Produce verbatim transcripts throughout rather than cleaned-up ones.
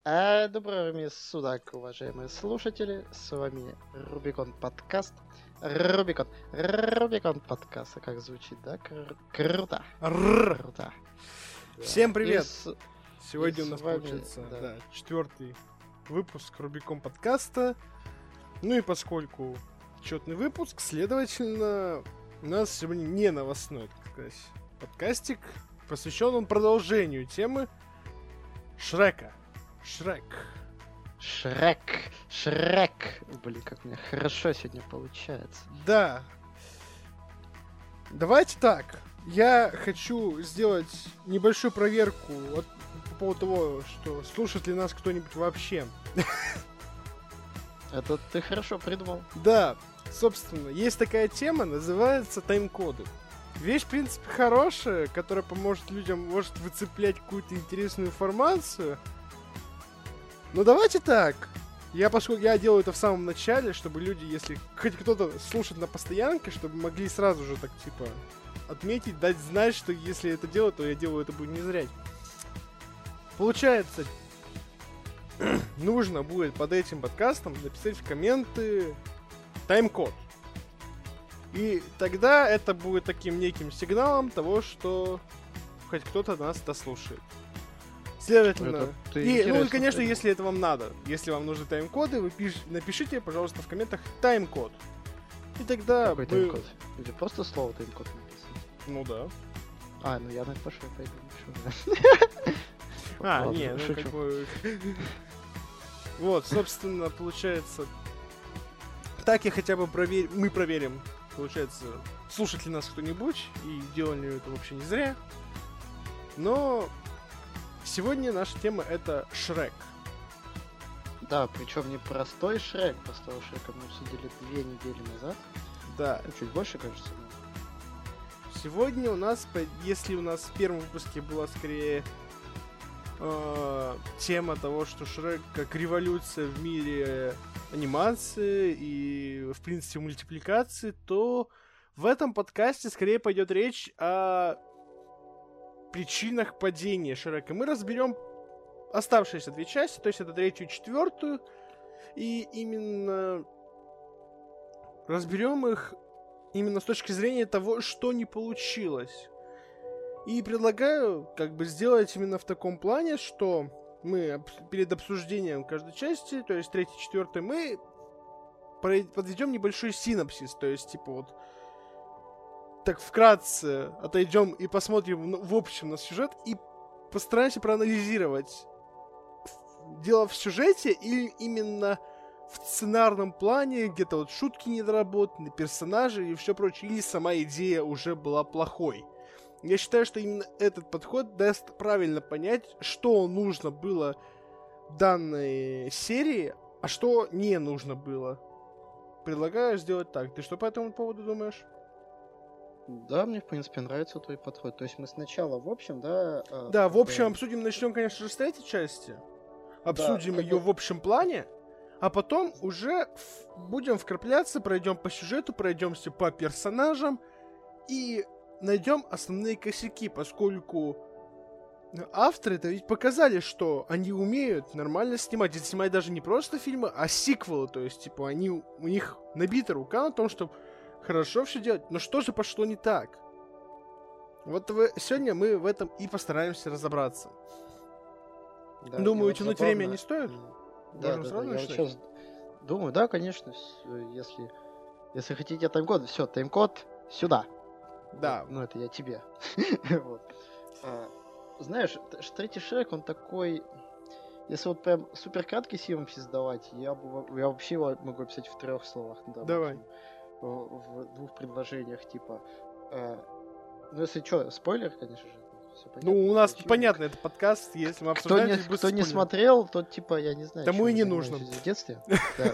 А, доброго времени суток, уважаемые слушатели. С вами Рубикон подкаст. Рубикон. Рубикон подкаст. А как звучит, да? Кру- Круто. Рррр. Круто. Да. Всем привет! И с- Сегодня и у нас с вами, получается да. да, четвертый выпуск Рубикон подкаста. Ну и поскольку четный выпуск, следовательно, у нас сегодня не новостной, так сказать, подкастик. Посвящен он продолжению темы Шрека. Шрек. Шрек. Шрек. Блин, как мне хорошо сегодня получается. Да. Давайте так. Я хочу сделать небольшую проверку от- по поводу того, что слушает ли нас кто-нибудь вообще. Это ты хорошо придумал. Да, собственно, есть такая тема, называется тайм-коды. Вещь, в принципе, хорошая, которая поможет людям, может, выцеплять какую-то интересную информацию. Но давайте так. Я, поскольку я делаю это в самом начале, чтобы люди, если хоть кто-то слушает на постоянке, чтобы могли сразу же так, типа, отметить, дать знать, что если это делать, то я делаю это будет не зря. Получается, нужно будет под этим подкастом написать в комменты тайм-код. И тогда это будет таким неким сигналом того, что хоть кто-то нас дослушает. Следовательно, Это ты и, ну и интересно конечно, придумал. если это вам надо, если вам нужны тайм-коды, вы пиш- напишите, пожалуйста, в комментах тайм-код. И тогда Какой мы... тайм-код? Или просто слово тайм-код написано? Ну да. А, ну я напишу, пойду напишу. А, Ладно, не, ну шучу. как бы... Вот, собственно, получается... Так я хотя бы проверю... Мы проверим, получается, слушает ли нас кто-нибудь, и делали это вообще не зря. Но... Сегодня наша тема — это Шрек. Да, причем не простой Шрек, простого Шрека мы обсудили две недели назад. Да. Ну, чуть больше, кажется. но- Сегодня у нас, по- если у нас в первом выпуске была скорее э, тема того, что Шрек как революция в мире анимации и, в принципе, мультипликации, то в этом подкасте скорее пойдет речь о причинах падения Шрека. Мы разберем оставшиеся две части, то есть это третью и четвертую, и именно разберем их именно с точки зрения того, что не получилось. И предлагаю как бы сделать именно в таком плане, что мы обс- перед обсуждением каждой части, то есть третьей, четвертой, мы про- подведем небольшой синопсис, то есть типа вот так вкратце отойдем и посмотрим ну, в общем на сюжет и постараемся проанализировать в- дело в сюжете или именно в сценарном плане, где-то вот шутки недоработаны, персонажи и все прочее, или сама идея уже была плохой. Я считаю, что именно этот подход даст правильно понять, что нужно было данной серии, а что не нужно было. Предлагаю сделать так. Ты что по этому поводу думаешь? Да, мне, в принципе, нравится твой подход. То есть мы сначала, в общем, да... э, Да, как в общем, бы- обсудим, начнем, конечно же, с третьей части. Обсудим как ее бы- в общем плане, а потом уже в- будем вкрапляться, пройдем по сюжету, пройдемся по персонажам и найдем основные косяки, поскольку авторы-то ведь показали, что они умеют нормально снимать. И снимать даже не просто фильмы, а сиквелы. То есть, типа, они, у них набита рука на том, чтобы хорошо все делать. Но что же пошло не так? Вот в- сегодня мы в этом и постараемся разобраться. да, и Думаю, вот тянуть забавно, время не стоит? м, Можем Да, да, сразу да, я вот начинать? сейчас думаю, да, конечно, с- э, если, если хотите тайм-код, все, тайм-код сюда. Да. Ну, это я тебе. Вот. А, Знаешь, т- ш- третий Шрек, он такой... Если вот прям супер краткий синопсис давать, я, бы, во- я вообще его могу описать в трех словах. да, Давай. максимум. В, в двух предложениях, типа... э, ну, если что, спойлер, конечно же. Всё понятно, Ну, у нас очевидно. понятно, это подкаст, если мы Кто обсуждаем, не, здесь будет кто не спойлер. смотрел, тот, типа, я не знаю, Тому чем и вы не занимались нужно. в детстве. Да.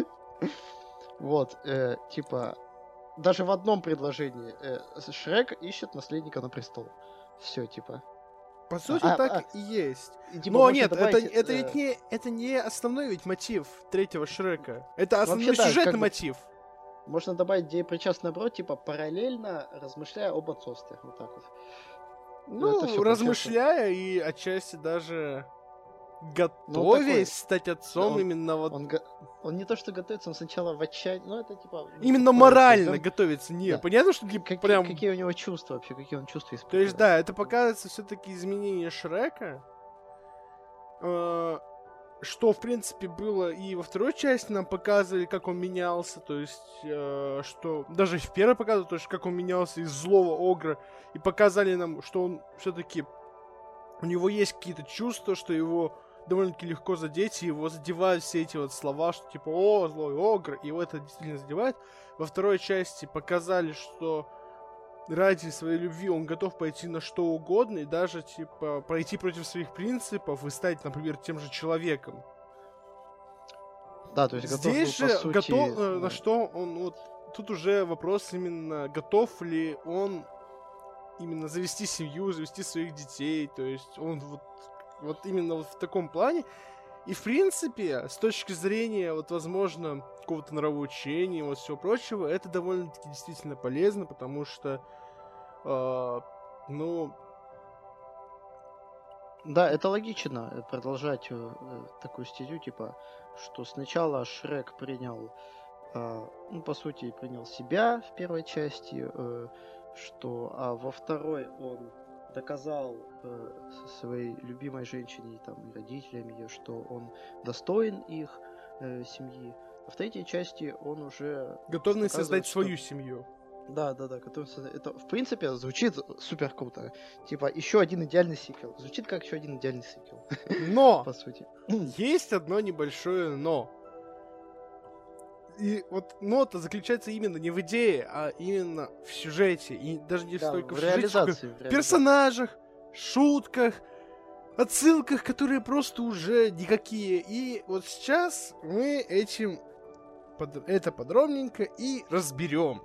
Вот, э, типа, даже в одном предложении э, Шрек ищет наследника на престол. Все, типа. По сути, А, так а, и есть. И, типа, Но можно нет, это, добавить, это э, ведь не, это не основной ведь мотив третьего Шрека. Это основной Вообще, да, сюжетный как бы- мотив. Можно добавить, где причастный наоборот, типа, параллельно размышляя об отцовстве. Вот так вот. это Ну, всё размышляя и отчасти даже готовясь такой, стать отцом, он, именно вот... Он, он не то что готовится, он сначала в отчаянии, ну это типа... Именно такое, морально есть, готовится, не, да. понятно, что типа, как, прям... Какие у него чувства вообще, какие он чувства испытывает. То есть, да, это показывается все-таки изменение Шрека, э, что, в принципе, было и во второй части нам показывали, как он менялся, то есть, э, что даже в первой показывали, то есть, как он менялся из злого огра, и показали нам, что он все-таки, у него есть какие-то чувства, что его довольно-таки легко задеть, и его задевают все эти вот слова, что типа, о, злой огр, и его это действительно задевает. Во второй части показали, что ради своей любви он готов пойти на что угодно, и даже, типа, пройти против своих принципов и стать, например, тем же человеком. Да, то есть готов Здесь был, же по сути, готов, да. на что он, вот, тут уже вопрос именно, готов ли он именно завести семью, завести своих детей, то есть он вот, вот именно вот в таком плане. И, в принципе, с точки зрения, вот, возможно, какого-то нравоучения и вот всего прочего, это довольно-таки действительно полезно, потому что, э, ну... Да, это логично, продолжать э, такую стезю, типа, что сначала Шрек принял, э, ну, по сути, принял себя в первой части, э, что, а во второй он доказал э, своей любимой женщине там, и родителям ее, что он достоин их э, семьи. А в третьей части он уже... Готовность создать что... свою семью. Да, да, да, готовность создать... Это, в принципе, звучит супер круто. Типа, еще один идеальный сиквел. Звучит как еще один идеальный сиквел. Но! По сути. Есть одно небольшое но. И вот но-то заключается именно не в идее, а именно в сюжете. И даже не Да, столько в в сюжете, реализации, сколько в в реализации. персонажах, шутках, отсылках, которые просто уже никакие. И вот сейчас мы этим под... это подробненько и разберем.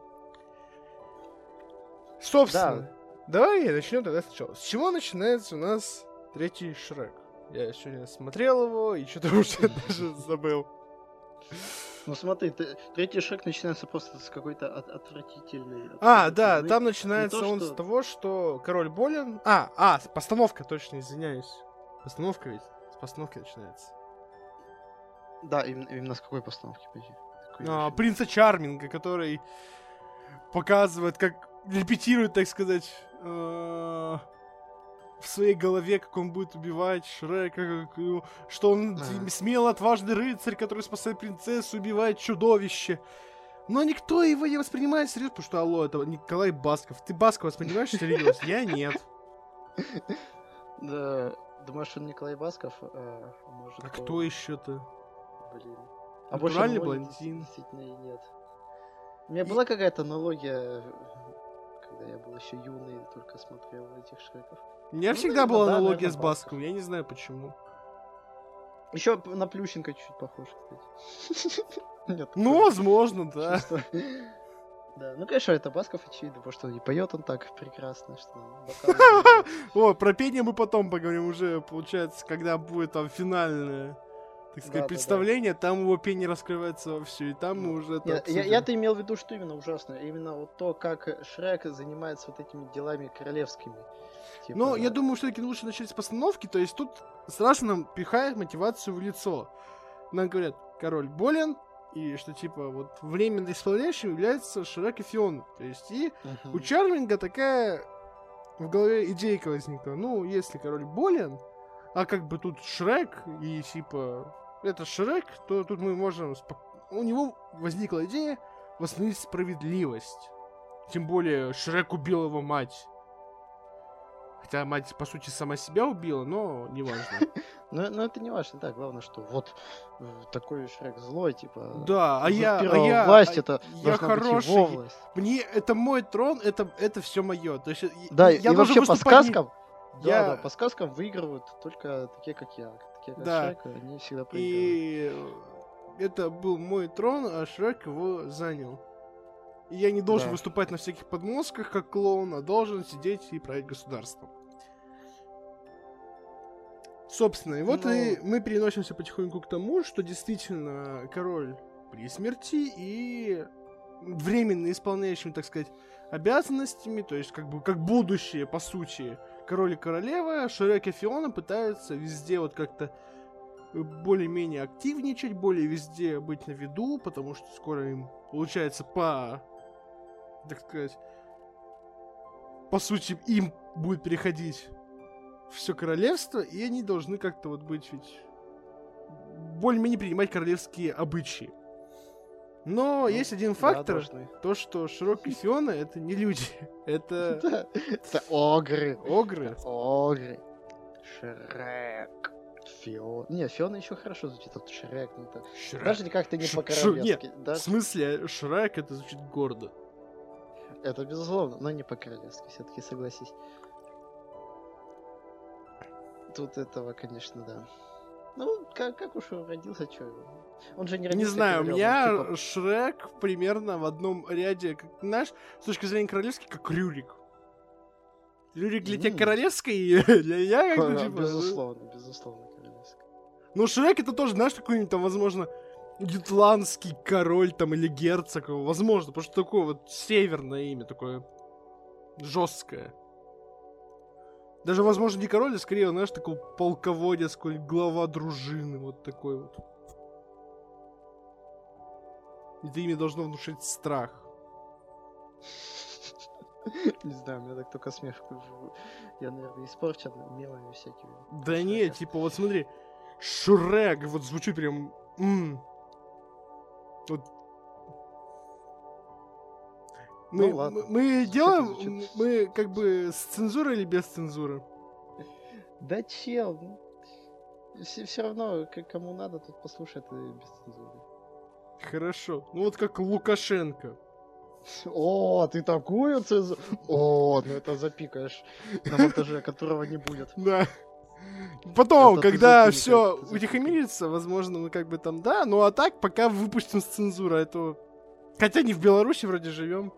Собственно, Да. давай начнем тогда сначала. С чего начинается у нас третий Шрек? Я сегодня смотрел его и что-то уже даже забыл. Ну смотри, ты, третий Шрек начинается просто с какой-то от, отвратительной... А, да, отвратительной- там начинается то, он что- с того, что король болен. А, а, постановка, точно, извиняюсь. Постановка ведь. С постановки начинается. Да, именно, именно с какой постановки, подожди? Какой А, вообще? принца Чарминга, который показывает, как репетирует, так сказать, э, в своей голове, как он будет убивать Шрека, как его- что он Ага. смелый, отважный рыцарь, который спасает принцессу, убивает чудовище. Но никто его не воспринимает всерьез, потому что, алло, это Николай Басков. Ты Баскова воспринимаешь всерьез? Я нет. Да, думаешь, он Николай Басков? А, может, А он- кто еще-то? Блин. Натуральный мой блондин. Действительно и нет. У меня была какая-то аналогия, когда я был еще юный и только смотрел этих Шреков. У меня Ну, всегда наверное, была да, аналогия наверное, с Басков. Басковым, я не знаю почему. Еще на Плющенко чуть-чуть похож, кстати. Нет, Ну, такое возможно, да. чувство. Да, ну, конечно, это Басков, очевидно, потому что и поет он так прекрасно, что... вокал- О, про пение мы потом поговорим уже, получается, когда будет там финальное, так сказать, Да-да-да. представление, там его пение раскрывается вовсю, и там мы уже это Нет, я- обсудим. я-то имел в виду, что именно ужасно. Именно вот то, как Шрек занимается вот этими делами королевскими. Типа, Но я думаю, что таки лучше начать с постановки, то есть тут сразу нам пихают мотивацию в лицо. Нам говорят, король болен, и что типа вот временно исполняющим является Шрек и Фиона. То есть и мгм. у Чарлинга такая в голове идейка возникла. Ну, если король болен, а как бы тут Шрек, и типа это Шрек, то тут мы можем... спок- У него возникла идея восстановить справедливость. Тем более Шрек убил его мать. Хотя мать, по сути, сама себя убила, но неважно. Но, но это не важно, да, главное, что вот э, такой Шрек злой, типа... Да, а я, а узурпировал я, власть, а это я должна быть его хороший. власть. Мне это мой трон, это, это все мое. То есть э, Да, я и должен вообще по выступать не- сказкам, Я- да, да, по сказкам выигрывают только такие, как я. Такие, как Да. Шрек, они всегда проигрывают. И это был мой трон, а Шрек его занял. И я не должен Да. выступать на всяких подмостках, как клоун, а должен сидеть и править государством. Собственно, и вот Ну- и мы переносимся потихоньку к тому, что действительно король при смерти и временно исполняющим, так сказать, обязанностями, то есть как бы как будущее, по сути, король и королева, Шрек и Фиона пытаются везде вот как-то более-менее активничать, более везде быть на виду, потому что скоро им, получается, по, так сказать, по сути, им будет переходить все королевство, и они должны как-то вот быть ведь более-менее принимать королевские обычаи. Но ну, есть один фактор, да, то, что Шрек и Фиона — это не люди, это... Это огры. Огры? Огры. Шрек. Фиона. Не, Фиона еще хорошо звучит, а вот Шрек. Даже как-то не по-королевски. В смысле, Шрек это звучит гордо. Это безусловно, но не по-королевски, все-таки согласись. Тут этого, конечно, да. Ну, как, как уж он родился, что? Он же не родился. Не знаю, королем, у меня он, типа... Шрек примерно в одном ряде, как, знаешь, с точки зрения королевский, как Рюрик. Рюрик для mm. тебя королевский, для меня как бы, типа... Безусловно, безусловно, королевский. Ну, Шрек это тоже, знаешь, какой-нибудь там, возможно, ютландский король там или герцог, возможно, потому что такое вот северное имя, такое жесткое. Даже, возможно, не король, а скорее, знаешь, такой полководец, какой глава дружины, вот такой вот. Это имя должно внушить страх. Не знаю, у меня так только смех. Я, наверное, испорчен мелами всякими. Да не, типа, вот смотри, Шрек, вот звучит прям... Вот. Мы, ну, ладно. мы делаем, мы как бы с цензурой или без цензуры? Да чел, все, все равно, кому надо, тут послушает и без цензуры. Хорошо, ну вот как Лукашенко. О, ты такую цензуру? О, ну это запикаешь на монтаже, которого не будет. Да. Потом, это когда все утихомирится, возможно, мы как бы там, да, ну а так, пока выпустим с цензурой, это... Хотя не в Беларуси вроде живем.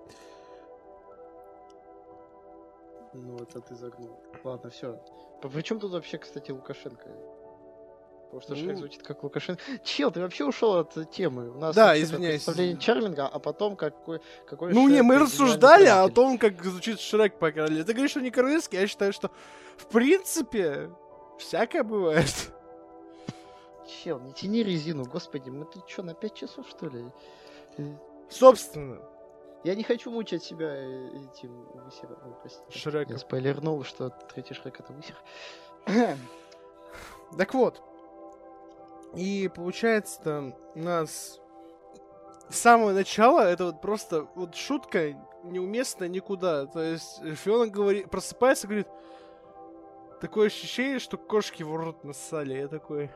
Ну, это ты загнул. Ладно, все. Причем тут вообще, кстати, Лукашенко? Потому что Шрек звучит как Лукашенко. Чел, ты вообще ушел от темы. У нас да, извиняюсь. представление Чарлинга, а потом какой, какой Ну, не, мы рассуждали о том, как звучит Шрек по королеве. Ты говоришь, что не королевский, я считаю, что в принципе всякое бывает. Чел, не тяни резину, господи, мы тут что, на пять часов, что ли? Собственно. Я не хочу мучать себя этим высером. Ну, простите. Шреком. Я спойлернул, что третий Шрек это высер. Так вот. И получается, у нас с самого начала это вот просто вот шутка неуместная никуда. То есть Фиона говорит, просыпается и говорит: такое ощущение, что кошки в рот нассали. Я такой...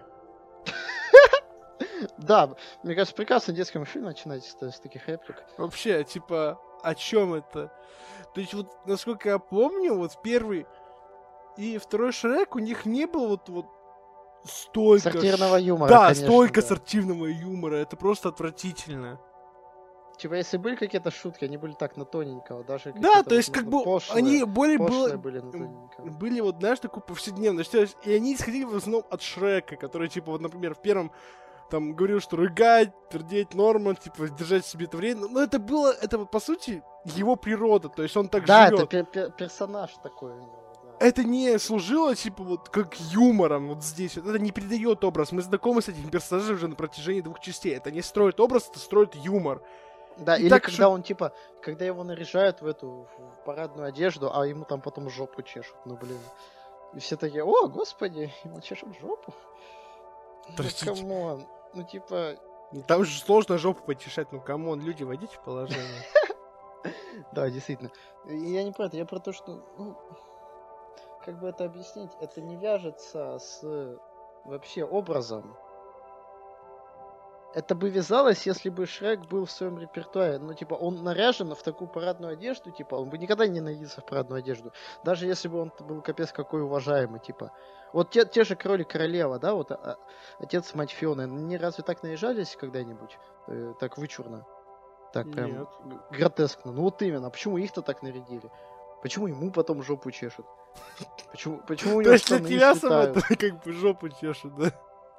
Да, мне кажется, прекрасно детскому фильму начинать с, с таких реплик. Вообще, типа, о чем это? То есть, вот, насколько я помню, вот первый и второй Шрек, у них не было вот, вот столько... Сортирного юмора, Да, конечно, столько да. сортирного юмора, это просто отвратительно. Типа, если были какие-то шутки, они были так на тоненького, даже... Да, то есть, как бы, пошлые, они более было... были на тоненького. Были вот, знаешь, такой повседневный, и они исходили в основном от Шрека, который, типа, вот, например, в первом там говорил, что рыгать, твердеть норма, типа, держать себе это время. Но это было, это, по сути, его природа, то есть он так да, живет. Да, это пер- пер- персонаж такой. Да. Это не служило, типа, вот, как юмором вот здесь. Это не передает образ. Мы знакомы с этим персонажем уже на протяжении двух частей. Это не строит образ, это строит юмор. Да, и или так, когда что... он, типа, когда его наряжают в эту в парадную одежду, а ему там потом жопу чешут, ну, блин. И все такие: о, господи, ему чешут жопу. Простите. Ну, камон. Ну, типа... Там же сложно жопу потешать, ну, камон, люди, войдите в положение. Да, действительно. Я не про это, я про то, что, ну, как бы это объяснить, это не вяжется с вообще образом. Это бы вязалось, если бы Шрек был в своем репертуаре. Ну, типа, он наряжен в такую парадную одежду, типа, он бы никогда не нарядился в парадную одежду. Даже если бы он был капец какой уважаемый, типа. Вот те, те же король и королева, да, вот а, отец, мать Фионы, они разве так наряжались когда-нибудь? Э, так вычурно? Так прям Нет. гротескно. Ну вот именно, почему их-то так нарядили? Почему ему потом жопу чешут? Почему, почему у него то есть для штаны тебя не самое как бы жопу чешут, да?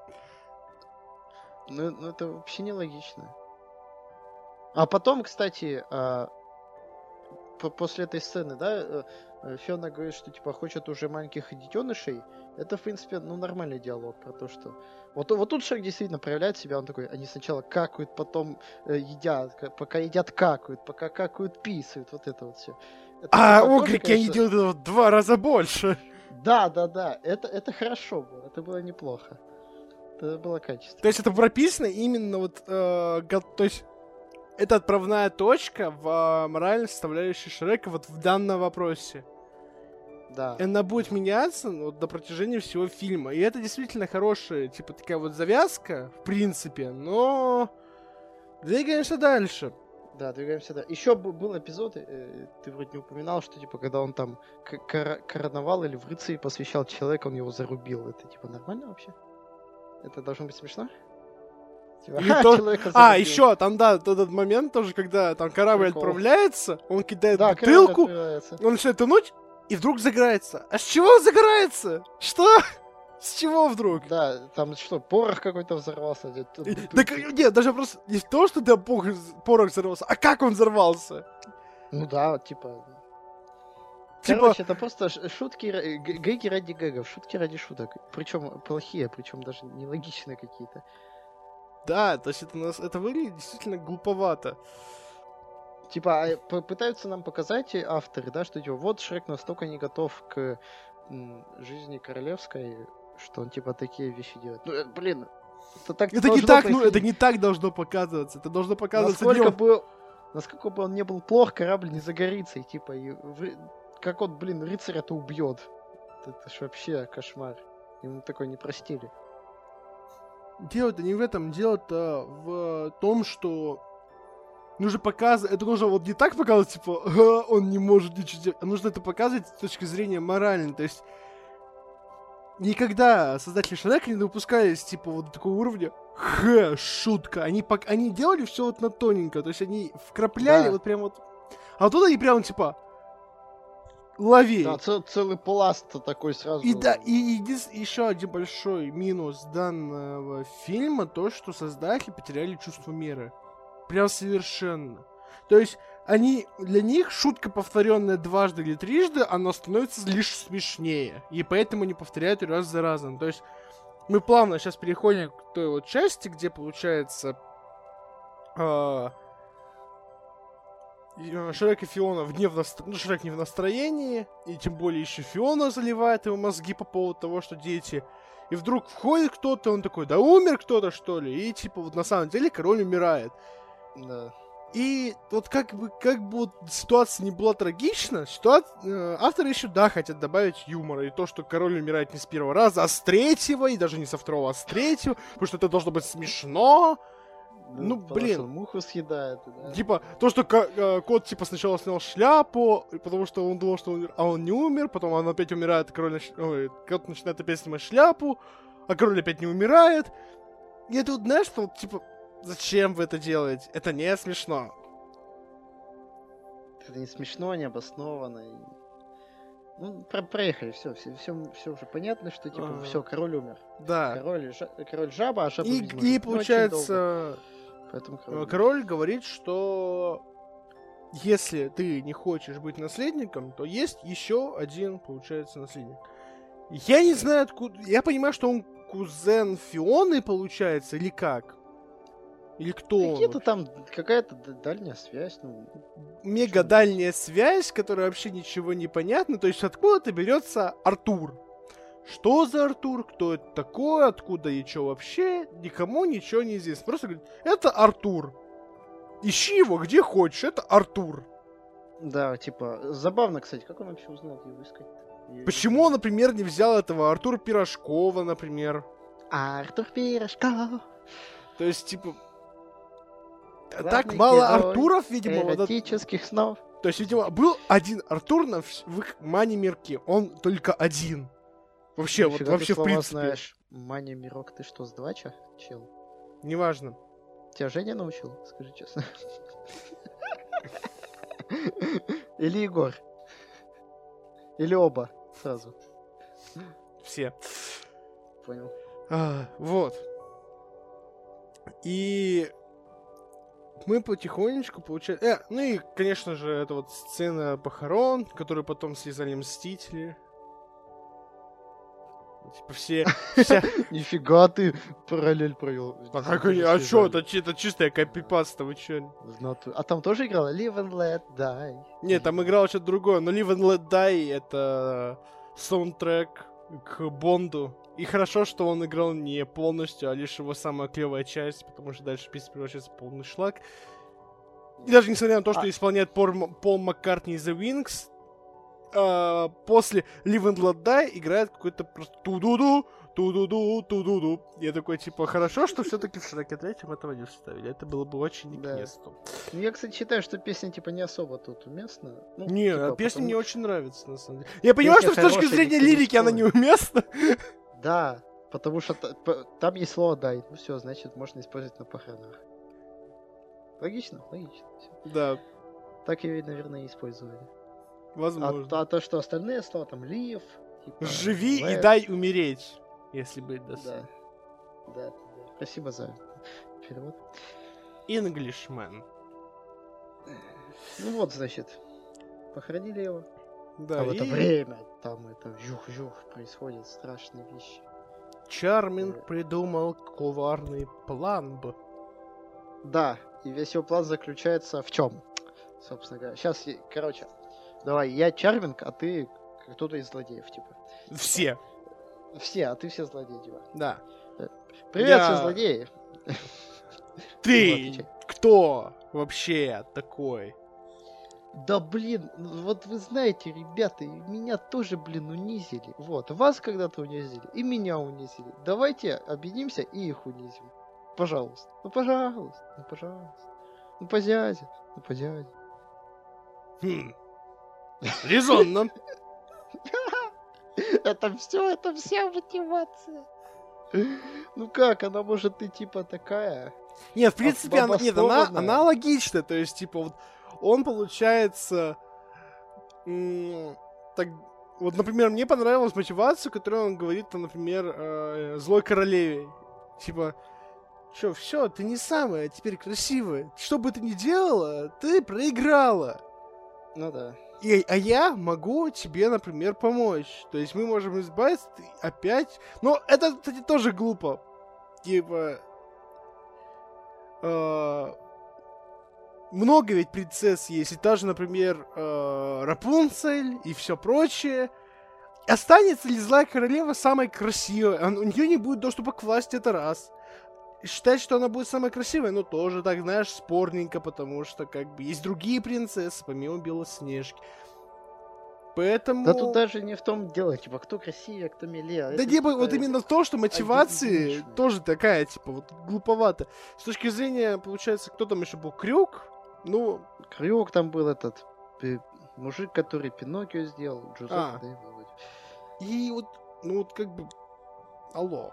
Ну, ну это вообще нелогично. А потом, кстати, а, по- после этой сцены, да, э, э, Фиона говорит, что типа хочет уже маленьких детенышей. Это, в принципе, ну, нормальный диалог про то, что... Вот, вот тут Шрек действительно проявляет себя, он такой, они сначала какают, потом э, едят, ка- пока едят какают, пока какают писают, вот это вот все. А окрики они делают этого в два раза больше. Да, да, да, это, это хорошо было, это было неплохо. Это было качественно. То есть это прописано именно вот... э, го- то есть это отправная точка в э, моральной составляющей Шрека вот в данном вопросе. Да. Она будет меняться ну, вот, на протяжении всего фильма. И это действительно хорошая, типа, такая вот завязка, в принципе, но... Двигаемся дальше. Да, двигаемся, да. Еще б- был эпизод, э, ты вроде не упоминал, что типа, когда он там к- кор- короновал или в рыцари посвящал человека, он его зарубил. Это типа нормально вообще? Это должно быть смешно? Типа, И «Ха, то- человека А, зарубил». еще там, да, тот этот момент тоже, когда там корабль Прикол. отправляется, он кидает Да, бутылку, корабль открывается. он начинает тянуть, и вдруг загорается. А с чего он загорается? Что? С чего вдруг? Да, там что, порох какой-то взорвался? где- тут И- бутылки. Так, нет, даже просто не то, что там порох, порох взорвался, а как он взорвался? Ну да, типа... Типа- Короче, это просто ш- шутки, ра- г- гэги ради гэгов, шутки ради шуток. Причем плохие, причем даже нелогичные какие-то. Да, то есть это, нас, это выглядит действительно глуповато. Типа, а, п- пытаются нам показать э, авторы, да, что типа, вот Шрек настолько не готов к м, жизни королевской, что он типа такие вещи делает. Ну, э, блин, это так Это не должно так, ну, это происходить. не так должно показываться. Это должно показываться Насколько днём. бы, насколько бы он не был плох, корабль не загорится, и типа, и в- как он, блин, рыцаря-то убьет. Это ж вообще кошмар. Ему такое не простили. Дело-то не в этом, дело-то в том, что нужно показывать, это нужно вот не так показывать, типа, «Ага, он не может ничего сделать, а нужно это показывать с точки зрения моральной, то есть никогда создатели Шрека не допускались, типа, вот до такого уровня, ха, шутка, они, пок- они делали все вот на тоненько, то есть они вкрапляли Да. вот прям вот, а вот тут они прям, типа, лови. Да, цел- целый пласт такой сразу. И да, и еще один большой минус данного фильма то, что создатели потеряли чувство меры. Прям совершенно. То есть они для них шутка, повторенная дважды или трижды, она становится лишь смешнее. И поэтому они повторяют ее раз за разом. То есть мы плавно сейчас переходим к той вот части, где получается а, и, Шрек и Фиона в не в настро... ну, Шрек не в настроении, и тем более еще Фиона заливает его мозги по поводу того, что дети. И вдруг входит кто-то, он такой, да умер кто-то, что ли? И типа вот на самом деле король умирает. Да. И вот как бы, как бы вот ситуация не была трагична, ситуа... э, авторы еще, да, хотят добавить юмора. И то, что король умирает не с первого раза, а с третьего, и даже не со второго, а с третьего, потому что это должно быть смешно. Ну, потому блин. что он муху съедает. Да. Типа, то, что ко- э, кот, типа, сначала снял шляпу, потому что он думал, что он умер, а он не умер, потом он опять умирает, король нач... Ой, кот начинает опять снимать шляпу, а король опять не умирает. И это вот, знаешь, что, вот, типа, зачем вы это делаете? Это не смешно. Это не смешно, не обоснованно. и- Ну, про- проехали, все, все, все, все уже понятно, что типа Ага. все, король умер. Да. Король, жа- король жаба, а жаба И, видимо, и живет не очень долго, получается, поэтому э, король. умер. король говорит, что если ты не хочешь быть наследником, то есть еще один, получается, наследник. Я не знаю, откуда... Я понимаю, что он кузен Фионы, получается, или как? Или кто он? Какие-то там какая-то д- дальняя связь, ну. Мега дальняя связь, которая вообще ничего не понятна. То есть откуда-то берется Артур. Что за Артур? Кто это такой? Откуда и что вообще? Никому ничего не известно. Просто говорит, это Артур. Ищи его где хочешь, это Артур. Да, типа, забавно, кстати, как он вообще узнал, где его искать? Почему он, например, не взял этого Артура Пирожкова, например? Артур Пирожков. То есть, типа... Главный так мало герой Артуров, видимо, вот это- эротических снов. То есть, видимо, был один Артур на вс- в их мани-мирке. Он только один. Вообще, вот Нифига ты вообще в слова принципе. знаешь. Маня Мирок, ты что, с двача, чел? Неважно. Тебя Женя научил, скажи честно. Или Егор. Или оба сразу. Все. Понял. А, вот. И мы потихонечку получаем... Э, ну и, конечно же, это вот сцена похорон, которую потом слезали Мстители. Типа все... Вся... Нифига ты параллель провел. А, как, а чё, это, это чистая копипаста, вы чё? А там тоже играла Live and Let Die? Нет, там играл что-то другое, но Live and Let Die это саундтрек к Бонду. И хорошо, что он играл не полностью, а лишь его самая клевая часть, потому что дальше песня превращается в полный шлак. И даже несмотря на то, что а... исполняет Пол, Пол Маккартни из The Wings, э, после Live and Let Die играет какой-то просто ту-ду-ду, ту-ду-ду, ту-ду-ду. Я такой, типа, хорошо, что все-таки в Шреке третьем этого не вставили. Это было бы очень не да. к месту. Ну, я, кстати, считаю, что песня, типа, не особо тут уместна. Ну, не, типа, песня потому... мне очень нравится, на самом деле. Я понимаю, песня что с точки зрения лирики она неуместна. Да, потому что там есть слово «дай». Ну все, значит, можно использовать на похоронах. Логично? Логично. Всё. Да. Так ее, наверное, и использовали. Возможно. А, а то, что остальные слова, там, live, типа, живи let. И дай умереть, если быть дословным. Да. Да, да. Спасибо за перевод. Englishman. Ну вот, значит, похоронили его. Да, а в и... это время там это жух-жух происходят страшные вещи. Чарминг э... придумал коварный план Б. Да, и весь его план заключается в чем? Собственно говоря. Сейчас, короче, давай, я Чарминг, а ты кто-то из злодеев, типа. Все. Все, а ты все злодеи, типа. Да. Привет, я... все злодеи. Ты кто вообще такой? Да блин, вот вы знаете, ребята, меня тоже, блин, унизили. Вот, вас когда-то унизили, и меня унизили. Давайте объединимся и их унизим. Пожалуйста. Ну, пожалуйста. Ну, пожалуйста. Ну, по дяде. Ну, по дяде. Хм. Резонно. Это все, это вся мотивация. Ну как, она может и типа такая... Нет, в принципе, она, нет, она, она логичная. То есть, типа, вот он, получается... М- так, вот, например, мне понравилась мотивация, которую он говорит, там, например, э, злой королеве. Типа, чё, все, ты не самая теперь красивая. Что бы ты ни делала, ты проиграла. Ну да. И, а я могу тебе, например, помочь. То есть мы можем избавиться опять... Но это, кстати, тоже глупо. Типа... Э, много ведь принцесс есть. И та же, например, э, Рапунцель и все прочее. Останется ли злая королева самой красивой? Он, у нее не будет доступа к власти, это раз. Считать, что она будет самой красивой, ну, тоже, так, знаешь, спорненько, потому что, как бы, есть другие принцессы, помимо Белоснежки. Поэтому... Да тут даже не в том дело, типа, кто красивее, кто милее. Да не, типа, вот именно то, что мотивации тоже такая, типа, вот, глуповато. С точки зрения, получается, кто там еще был? Крюк? Ну... Крюк там был этот, мужик, который Пиноккио сделал, Джузеппе, а. да, вроде. И вот, ну, вот, как бы, алло.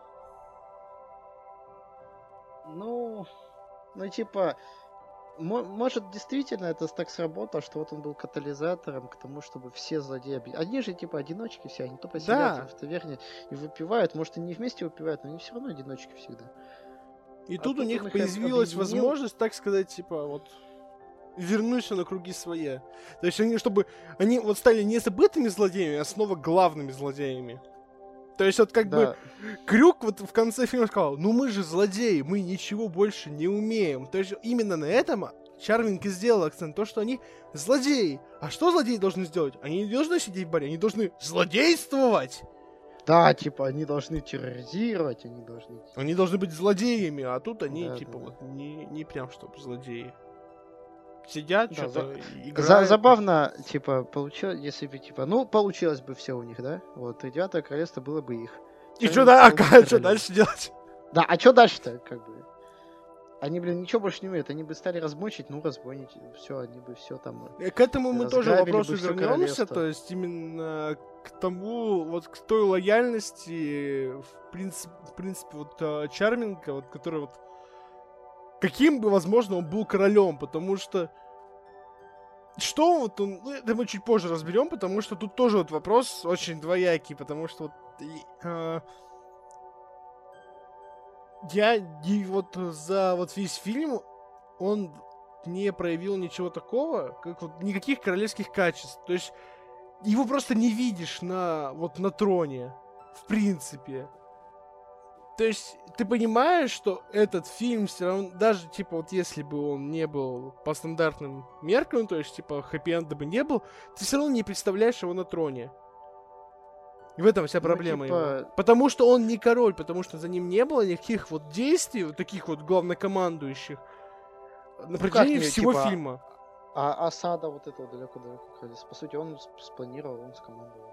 Ну, ну, типа, м- может, действительно это так сработало, что вот он был катализатором к тому, чтобы все злодеи... Объ... Они же, типа, одиночки все, они тупо сидят Да. в таверне и выпивают. Может, они вместе выпивают, но они все равно одиночки всегда. И а тут у них появилась объединил... возможность, так сказать, типа, вот, вернуться на круги своя. То есть они, чтобы... Они вот стали не забытыми злодеями, а снова главными злодеями. То есть вот как да. бы Крюк вот в конце фильма сказал, ну мы же злодеи, мы ничего больше не умеем. То есть именно на этом Чарминг и сделал акцент, то, что они злодеи. А что злодеи должны сделать? Они не должны сидеть в баре, они должны злодействовать. Да, типа, они должны терроризировать, они должны... Они должны быть злодеями, а тут они, да, типа, да, вот, да. Не, не прям, чтобы злодеи. Сидят, да, что-то за... играют. За- забавно, типа, получилось, если бы, типа, ну, получилось бы все у них, да? Вот, и Девятое Королевство было бы их. И что, да, а что дальше делать? Да, а что дальше-то, как бы? Они, блин, ничего больше не умеют, они бы стали разбойничать, ну, разбойничать, все, они бы все там... К этому мы тоже вопросу вернемся, то есть именно к тому, вот к той лояльности, в принципе, в принципе вот Чарминга, вот, который вот каким бы, возможно, он был королем, потому что что вот он, ну, это мы чуть позже разберем, потому что тут тоже вот вопрос очень двоякий, потому что вот э, я и вот за вот весь фильм он не проявил ничего такого, как вот никаких королевских качеств. То есть его просто не видишь на, вот, на троне, в принципе. То есть ты понимаешь, что этот фильм все равно, даже, типа, вот если бы он не был по стандартным меркам, то есть, типа, хэппи-энда бы не был, ты все равно не представляешь его на троне. И в этом вся проблема ну, типа... его. Потому что он не король, потому что за ним не было никаких вот действий, вот таких вот главнокомандующих на протяжении ну, всего типа, фильма. А осада вот этого далеко-далеко королевства, по сути, он спланировал, он скомандовал.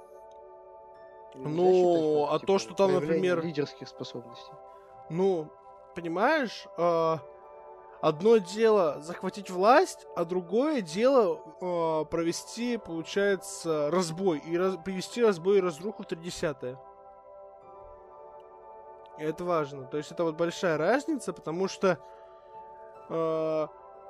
Ну, а типа, то, что там, например... лидерских способностей. Ну, понимаешь, э, одно дело захватить власть, а другое дело э, провести, получается, разбой. И раз, привести разбой и разруху в тридесятые. И это важно. То есть это вот большая разница, потому что э,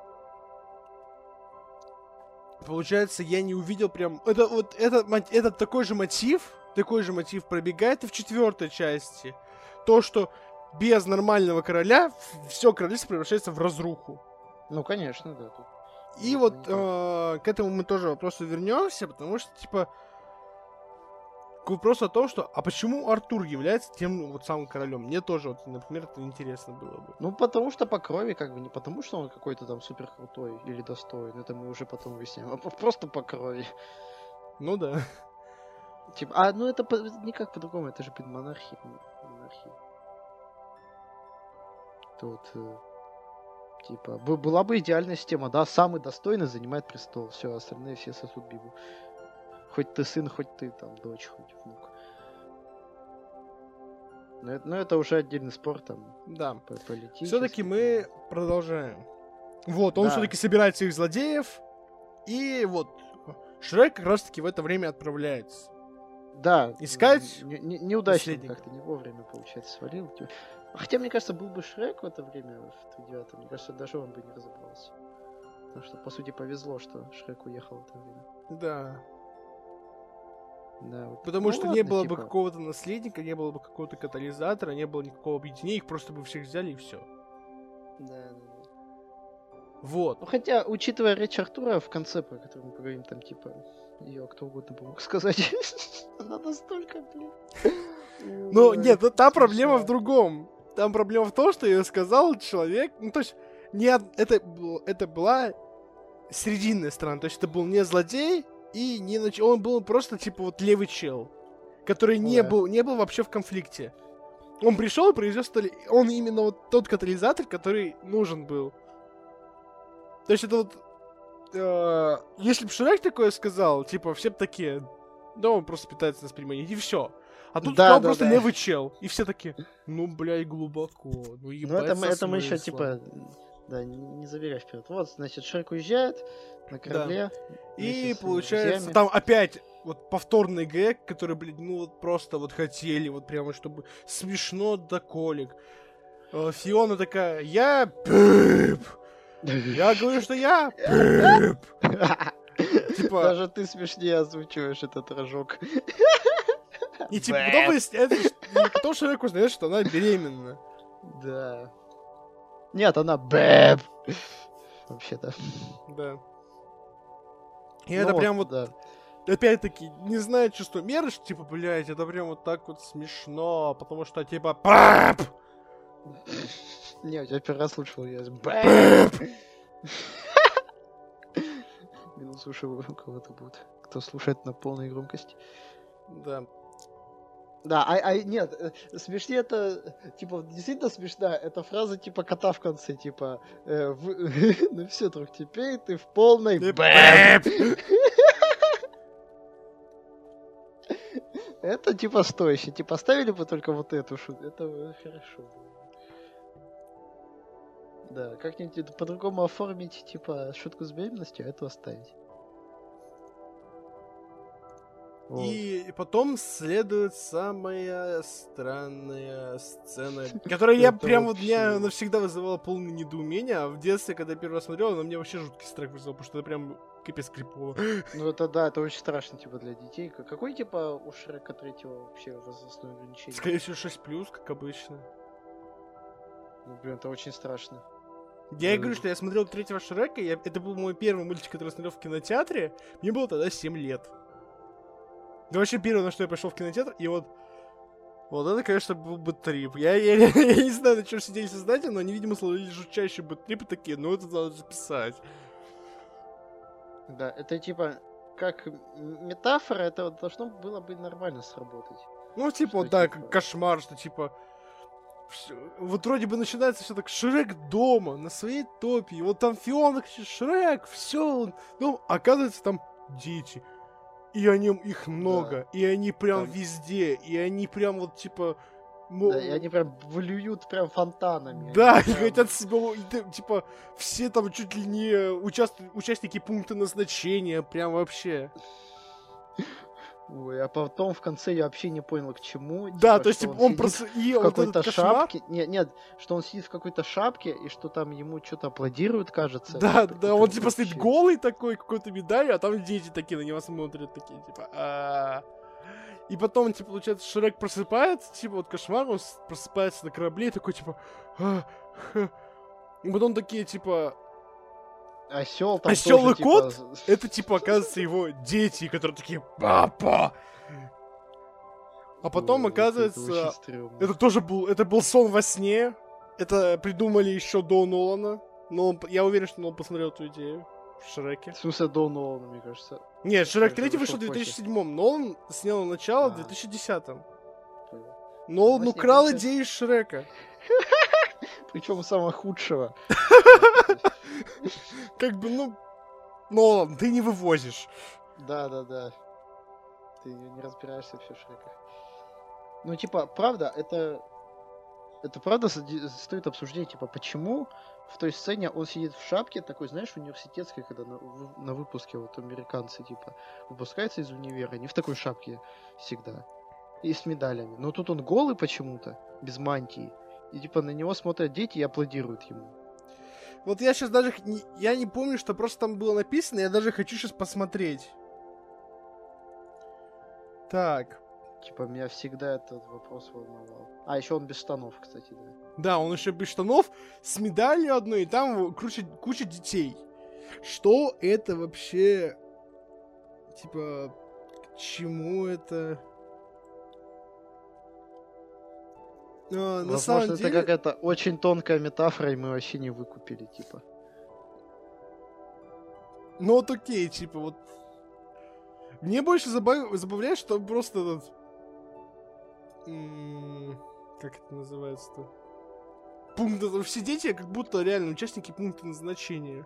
получается, я не увидел прям... Это вот это, это такой же мотив, такой же мотив пробегает и в четвертой части. То, что без нормального короля все королевство превращается в разруху. Ну, конечно, да. Тут и вот э, к этому мы тоже вопросу вернемся, потому что, типа, к вопросу о том, что, а почему Артур является тем вот самым королем? Мне тоже, вот, например, это интересно было бы. Ну, потому что по крови, как бы, не потому что он какой-то там супер крутой или достойный, это мы уже потом выясним, а просто по крови. Ну да. Типа, а, ну это по, никак по-другому, это же под монархией. монархией. Тут, э, типа, б- была бы идеальная система, да, самый достойный занимает престол, все, остальные все сосут бибу. Хоть ты сын, хоть ты там дочь, хоть внук. Но это, но это уже отдельный спор там. Да. Политический. Все-таки мы продолжаем. Вот, он да. все-таки собирает всех злодеев, и вот Шрек как раз-таки в это время отправляется. Да. Искать не, не, неудачно как-то, не вовремя, получается, свалил. Хотя, мне кажется, был бы Шрек в это время, в тридевятом, мне кажется, даже он бы не разобрался. Потому что, по сути, повезло, что Шрек уехал в это время. Да. Да, вот. Потому ну, что ладно, не было типа... бы какого-то наследника, не было бы какого-то катализатора, не было никакого объединения, их просто бы всех взяли и все. Да, да, да. Вот. Ну, хотя, учитывая речь Артура в конце, про которую мы поговорим, там, типа, ее кто угодно бы мог сказать. Она настолько, блин. Ну, нет, та проблема в другом. Там проблема в том, что я сказал человек, ну, то есть, не, это, это была срединная сторона, то есть это был не злодей, и не нач... он был просто, типа, вот левый чел, который не, yeah. был, не был вообще в конфликте. Он пришел и произвел, что ли, он именно вот тот катализатор, который нужен был. То есть это вот, э, если бы Шрек такое сказал, типа, все бы такие, да, он просто пытается нас приманить, и все. А тут да, сказал да, просто да. левый чел. И все такие, ну, бля, и глубоко. Ну, ну это, мы, это мы еще, типа, да, не, не забегай вперед. Вот, значит, Шрек уезжает на корабле. Да. И, получается, там опять вот повторный гэг, который, блин, ну, вот просто вот хотели, вот прямо, чтобы смешно до колик. Фиона такая, я пип. Я говорю, что я пип. Типа... Даже ты смешнее озвучиваешь этот рожок. И типа потом выясняется, потом Шрек узнает, что она беременна. Да. Нет, она бэб. Вообще-то. Да. И ну это вот, прям вот, да. Опять-таки, не знаю, чувство меры, что, типа, блядь, это прям вот так вот смешно, потому что, типа, бэб. Не, я первый раз слушал, я бэб. Минус уши у кого-то будет, кто слушает на полной громкости. Да. Да, а, а нет, смешнее это, типа, действительно смешно, это фраза, типа, кота в конце, типа, э, в... ну все, друг, теперь ты в полной бэб. Это, типа, стоящее, типа, оставили бы только вот эту шутку, это хорошо. Да, как-нибудь по-другому оформить, типа, шутку с беременностью, а эту оставить. И потом следует самая странная сцена, которая я прям вот меня навсегда вызывала полное недоумение, а в детстве, когда я первый раз смотрел, она мне вообще жуткий страх вызвала, потому что это прям капец крипово. Ну это да, это очень страшно, типа, для детей. Какой, типа, у Шрека третьего вообще возрастное ограничение? Скорее всего, шесть плюс, как обычно. Ну, блин, это очень страшно. Я и говорю, что я смотрел третьего Шрека, я... это был мой первый мультик, который я смотрел в кинотеатре, мне было тогда семь лет. Это вообще первое, на что я пошел в кинотеатр, и вот... Вот это, конечно, был бы трип. Я, я, я, я не знаю, на чем сидели создатели, но они, видимо, словили жутчайшие бэт-трипы такие, ну это надо записать. Да, это типа, как метафора, это должно было бы нормально сработать. Ну, типа, что, вот, да, типа... кошмар, что, типа... Вот вроде бы начинается все так, Шрек дома, на своей топе, и вот там Фиона кричит, Шрек, все, ну, оказывается, там дети. И они, их много, да. И они прям там... везде, и они прям вот, типа... Да, и они прям блюют прям фонтанами. Да, и прям... хотят себя, типа, все там чуть ли не участ... участники пункта назначения, прям вообще. Ой, а потом в конце я вообще не понял, к чему. Да, типа, то есть типа, он, он просто в какой-то шапке. Нет, нет, что он сидит в какой-то шапке, и что там ему что-то аплодируют, кажется. Да, да, он типа стоит голый такой, какой-то медалью, а там дети такие на него смотрят, такие, типа, а И потом, типа, получается, Шрек просыпается, типа, вот кошмар, он просыпается на корабле, такой, типа, и потом такие, типа... Осел там Осел тоже, и кот, типа... это, типа, оказывается, его дети, которые такие, папа! А потом, Ой, оказывается, это, это тоже был, это был сон во сне. Это придумали еще до Нолана. Но я уверен, что он посмотрел эту идею в Шреке. В смысле, до Нолана, мне кажется. Нет, Шрек три вышел в две тысячи седьмом. Нолан снял начало в две тысячи десятом. Нолан украл идею из Шрека. Причем самого худшего. Как бы, ну... Нолан, ты не вывозишь. Да, да, да. Ты не разбираешься вообще в Шреках. Ну, типа, правда, это... Это правда стоит обсуждения, типа, почему в той сцене он сидит в шапке, такой, знаешь, университетской, когда на, на выпуске вот американцы, типа, выпускаются из универа, они в такой шапке всегда. И с медалями. Но тут он голый почему-то, без мантии. И, типа, на него смотрят дети и аплодируют ему. Вот я сейчас даже... Не, я не помню, что просто там было написано, я даже хочу сейчас посмотреть. Так. Типа, меня всегда этот вопрос волновал. А, еще он без штанов, кстати, да. Да, он еще без штанов, с медалью одной, и там куча, куча детей. Что это вообще... Типа, к чему это... А, на Возможно, самом это деле... какая-то очень тонкая метафора, и мы вообще не выкупили, типа. Ну вот окей, типа, вот... Мне больше забав... забавляет, что просто этот... М- как это называется-то? Пункт... Все дети как будто реально участники пункта назначения.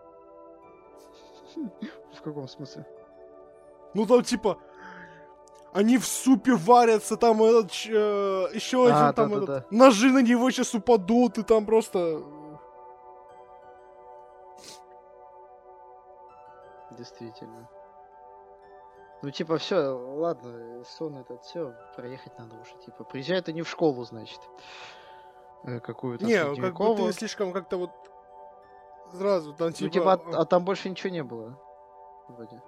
В каком смысле? Ну там типа... Они в супе варятся, там этот... Э, еще один а, там да, этот... Да, да. Ножи на него сейчас упадут, и там просто... Действительно. Ну, типа, все, ладно, сон этот, все, проехать надо уже. Типа, приезжают они в школу, значит. Какую-то Не, как бы ты слишком как-то вот сразу там типа... Ну, типа, а, а там больше ничего не было. Вроде.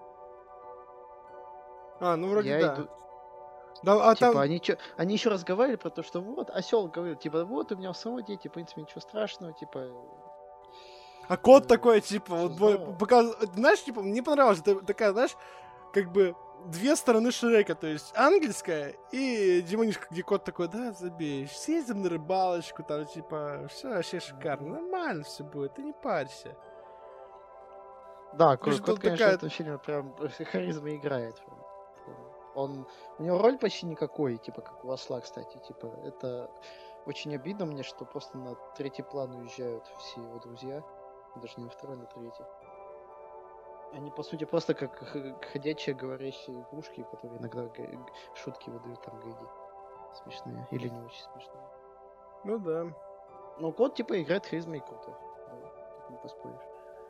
А, ну вроде Я да. Иду... Да, а типа, там... они, чё... они еще разговаривали про то, что вот, осел говорил, типа, вот, у меня у самого дети, в принципе, ничего страшного, типа... А кот э... такой, типа, вот, бой, показ... знаешь, типа, мне понравилось, это такая, знаешь, как бы две стороны Шрека, то есть ангельская и демонишка, где кот такой, да, забей, съездим на рыбалочку, там, типа, все вообще шикарно, нормально все будет, ты не парься. Да, кот, кот конечно, такая... в этом фильме прям харизма играет. Он, у него роль почти никакой, типа, как у осла, кстати, типа, это очень обидно мне, что просто на третий план уезжают все его друзья, даже не на второй, на третий. Они, по сути, просто как ходячие говорящие игрушки, которые иногда г- шутки выдают там Гэги. Смешные. Или не очень смешные. Ну да. Но кот, типа, играет харизмой круто. Да, не поспоришь.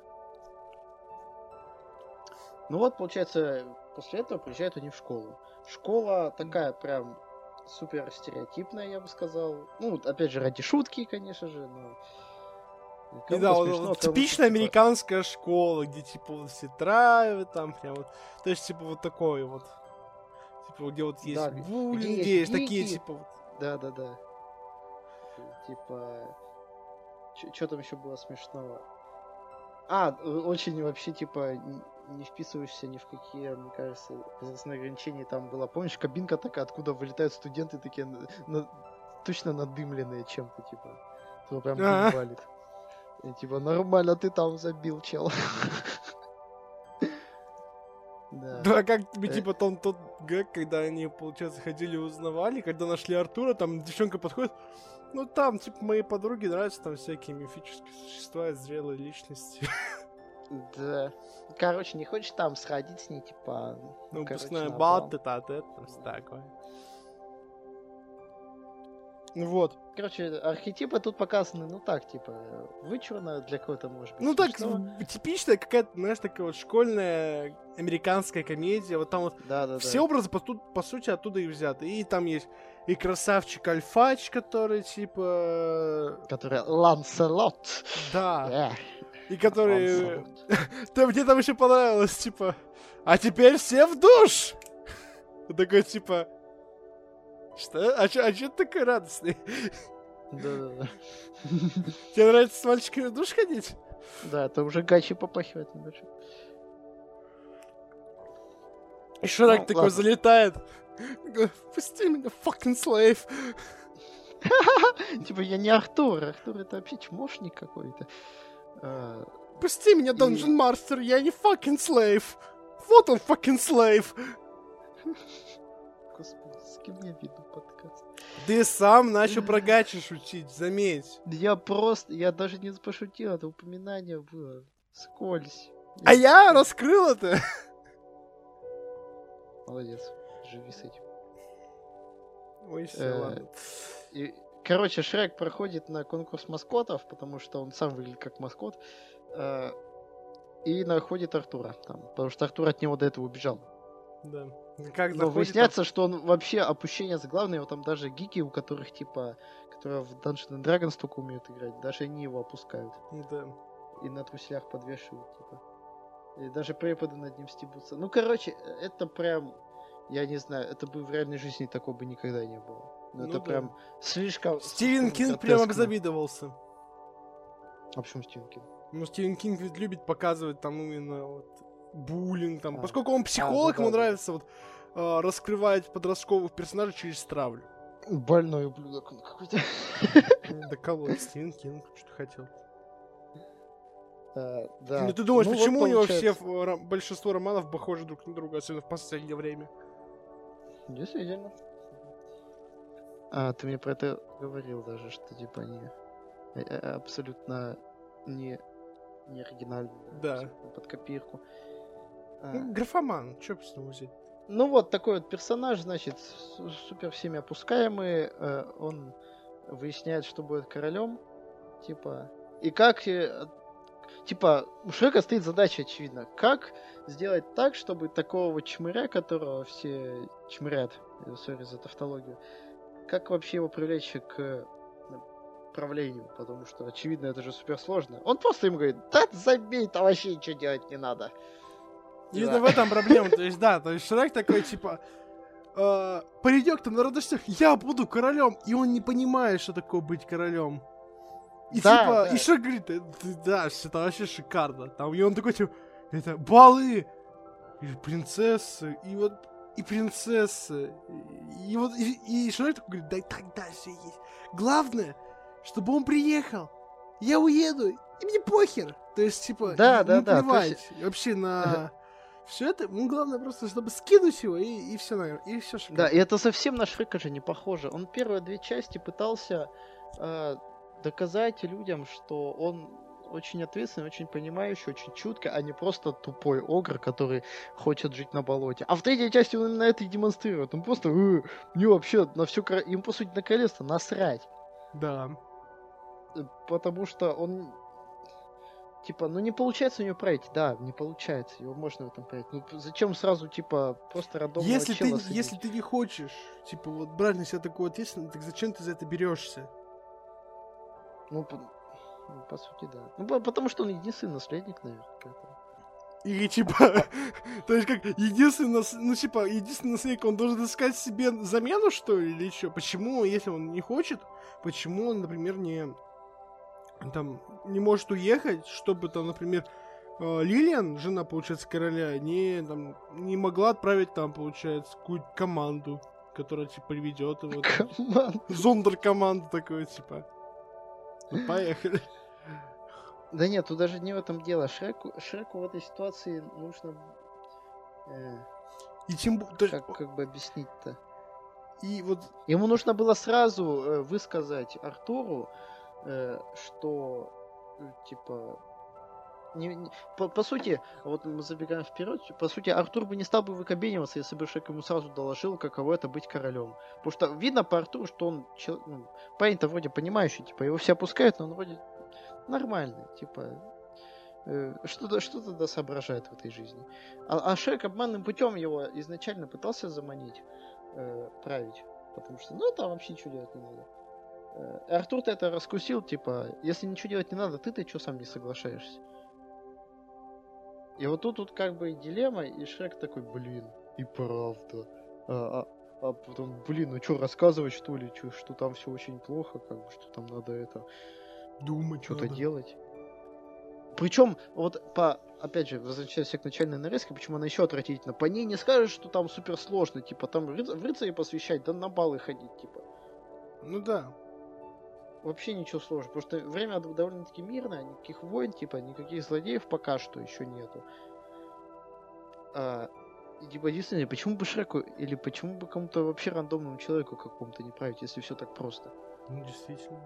Ну вот, получается, после этого приезжают они в школу. Школа такая прям супер стереотипная, я бы сказал. Ну, опять же, ради шутки, конечно же, но... И да, вот, вот типичная типа... американская школа, где типа вот все травы, там прям вот. То есть, типа, вот такое вот. Типа, где вот есть да, буллинг, где, где есть такие, типа вот. Да, да, да. Типа. Что там еще было смешного? А, очень вообще, типа, не вписываешься ни в какие, мне кажется, возрастные ограничения. Там была, помнишь, кабинка такая, откуда вылетают студенты такие, на, на, точно надымленные чем-то, типа. То прям дым валит. И, типа, нормально ты там забил, чел. Да. Да, как тебе, типа, там тот гэг, когда они, получается, ходили и узнавали, когда нашли Артура, там девчонка подходит, ну там, типа, моей подруге нравятся там всякие мифические существа, зрелые личности. Да. Короче, не хочешь там сходить с ней, типа... Ну, выпускная бал, ты та ты там все такое. Вот. Короче, архетипы тут показаны, ну так, типа, вычурно для кого-то, может быть. Ну так, типичная какая-то, знаешь, такая вот школьная американская комедия. Вот там вот да, да, все да. образы, по, по сути, оттуда и взяты. И там есть и красавчик Альфач, который, типа... Который Ланселот. Да. Yeah. И который... Мне там еще понравилось, типа... А теперь все в душ! Такой, типа... Что? А чё, а чё ты такой радостный? Да-да-да. Тебе нравится с мальчиками в душ ходить? Да, это уже гачи попахивает небольшой. И Шрек ну, такой ладно. Залетает. Пусти меня, fucking slave. Типа, я не Артур. Артур это вообще чмошник какой-то. Пусти меня, Dungeon Master, я не fucking slave. Вот он, fucking slave. Господи, с кем я веду подкаст? Ты сам начал про гачи шутить, заметь. Я просто, я даже не пошутил, это упоминание было. Скользь. А я, я раскрыл это. Молодец, живи с этим. Ой, все, ладно. И, короче, Шрек проходит на конкурс маскотов, потому что он сам выглядит как маскот. Э, и находит Артура там, потому что Артур от него до этого убежал. Да. Как Но выясняется, что он вообще опущение заглавный, его там даже гики, у которых типа, которые в Dungeons and Dragons только умеют играть, даже они его опускают. Да. И на труселях подвешивают, типа. И даже преподы над ним стебутся. Ну, короче, это прям, я не знаю, это бы в реальной жизни такого бы никогда не было. Но ну, это да. Прям слишком... Стивен Кинг прямо обзавидовался. А почему Стивен Кинг? Ну, Стивен Кинг ведь любит показывать там именно вот буллинг там. А. Поскольку он психолог, а, ну, ему да, нравится да. вот э, раскрывать подростковых персонажей через травлю. Больной ублюдок он какой-то. Да кого? Стивен Кинг, что хотел. А, да. Ну ты думаешь, ну, почему вот у него все большинство романов похожи друг на друга, особенно в последнее время? Действительно. А, ты мне про это говорил даже, что типа они абсолютно не, не оригинальные. Да. Под копирку. Ну, графоман, чё бы с ним взять? Ну вот такой вот персонаж, значит, супер всеми опускаемый. Э, он выясняет, что будет королем. Типа. И как. Типа, у Шрека стоит задача, очевидно. Как сделать так, чтобы такого вот чмыря, которого все чмырят, сори за тавтологию, как вообще его привлечь к правлению? Потому что, очевидно, это же супер сложно. Он просто им говорит, да забей, там вообще ничего делать не надо. Именно да. В этом проблема. То есть, да, то есть Шрек такой, типа, э, паренек там на радостях, я буду королем. И он не понимает, что такое быть королем. И да, типа, да. И Шрек говорит, да, это вообще шикарно. Там, и он такой, типа, это балы, и принцессы, и вот, и принцессы. И, и вот, и, и Шрек такой говорит, да тогда все есть. Главное, чтобы он приехал. Я уеду, и мне похер. То есть, типа, да, не, да, не да, плевать есть... вообще на все это. Ну, главное просто, чтобы скинуть его, и, и все, наверное, и все шикарно. Да, и это совсем на Шрека же не похоже. Он первые две части пытался... Э, доказать людям, что он очень ответственный, очень понимающий, очень чутко, а не просто тупой огр, который хочет жить на болоте. А в третьей части он именно это и демонстрирует. Он просто, э, мне вообще на все, ему по сути на королевство насрать. Да. Потому что он, типа, ну не получается у него править, да, не получается, его можно в этом править. Ну зачем сразу, типа, просто рандомного если чела ты, садить? Если ты не хочешь, типа, вот брать на себя такую ответственность, так зачем ты за это берешься? Ну, по, ну, по сути, да. Ну, потому что он единственный наследник, наверное. Или, типа, то есть, как, единственный, ну, типа, единственный наследник, он должен искать себе замену, что ли, или что? Почему, если он не хочет, почему он, например, не там не может уехать, чтобы там, например, э, Лилиан, жена, получается, короля, не, там, не могла отправить там, получается, какую-то команду, которая, типа, ведет его. Там. Зондеркоманду такой, типа. Ну, поехали. Да нет, тут даже не в этом дело. Шреку, Шреку в этой ситуации нужно... Э, и тем как, даже... как бы объяснить-то? И вот... Ему нужно было сразу э, высказать Артуру, э, что, э, типа... Не, не, по, по сути, вот мы забегаем вперед, по сути, Артур бы не стал бы выкобениваться, если бы Шрек ему сразу доложил, каково это быть королем. Потому что видно по Артуру, что он чел, ну, парень-то вроде понимающий, типа, его все опускают, но он вроде нормальный, типа, э, что-то, что-то да соображает в этой жизни. А, а Шрек обманным путем его изначально пытался заманить, э, править, потому что, ну, там вообще ничего делать не надо. Э, Артур-то это раскусил, типа, если ничего делать не надо, ты-то что сам не соглашаешься? И вот тут, тут как бы и дилемма, и Шрек такой, блин, и правда. А, а, а потом, блин, ну что, рассказывать что ли, чё, что там все очень плохо, как бы, что там надо это... Думать что-то надо. делать. Причем, вот по, опять же, возвращаясь к начальной нарезке, почему она еще отвратительна, по ней не скажешь, что там супер сложно, типа, там в рыцари посвящать, да на баллы ходить, типа. Ну да. Вообще ничего сложного, потому что время довольно-таки мирное, никаких войн, типа, никаких злодеев пока что еще нету. А, и, типа, действительно, почему бы Шреку, или почему бы кому-то вообще рандомному человеку какому-то не править, если все так просто? Ну, действительно.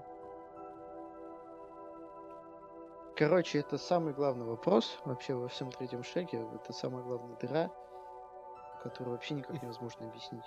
Короче, это самый главный вопрос вообще во всем третьем Шреке, это самая главная дыра, которую вообще никак невозможно объяснить.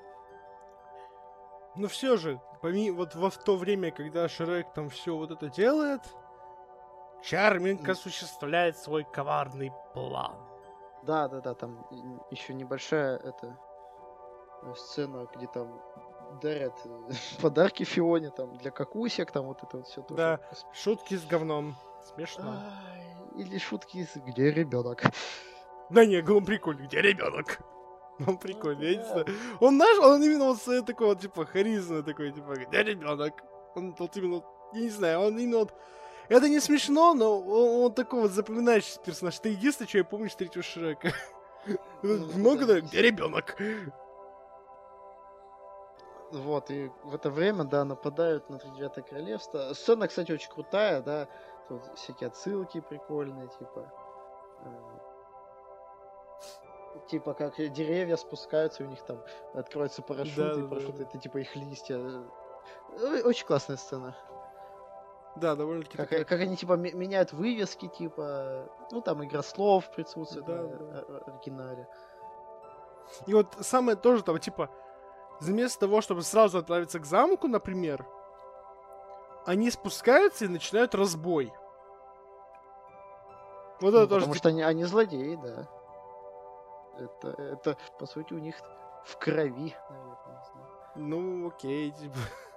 Но все же, помимо вот во в то время, когда Шрек там все вот это делает, Чарминг mm. осуществляет свой коварный план. Да, да, да, там еще небольшая эта сцена, где там дарят подарки Фионе, там для какусек, там вот это вот все тоже. Да, шутки с говном. Смешно. Или шутки с где ребенок. Да не, он прикольный, где ребенок. Он прикольный, я не знаю. Он наш, он именно вот такой вот, типа, харизма такой, типа, где ребенок? Он вот именно, я не знаю, он именно вот... Это не смешно, но он, он такой вот запоминающийся персонаж. Это единственное, что я помню с третьего Шрека. Много, да, где ребенок? Вот, и в это время, да, нападают на Тридевятое Королевство. Сцена, кстати, очень крутая, да. Тут всякие отсылки прикольные, типа. Типа, как деревья спускаются, у них там откроются парашюты, да, и парашюты, да, это типа их листья. Очень классная сцена. Да, довольно-таки. Как, такая... как они, типа, меняют вывески, типа, ну, там игра слов присутствует, да, на да. оригинале. И вот самое тоже, там, типа, вместо того, чтобы сразу отправиться к замку, например, они спускаются и начинают разбой. Вот ну, это тоже. Потому что они, они злодеи, да. Это, это, по сути, у них в крови, наверное, не знаю. Ну, окей, типа.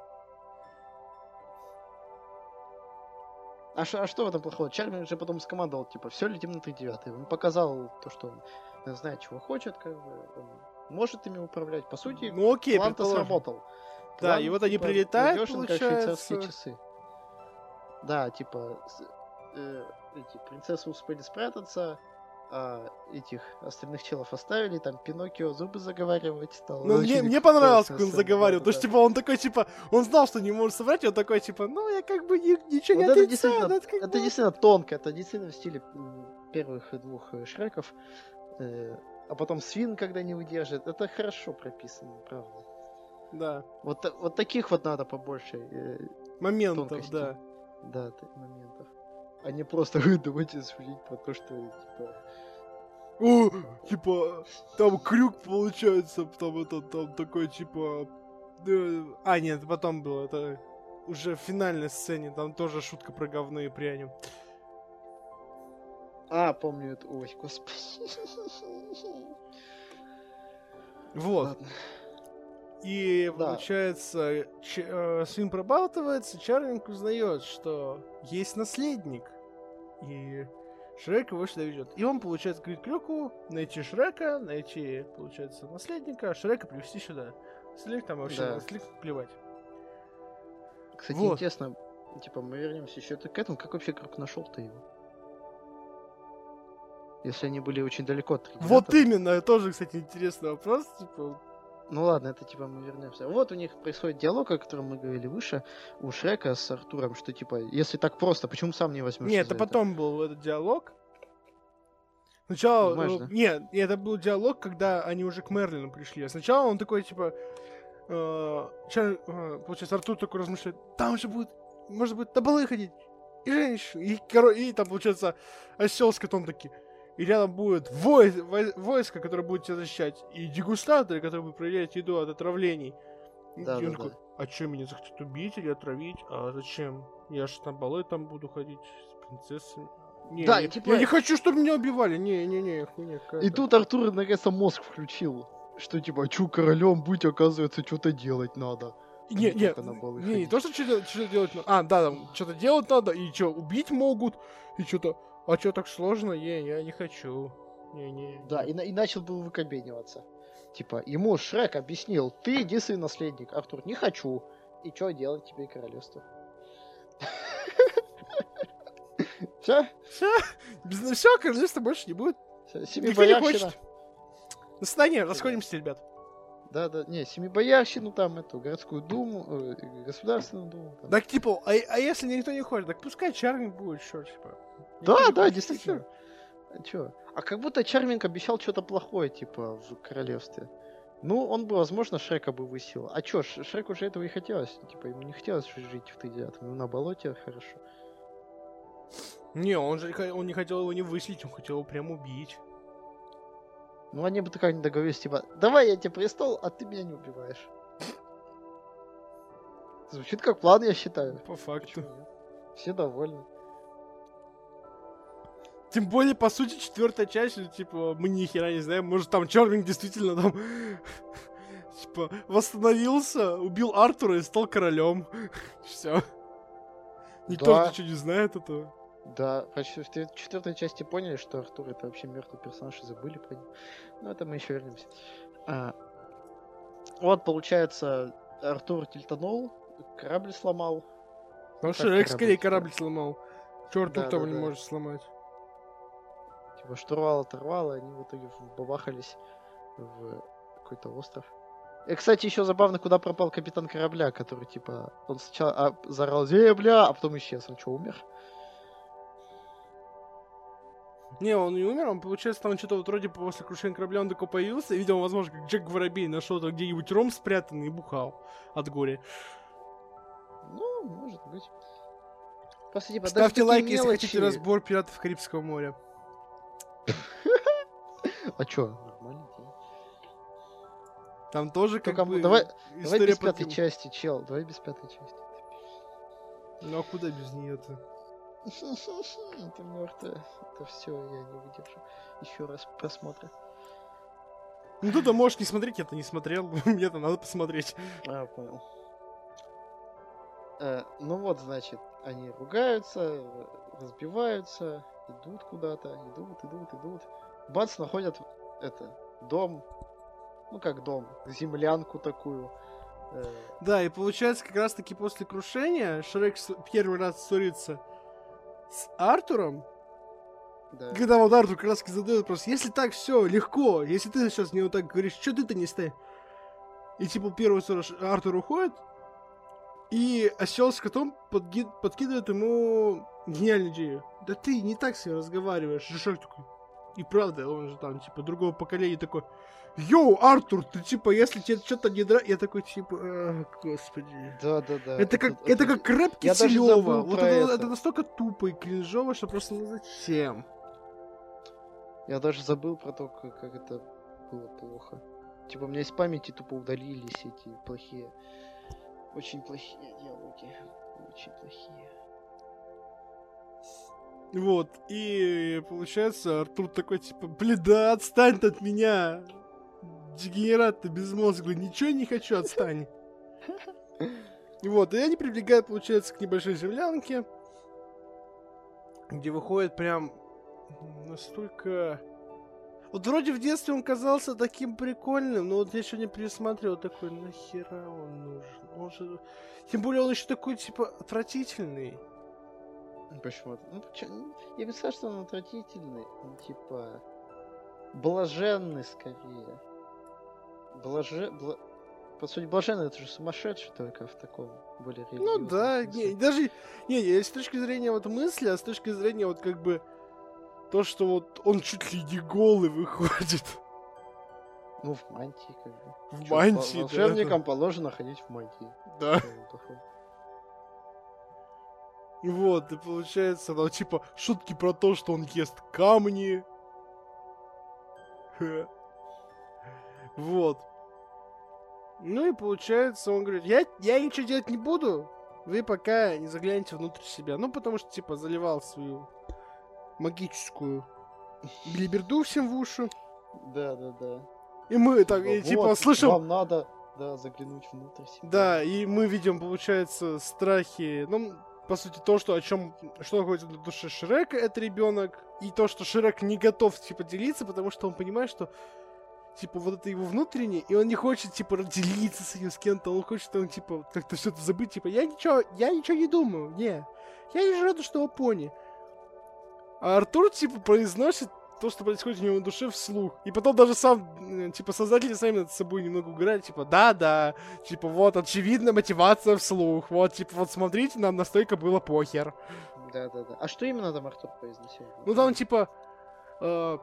А, ш, а что в этом плохого? Чарминг же потом скомандовал, типа, все, летим на тридевятый. Он показал то, что он знает, чего хочет, как бы, он может ими управлять. По сути, ну, окей, план-то сработал. Да, план, и вот они типа, прилетают, получается... как швейцарские часы. Да, типа, э, эти принцессы успели спрятаться, а этих остальных челов оставили, там Пиноккио зубы заговаривать стал. Ну, мне, мне понравилось, как он заговаривал. Да, то есть, да. Типа, он такой, типа, он знал, что не может соврать, и он такой, типа, ну, я как бы ни, ничего вот не отрицаю. Это, это, это действительно тонко, это действительно в стиле первых двух Шреков. Э, а потом Свин, когда не выдержит. Это хорошо прописано, правда. Да. Вот, вот таких вот надо побольше. Э, моментов, тонкости. Да. Да, моментов. А не просто давайте судить по то, что, типа... О, типа, там крюк получается, там это, там такой, типа... Э, а, нет, потом было, это уже в финальной сцене, там тоже шутка про говно и пряню. А, помню это, ой, господи. Вот. Ладно. И, да. Получается, Ч- э, Свин пробалтывается, Чарминг узнает, что есть наследник. И Шрек его сюда ведет. И он, получается, говорит Крюку найти Шрека, найти, получается, наследника, а Шрека привести сюда. Наследник там вообще, да. Наследник плевать. Кстати, вот. Интересно, Типа, мы вернемся еще к этому. Как вообще Круг нашел-то его? Если они были очень далеко от триггератора. Вот именно, тоже, кстати, интересный вопрос. Типа... Ну ладно, это типа мы вернемся. Вот у них происходит диалог, о котором мы говорили выше, у Шрека с Артуром, что типа, если так просто, почему сам не возьмешь? Нет, это потом был этот диалог. Сначала... Понимаешь, э, да? Нет, это был диалог, когда они уже к Мерлину пришли. А сначала он такой, типа... э, ча- э, получается, Артур такой размышляет, там же будет, может быть, на балы ходить, и женщины, и, коро- и там, получается, осел с котом такие. И рядом будет вой- вой- войско, которое будет тебя защищать, и дегустаторы, которые будут проверять еду от отравлений. Да, и он да, такой, да. а что, меня захотят убить или отравить? А зачем? Я ж на балы там буду ходить с принцессами. Не, Да, я, и типа- я не хочу, чтобы меня убивали. Не-не-не, хуйня И какая-то. тут Артур наконец-то мозг включил. Что типа, чу королем быть, оказывается, что-то делать надо. Не, не не, только на балы не, не ходить. то, что что-то, что делать надо. А, да, там что-то делать надо, и что, убить могут, и что-то. А что так сложно? Не, я не хочу. Не-не. Да, и, на- и начал был выкобениваться. Типа, ему Шрек объяснил, ты единственный наследник. Артур, не хочу. И что делать тебе и королевство? Все? Все, без все, королевства больше не будет. Семи Никто не боярщина. хочет. До свидания, расходимся, ребят. Да, да, не, семи боярщину там, эту, городскую думу, э, государственную думу. там. Так, типа, а, а если никто не хочет, так пускай Чарминг будет, что, типа. Никто Да, не да, хочет, действительно. всё. А чё? А как будто Чарминг обещал что-то плохое, типа, в королевстве. Ну, он бы, возможно, Шрека бы высил. А чё, Ш- Шреку же этого и хотелось. Типа, ему не хотелось жить в тридевятом. Ему на болоте хорошо. Не, он же х- он не хотел его не выселить, он хотел его прям убить. Ну, они бы так не договорились, типа, давай я тебе престол, а ты меня не убиваешь. Звучит как план, я считаю. По факту. Почему нет? Все довольны. Тем более, по сути, четвертая часть, ну, типа, мы ни хера не знаем, может, там Чарминг действительно там, типа, восстановился, убил Артура и стал королем. Все. Никто Да. же ничего не знает этого. Да, почти в тре- четвертой части поняли, что Артур это вообще мертвый персонаж и забыли про него. Но это мы еще вернемся. А, вот, получается, Артур тильтанул, корабль сломал. Ну, как Шрек корабль, скорее типа. корабль сломал. Черт, Да, тут того да, не да. может сломать. Типа штурвал оторвало, и они в итоге вбабахались в какой-то остров. И, кстати, еще забавно, куда пропал капитан корабля, который, типа, он сначала а, заорал «Земля!», а потом исчез. Он что, умер? Не, он не умер, он, получается, там что-то вот вроде после крушения корабля он такой появился, и, видимо, возможно, как Джек Воробей нашел там где-нибудь ром спрятанный и бухал от горя. Ну, может быть. Просто, типа, даже Ставьте такие лайк, если хотите мелочи- разбор пиратов Карибского моря. А чё? Нормально. да. Там тоже как Только бы давай- Давай история без под пятой юмор. части, чел. Давай без пятой части. Ну а куда без нее-то? Это мертвое. Это все, я не выдержу. Еще раз просмотра. Ну ты-то можешь не смотреть, я-то не смотрел. Мне-то надо посмотреть. А, понял. Э, ну вот, значит, они ругаются, э, разбиваются, идут куда-то, идут, идут, идут. Бац, находят это, дом, ну как дом, землянку такую. Э, Да, и получается, как раз таки после крушения Шрек с- первый раз ссорится с Артуром. да. Когда вот Артур как раз таки задает вопрос, если так все легко, если ты сейчас мне вот так говоришь, что ты-то не стоишь? И типа первый ссора Ш- Артур уходит, и осел с котом подги- подкидывает ему гениальную идею. Да ты не так себе разговариваешь. И Шрек такой, и правда, он же там, типа, другого поколения такой, йоу, Артур, ты типа, если тебе что-то не нравится, я такой, типа, «А, господи. Да, да, да. Это как, это как рэп Я даже Киселёва. забыл Вот про это, это. это настолько тупо и кринжово, что просто ну зачем? Я даже забыл про то, как, как это было плохо. Типа, у меня из памяти тупо удалились эти плохие, очень плохие диалоги. Очень плохие. Вот, и получается, Артур такой, типа, блин, да отстань ты от меня. Дегенерат ты безмозглый, ничего не хочу, отстань. И вот, и они прибегают, получается, к небольшой землянке, где выходит прям настолько Вот вроде в детстве он казался таким прикольным, но вот я сегодня пересмотрел такой, нахера он нужен? Он же... Тем более он еще такой, типа, отвратительный. Почему? Ну, чё, я бы сказал, что он отвратительный. Он, типа, блаженный скорее. Блаже... Бла... По сути, блаженный — это же сумасшедший, только в таком более религиозном Ну да, смысле. не, даже... Не, не, с точки зрения вот мысли, а с точки зрения вот как бы... То, что вот он чуть ли не голый выходит. Ну, в мантии, как бы. В Чё, мантии, вол- да. волшебникам положено ходить в мантии. Да. Чё он такой? Вот, и получается, ну, типа, шутки про то, что он ест камни. Ха. Вот. Ну и получается, он говорит, я, я ничего делать не буду, вы пока не загляните внутрь себя. Ну, потому что, типа, заливал свою магическую билиберду всем в уши. Да, да, да. И мы так, и, Вот, типа, слышим... Вам надо, да, заглянуть внутрь себя. Да, и мы видим, получается, страхи. Ну, по сути, то, что о чем, что находится на душе Шрека, это ребенок. И то, что Шрек не готов, типа, делиться, потому что он понимает, что, типа, вот это его внутреннее, и он не хочет, типа, делиться с, с кем-то, он хочет, он, типа, как-то что-то забыть, типа, я ничего, я ничего не думаю, не. Я лишь рада, что вы пони. А Артур, типа, произносит то, что происходит у него на душе, вслух. И потом даже сам, типа, создатели сами над собой немного угорают, типа, да-да, типа, вот, очевидно, мотивация вслух, вот, типа, вот, смотрите, нам настолько было похер. Да, да, да. А что именно там Артур произносил? Ну, там, типа, э,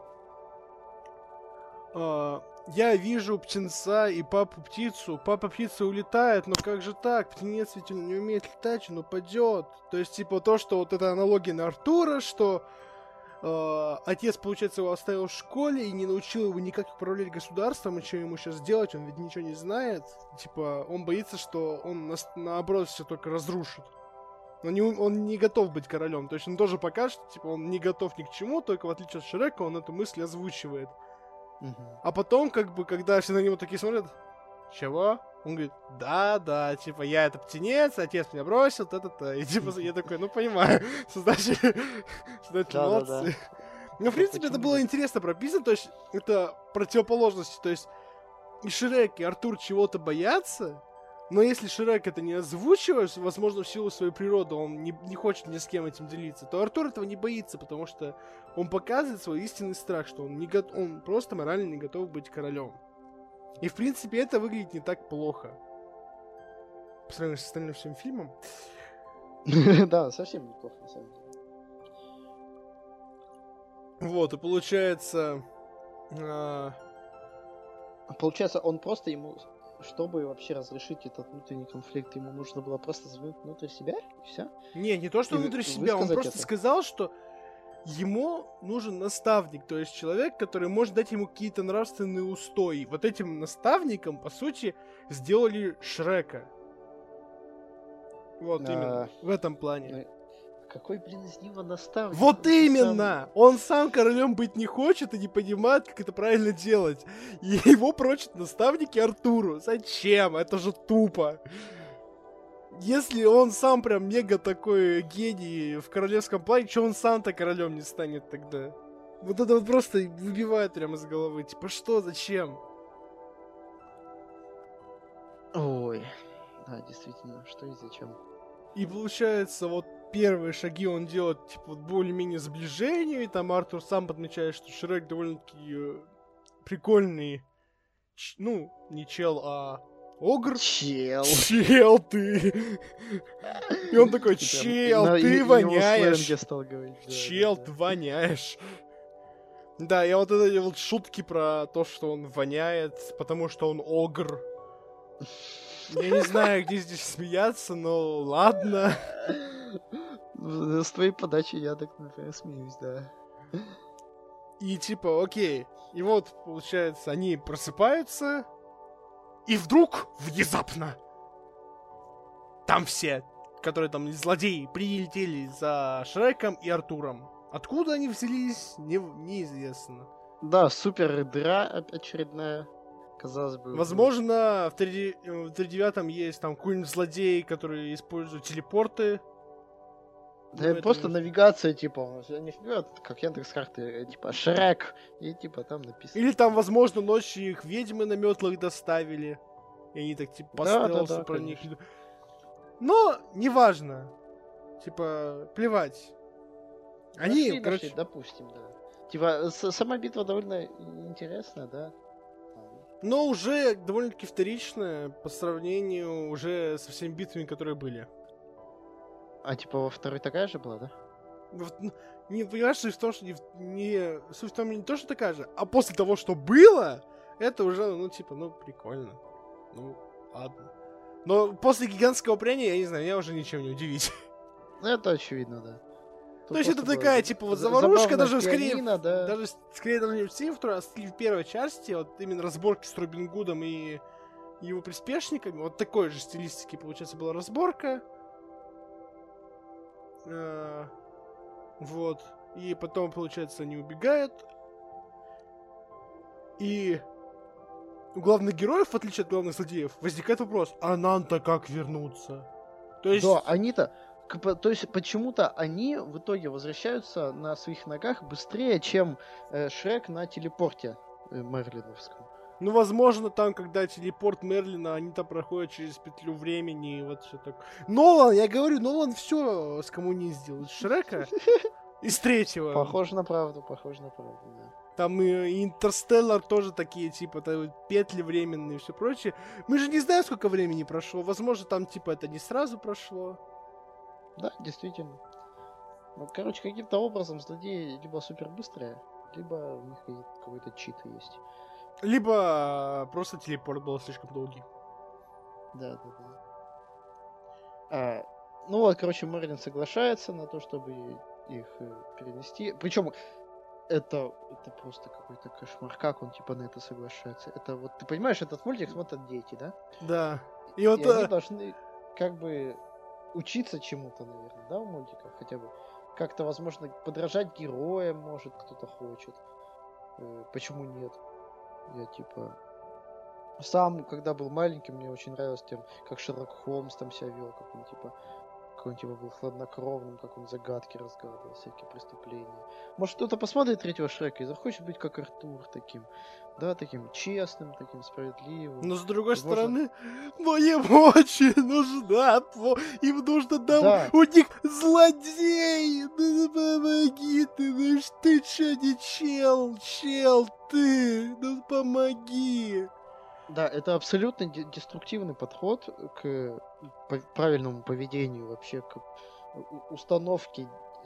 э, я вижу птенца и папу-птицу, папа-птица улетает, но как же так, птенец ведь он не умеет летать, он упадет. То есть, типа, то, что вот эта аналогия на Артура, что Uh, отец, получается, его оставил в школе и не научил его никак управлять государством, и что ему сейчас делать, он ведь ничего не знает. Типа, он боится, что он на, наоборот все только разрушит. Он не, он не готов быть королем. То есть он тоже покажет, типа, он не готов ни к чему, только в отличие от Шрека, он эту мысль озвучивает. Угу. А потом, как бы, когда все на него такие смотрят, чего? Он говорит, да-да, типа, я это птенец, отец меня бросил, та-та-та. И типа, я такой, ну, понимаю, создатель, создатель молодцы. Ну, в принципе, это было интересно прописано, то есть, это противоположности, то есть, и Шрек, и Артур чего-то боятся, но если Шрек это не озвучивает, возможно, в силу своей природы, он не, не хочет ни с кем этим делиться, то Артур этого не боится, потому что он показывает свой истинный страх, что он, не го... он просто морально не готов быть королем. И, в принципе, это выглядит не так плохо. По сравнению с остальным всем фильмом. Да, совсем неплохо, на самом деле. Вот, и получается... А... Получается, он просто ему... Чтобы вообще разрешить этот внутренний конфликт, ему нужно было просто заглянуть внутрь себя, и все? Не, не то, что и внутрь себя, он просто это. сказал, что ему нужен наставник, то есть человек, который может дать ему какие-то нравственные устои. Вот этим наставником, по сути, сделали Шрека. Вот а... именно, в этом плане. Какой, блин, из него наставник? Вот он именно! Сам... Он сам королем быть не хочет и не понимает, как это правильно делать. И его прочат наставники Артуру. Зачем? Это же тупо. Если он сам прям мега такой гений в королевском плане, что он сам-то королем не станет тогда? Вот это вот просто выбивает прямо из головы. Типа, что, зачем? Ой, да, действительно, что и зачем. И получается, вот первые шаги он делает, типа, вот более-менее сближение, и там Артур сам подмечает, что Шрек довольно-таки э, прикольный, ч- ну, не чел, а огр. Чел. Чел ты. И он такой, чел, ты воняешь. Чел, ты воняешь. Да, и вот эти вот шутки про то, что он воняет, потому что он огр. Я не знаю, где здесь смеяться, но ладно. С твоей подачи я так, например, смеюсь, да. И типа, окей. И вот, получается, они просыпаются, и вдруг, внезапно, там все, которые там злодеи, прилетели за Шреком и Артуром. Откуда они взялись, не, неизвестно. Да, супер дыра очередная. Казалось бы. Возможно, в тридевятом есть там какой-нибудь злодей, который использует телепорты. Да, Ну, это это просто можно. навигация, типа, они вбивают, как Яндекс.Карты, типа, Шрек, и типа там написано. Или там, возможно, ночью их ведьмы на метлах доставили. И они так, типа, по Да, да, стелсу да, проникли. конечно. Но, неважно. Типа, плевать. Они, Нашли, короче... нашли, допустим, да. Типа, с- сама битва довольно интересная, да. Но уже довольно-таки вторичная по сравнению уже со всеми битвами, которые были. А типа во второй такая же была, да? Вот, ну, не понимаешь, суть в том, что не, в- не суть в том не то, что такая же, а после того, что было, это уже, ну, типа, ну, прикольно. Ну, ладно. Но после гигантского прения, я не знаю, меня уже ничем не удивить. Ну, это очевидно, да. То Тут есть это просто было такая, за- типа, вот за- заварушка, забавное даже скорее, пианино, да. даже с- скорее даже не в стиле второй, а в стиле первой части, вот именно разборки с Робин Гудом и его приспешниками, вот такой же стилистики, получается, была разборка. Э, Вот. И потом, получается, они убегают. И у главных героев, в отличие от главных злодеев, возникает вопрос, а нам-то как вернуться? То есть... Да, они-то, к- по- то есть почему-то они в итоге возвращаются на своих ногах быстрее, чем э, Шрек на телепорте э, Мерлиновском. Ну, возможно, там, когда телепорт Мерлина, они там проходят через петлю времени, и вот все так. Нолан, я говорю, Нолан все скоммуниздил. Из Шрека, из третьего. Похоже на правду, похоже на правду, да. Там и Интерстеллар тоже такие, типа, там вот петли временные и все прочее. Мы же не знаем, сколько времени прошло. Возможно, там, типа, это не сразу прошло. Да, действительно. Ну, короче, каким-то образом злодеи либо супер быстрые, либо у них какие- какой-то чит есть. Либо а, просто телепорт был слишком долгий. Да, да, да. А, ну вот, короче, Мерлин соглашается на то, чтобы их э, перенести. Причем это, это просто какой-то кошмар. Как он типа на это соглашается? Это вот, ты понимаешь, этот мультик смотрят дети, да? Да. И И вот... они а, должны как бы учиться чему-то, наверное, да, в мультиках хотя бы. Как-то, возможно, подражать героям, может, кто-то хочет. Э, Почему нет? Я типа... Сам, когда был маленьким, мне очень нравилось тем, как Шерлок Холмс там себя вел, как он типа, как он типа был хладнокровным, как он загадки разгадывал, всякие преступления. Может, кто-то посмотрит третьего Шрека и захочет быть как Артур таким, да, таким честным, таким справедливым. Но с другой Возможно- стороны, но им очень нужна, по- им нужно дом, Да. у них злодей, ну помоги ты, ну ж ты чё не чел, чел ты, ну помоги. Да, это абсолютно де- деструктивный подход к по- правильному поведению, вообще к у- установке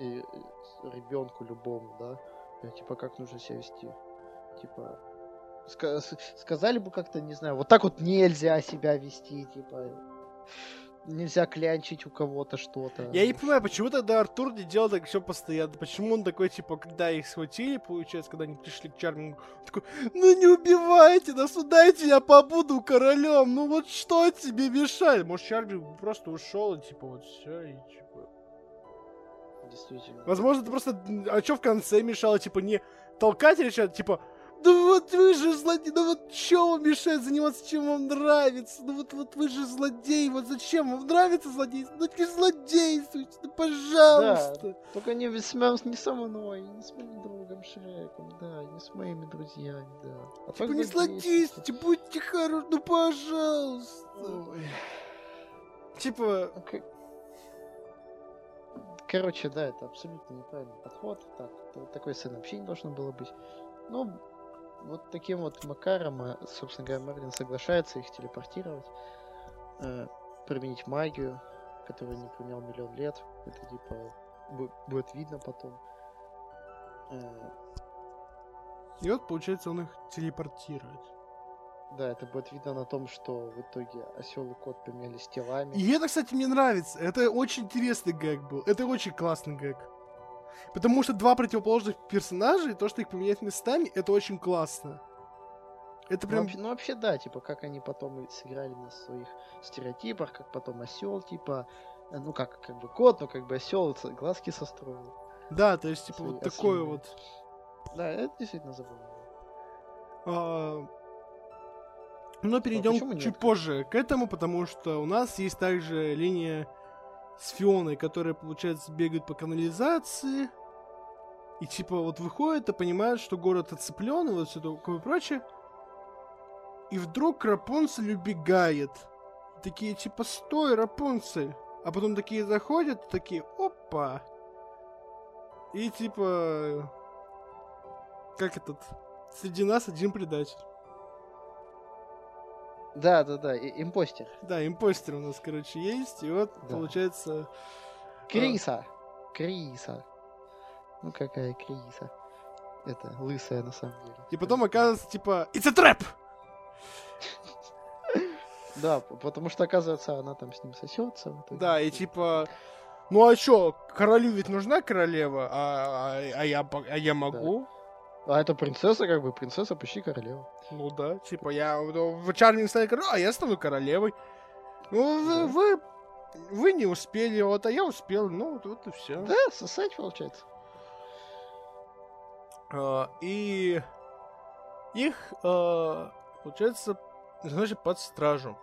ребенку любому, да, Э, типа как нужно себя вести, типа ска- с- сказали бы как-то, не знаю, вот так вот нельзя себя вести, типа нельзя клянчить у кого-то что-то. Я не ну, понимаю, что- почему тогда Артур не делал так все постоянно, почему он такой, типа, когда их схватили, получается, когда они пришли к Чармингу, он такой, ну не убивайте нас, ну дайте я побуду королем, ну вот что тебе мешает? Может, Чарминг просто ушел и типа вот все, и типа... Действительно. Возможно, это просто... А что в конце мешало? Типа, не толкать речат, типа... Да вот вы же злодей, ну вот что вам мешает заниматься, чем вам нравится? Ну вот, вот вы же злодей, вот зачем вам нравится злодейство? Ну не злодействуйте, ну пожалуйста. Только не, с, мо- не со мной, не с моим другом Шреком, да, не с моими друзьями, да. А Типа так не злодействуйте. злодействуйте, будьте хороши, ну пожалуйста. Ой. Типа, Ну, к- Короче, да, это абсолютно неправильный подход. Так, т- такой сцены вообще не должно было быть. Ну, вот таким вот макаром, э, собственно говоря, Мерлин соглашается их телепортировать, э, применить магию, которую не применял миллион лет. Это типа бу- будет видно потом. Э, и вот, получается, он их телепортирует. Да, это будет видно на том, что в итоге осел и кот поменялись телами. И это, кстати, мне нравится. Это очень интересный гэг был. Это очень классный гэг. Потому что два противоположных персонажа, и то, что их поменять местами, это очень классно. Это Ну, прям... вообще, ну, вообще, да, типа, как они потом и сыграли на своих стереотипах, как потом осел, типа, э, ну как, как бы кот, но как бы осел глазки состроил. Да, то есть, типа, Свои вот такое ослиные. вот... Да, это действительно забавно. А, Но перейдем почему чуть нет? позже к этому, потому что у нас есть также линия с Фионой, которые, получается, бегают по канализации. И типа вот выходит и понимает, что город оцеплен, и вот все такое прочее. И вдруг Рапунцель убегает. Такие типа, стой, Рапунцель. А потом такие заходят, такие, опа. И типа, как этот, среди нас один предатель. Да, да, да, и- импостер. Да, импостер у нас, короче, есть. И вот, Да. получается... Криса. Криса. Ну какая Криса? Это лысая на самом деле. И потом оказывается, типа, it's a trap! Да, п- потому что, оказывается, она там с ним сосется. в итоге. Да, и типа, ну а чё, королю ведь нужна королева, а, а, а я, по- а я могу? А это принцесса, как бы, принцесса почти королева. Ну да, типа, я, ну, в Чарминг станет королевой, а я стану королевой. Ну, вы, Да. вы, вы не успели, вот, а я успел, ну, вот, вот и все. Да, сосать получается. И их, а, получается, значит, под стражу.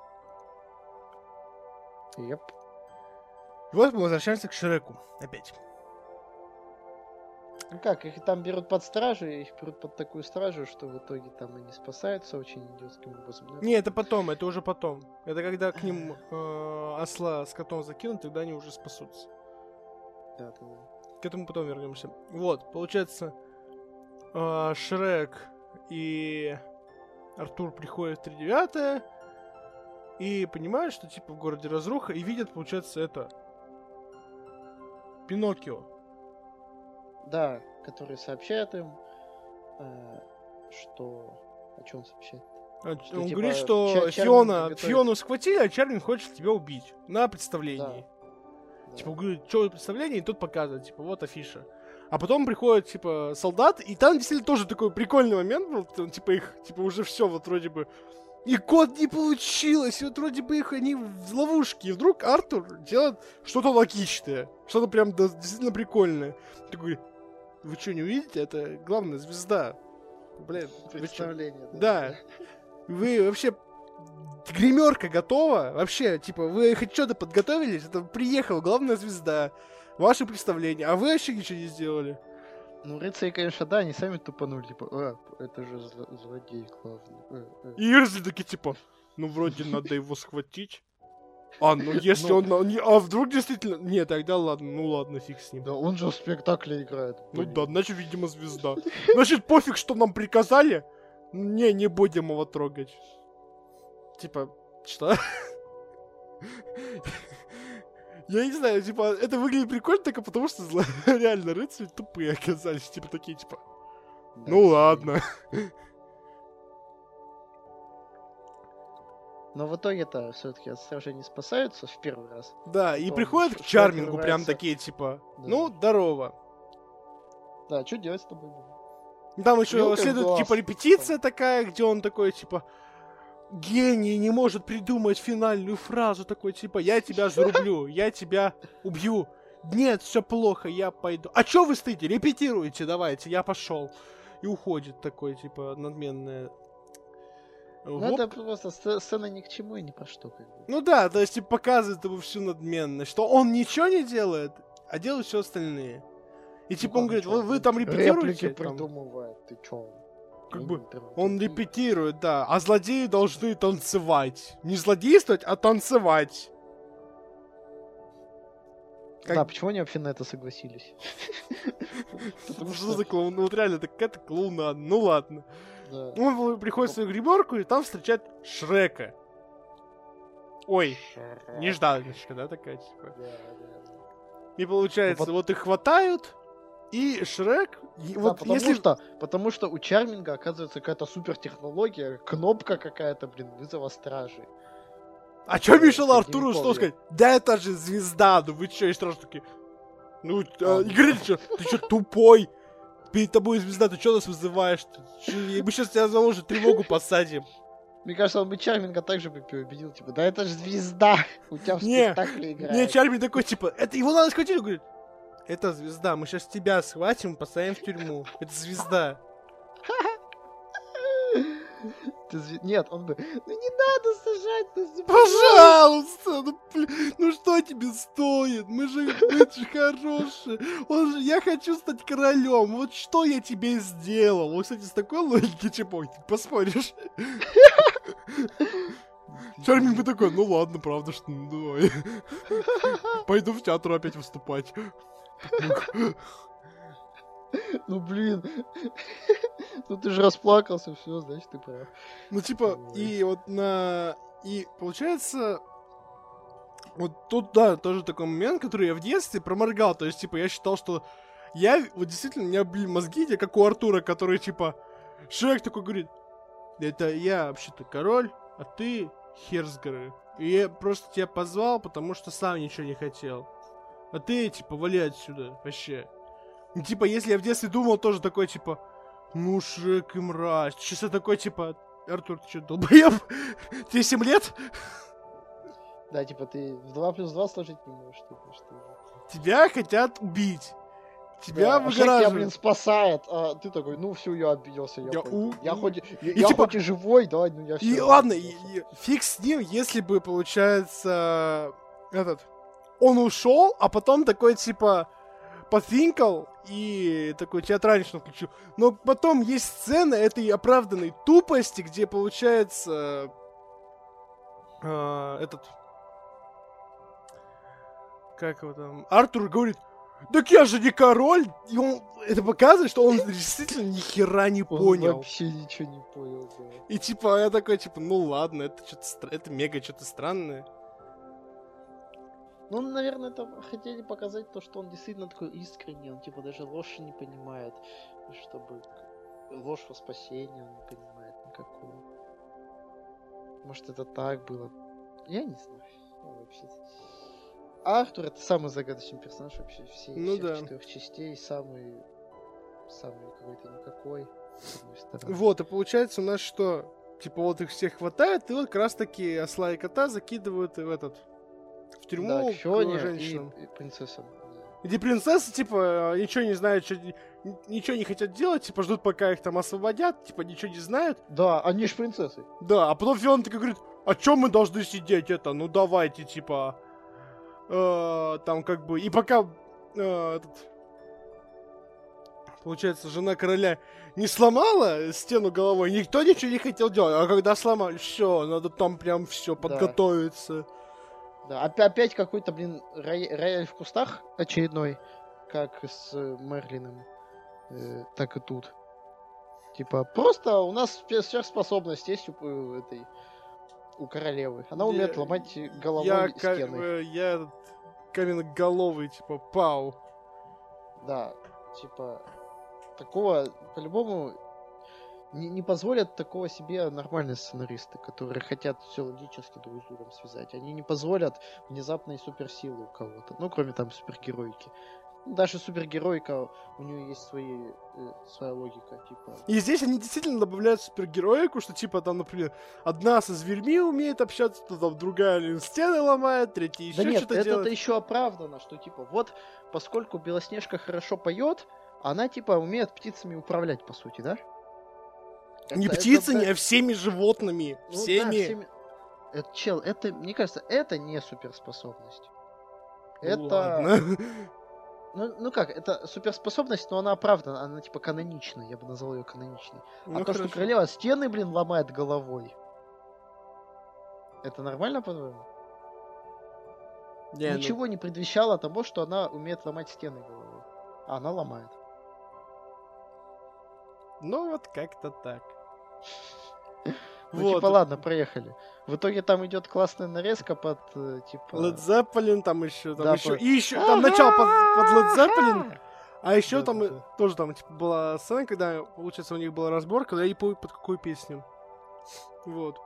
Еп. И вот мы возвращаемся к Шреку опять. Ну как, их там берут под стражу, и их берут под такую стражу, что в итоге там они спасаются очень идиотским образом. Ну, это- Не, это потом, это уже потом. Это когда к ним э, осла с котом закинут, тогда они уже спасутся. Да, да, да. К этому потом вернемся. Вот, получается, э, Шрек и Артур приходят в тридевятое и понимают, что типа в городе разруха, и видят, получается, это Пиноккио. Да, который сообщает им, э, что... О чем он сообщает? А, Что, Он типа, говорит, что Ча- Чарминг Фиона, готовит- Фиону схватили, а Чарминг хочет тебя убить на представлении. Да. Типа, говорит, что представление, и тут показывает, типа, вот афиша. А потом приходит, типа, солдат, и там действительно тоже такой прикольный момент был, там, типа, их, типа, уже все, вот вроде бы, и код не получилось, и вот вроде бы их они в ловушке, и вдруг Артур делает что-то логичное, что-то прям да, действительно прикольное. Такой, вы что, не увидите? Это главная звезда. Блин, вы чё? Представление. Да. Вы вообще... Гримерка готова? Вообще, типа, вы хоть что-то подготовились? Это приехала главная звезда. Ваше представление. А вы вообще ничего не сделали. Ну, рыцари, конечно, да, они сами тупанули, типа, а, это же зло- злодей главный. э, э». И Ирзи такие, типа, ну, вроде надо его схватить. А, ну, если Ну. он... на- не- А вдруг действительно... Не, тогда ладно, ну ладно, фиг с ним. Да он же в спектакле играет. Ну блин. да, значит, видимо, звезда. Значит, пофиг, что нам приказали. Не, не будем его трогать. Типа, что? Я не знаю, типа, это выглядит прикольно только потому, что зло- реально рыцари тупые оказались. Типа, такие, типа, Да, ну ладно. Но в итоге-то все-таки от сражений спасаются в первый раз. Да, и Потом приходят к Шрек Чармингу прям вырывается. такие, типа, Да. ну, здорово. Да, что делать с тобой будем? Там еще Вилка в следует, глаз. типа, репетиция такая, где он такой, типа, гений не может придумать финальную фразу, такой, типа, я тебя зарублю, я тебя убью. Нет, все плохо, я пойду. А чё вы стоите? Репетируйте, давайте, я пошел. И уходит такой, типа, надменная. Ну Воп. это просто сц- сцена ни к чему и ни про что, как бы. Ну да, то есть, типа, показывает ему всю надменность, что он ничего не делает, а делают все остальные. И типа он говорит, вы, вы там репетируете? Реплики Там, придумывает, ты чё? как Я бы не прям он такие. репетирует, да. А злодеи должны танцевать. Не злодействовать, а танцевать. Как- Да, почему они вообще на это согласились? Потому что за клоун? Ну вот реально, это какая-то клоунада. Ну ладно. Да. Он приходит в свою гримерку и там встречает Шрека. Ой, нежданочка, да, такая, типа. Да, да, да. И получается, Ну, вот их хватают, и Шрек... и Да, вот потому если... что, потому что у Чарминга оказывается какая-то супер технология, кнопка какая-то, блин, вызова стражи. А чё э, мешало Артуру Средневековье. что сказать? Да это же звезда, ну вы чё, и сразу такие... Ну, А, а, Игорь, ты чё, ты чё, тупой? Перед тобой звезда, ты чё нас вызываешь? Ты чё, мы сейчас тебя заложим, тревогу посадим. Мне кажется, он бы Чарминга также бы переубедил, типа, да это же звезда, у тебя в Не, спектакле играет. Не, Чарми такой, типа, это его надо схватить. Он говорит, это звезда, мы сейчас тебя схватим, посадим в тюрьму. Это звезда. Ты зв- Нет, он бы, ну не надо рожать, ну, Пожалуйста, ну, блин, ну что тебе стоит? Мы же, мы же хорошие. Он же, я хочу стать королем. Вот что я тебе сделал? Вот, кстати, с такой логики, типа, ты поспоришь. Чарминг бы такой, ну ладно, правда, что ну давай. Пойду в театр опять выступать. Ну блин. Ну ты же расплакался, все, значит ты прав. Ну типа, и вот на... И получается... Вот тут, да, тоже такой момент, который я в детстве проморгал. То есть, типа, я считал, что... Я, вот действительно, у меня были мозги, как у Артура, который, типа... Шрек такой говорит, это я вообще-то король, а ты хер с горы. И я просто тебя позвал, потому что сам ничего не хотел. А ты, типа, вали отсюда, вообще. И, типа, если я в детстве думал тоже такой, типа, ну, Шрек и мразь. Сейчас я такой, типа, Артур, ты что, долбоеб? Тебе семь лет? Да, типа, ты в два плюс два сложить не можешь, типа, что же. Тебя хотят убить. Тебя да, выгораживают. А тебя, блин, спасает, а ты такой, ну, все, я обиделся, я, я, у, я, у, хоть, я, и, я типа, хоть и живой, да, ну, я все. И ладно, и, и, фиг с ним, если бы, получается, этот, он ушел, а потом такой, типа, пофинкал и такой театральничный включил. Но потом есть сцена этой оправданной тупости, где, получается, э, этот, как его там, Артур говорит, так я же не король, и он, это показывает, что он действительно ни хера не понял. Он вообще ничего не понял, да. И типа, я такой, типа, ну ладно, это что-то, стра- это мега что-то странное. Ну, наверное, это хотели показать то, что он действительно такой искренний, он типа даже ложь не понимает, чтобы ложь во спасение он не понимает никакого. Может, это так было? Я не знаю. Ну, вообще. Артур это самый загадочный персонаж вообще всей, ну, всех да. четырех частей, самый, самый какой-то никакой. Вот, и получается у нас что? Типа вот их всех хватает, и вот как раз таки осла и кота закидывают в этот, в тюрьму, да, к Фионе к женщинам. И, и принцессам. Где принцессы, типа, ничего не знают, что, ничего не хотят делать, типа, ждут, пока их там освободят, типа, ничего не знают. Да, они ж принцессы. Да, а потом Фиона такая говорит, а чё мы должны сидеть это? Ну давайте, типа, э, там как бы, и пока э, этот, получается, жена короля не сломала стену головой, никто ничего не хотел делать, а когда сломали, все, надо там прям все Да. подготовиться. Да, опять, опять какой-то, блин, рояль, рояль в кустах очередной, как с э, Мерлином, э, так и тут. Типа, просто у нас сверхспособность есть у э, этой, у королевы. Она умеет Я- ломать головой Я, стены. ка- я этот каменноголовый, типа, пау. Да, типа, такого, по-любому, не, не позволят такого себе нормальные сценаристы, которые хотят все логически друг с другом связать. Они не позволят внезапной суперсилы у кого-то, ну, кроме там супергеройки. Ну, даже супергеройка, у нее есть свои, э, своя логика, типа. И здесь они действительно добавляют супергероику, что типа там, например, одна со зверьми умеет общаться, то там другая блин, стены ломает, третья еще Да нет, что-то это делает. еще оправдано, что типа, вот, поскольку Белоснежка хорошо поет, она типа умеет птицами управлять, по сути, да? Не Это- это, птицами, да, а всеми животными. ну да, всеми. всеми- Это, чел, это, мне кажется, это не суперспособность. Ну это, ладно. ну, ну как, это суперспособность, но она оправдана, она типа каноничная, я бы назвал ее каноничной. А Ну, то, что хорошо. королева стены, блин, ломает головой, это нормально, по-твоему? Не, ну, Ничего не предвещало того, что она умеет ломать стены головой. А она ломает. ну вот как-то так. Ну, Вот. типа, ладно, проехали. В итоге там идет классная нарезка под, э, типа... Led Zeppelin там еще, там Да, еще, по- и еще, там начало под, под Led Zeppelin, а еще Да, там да, и- да. тоже там типа была сцена, когда, получается, у них была разборка, но я не помню под какую песню. Вот.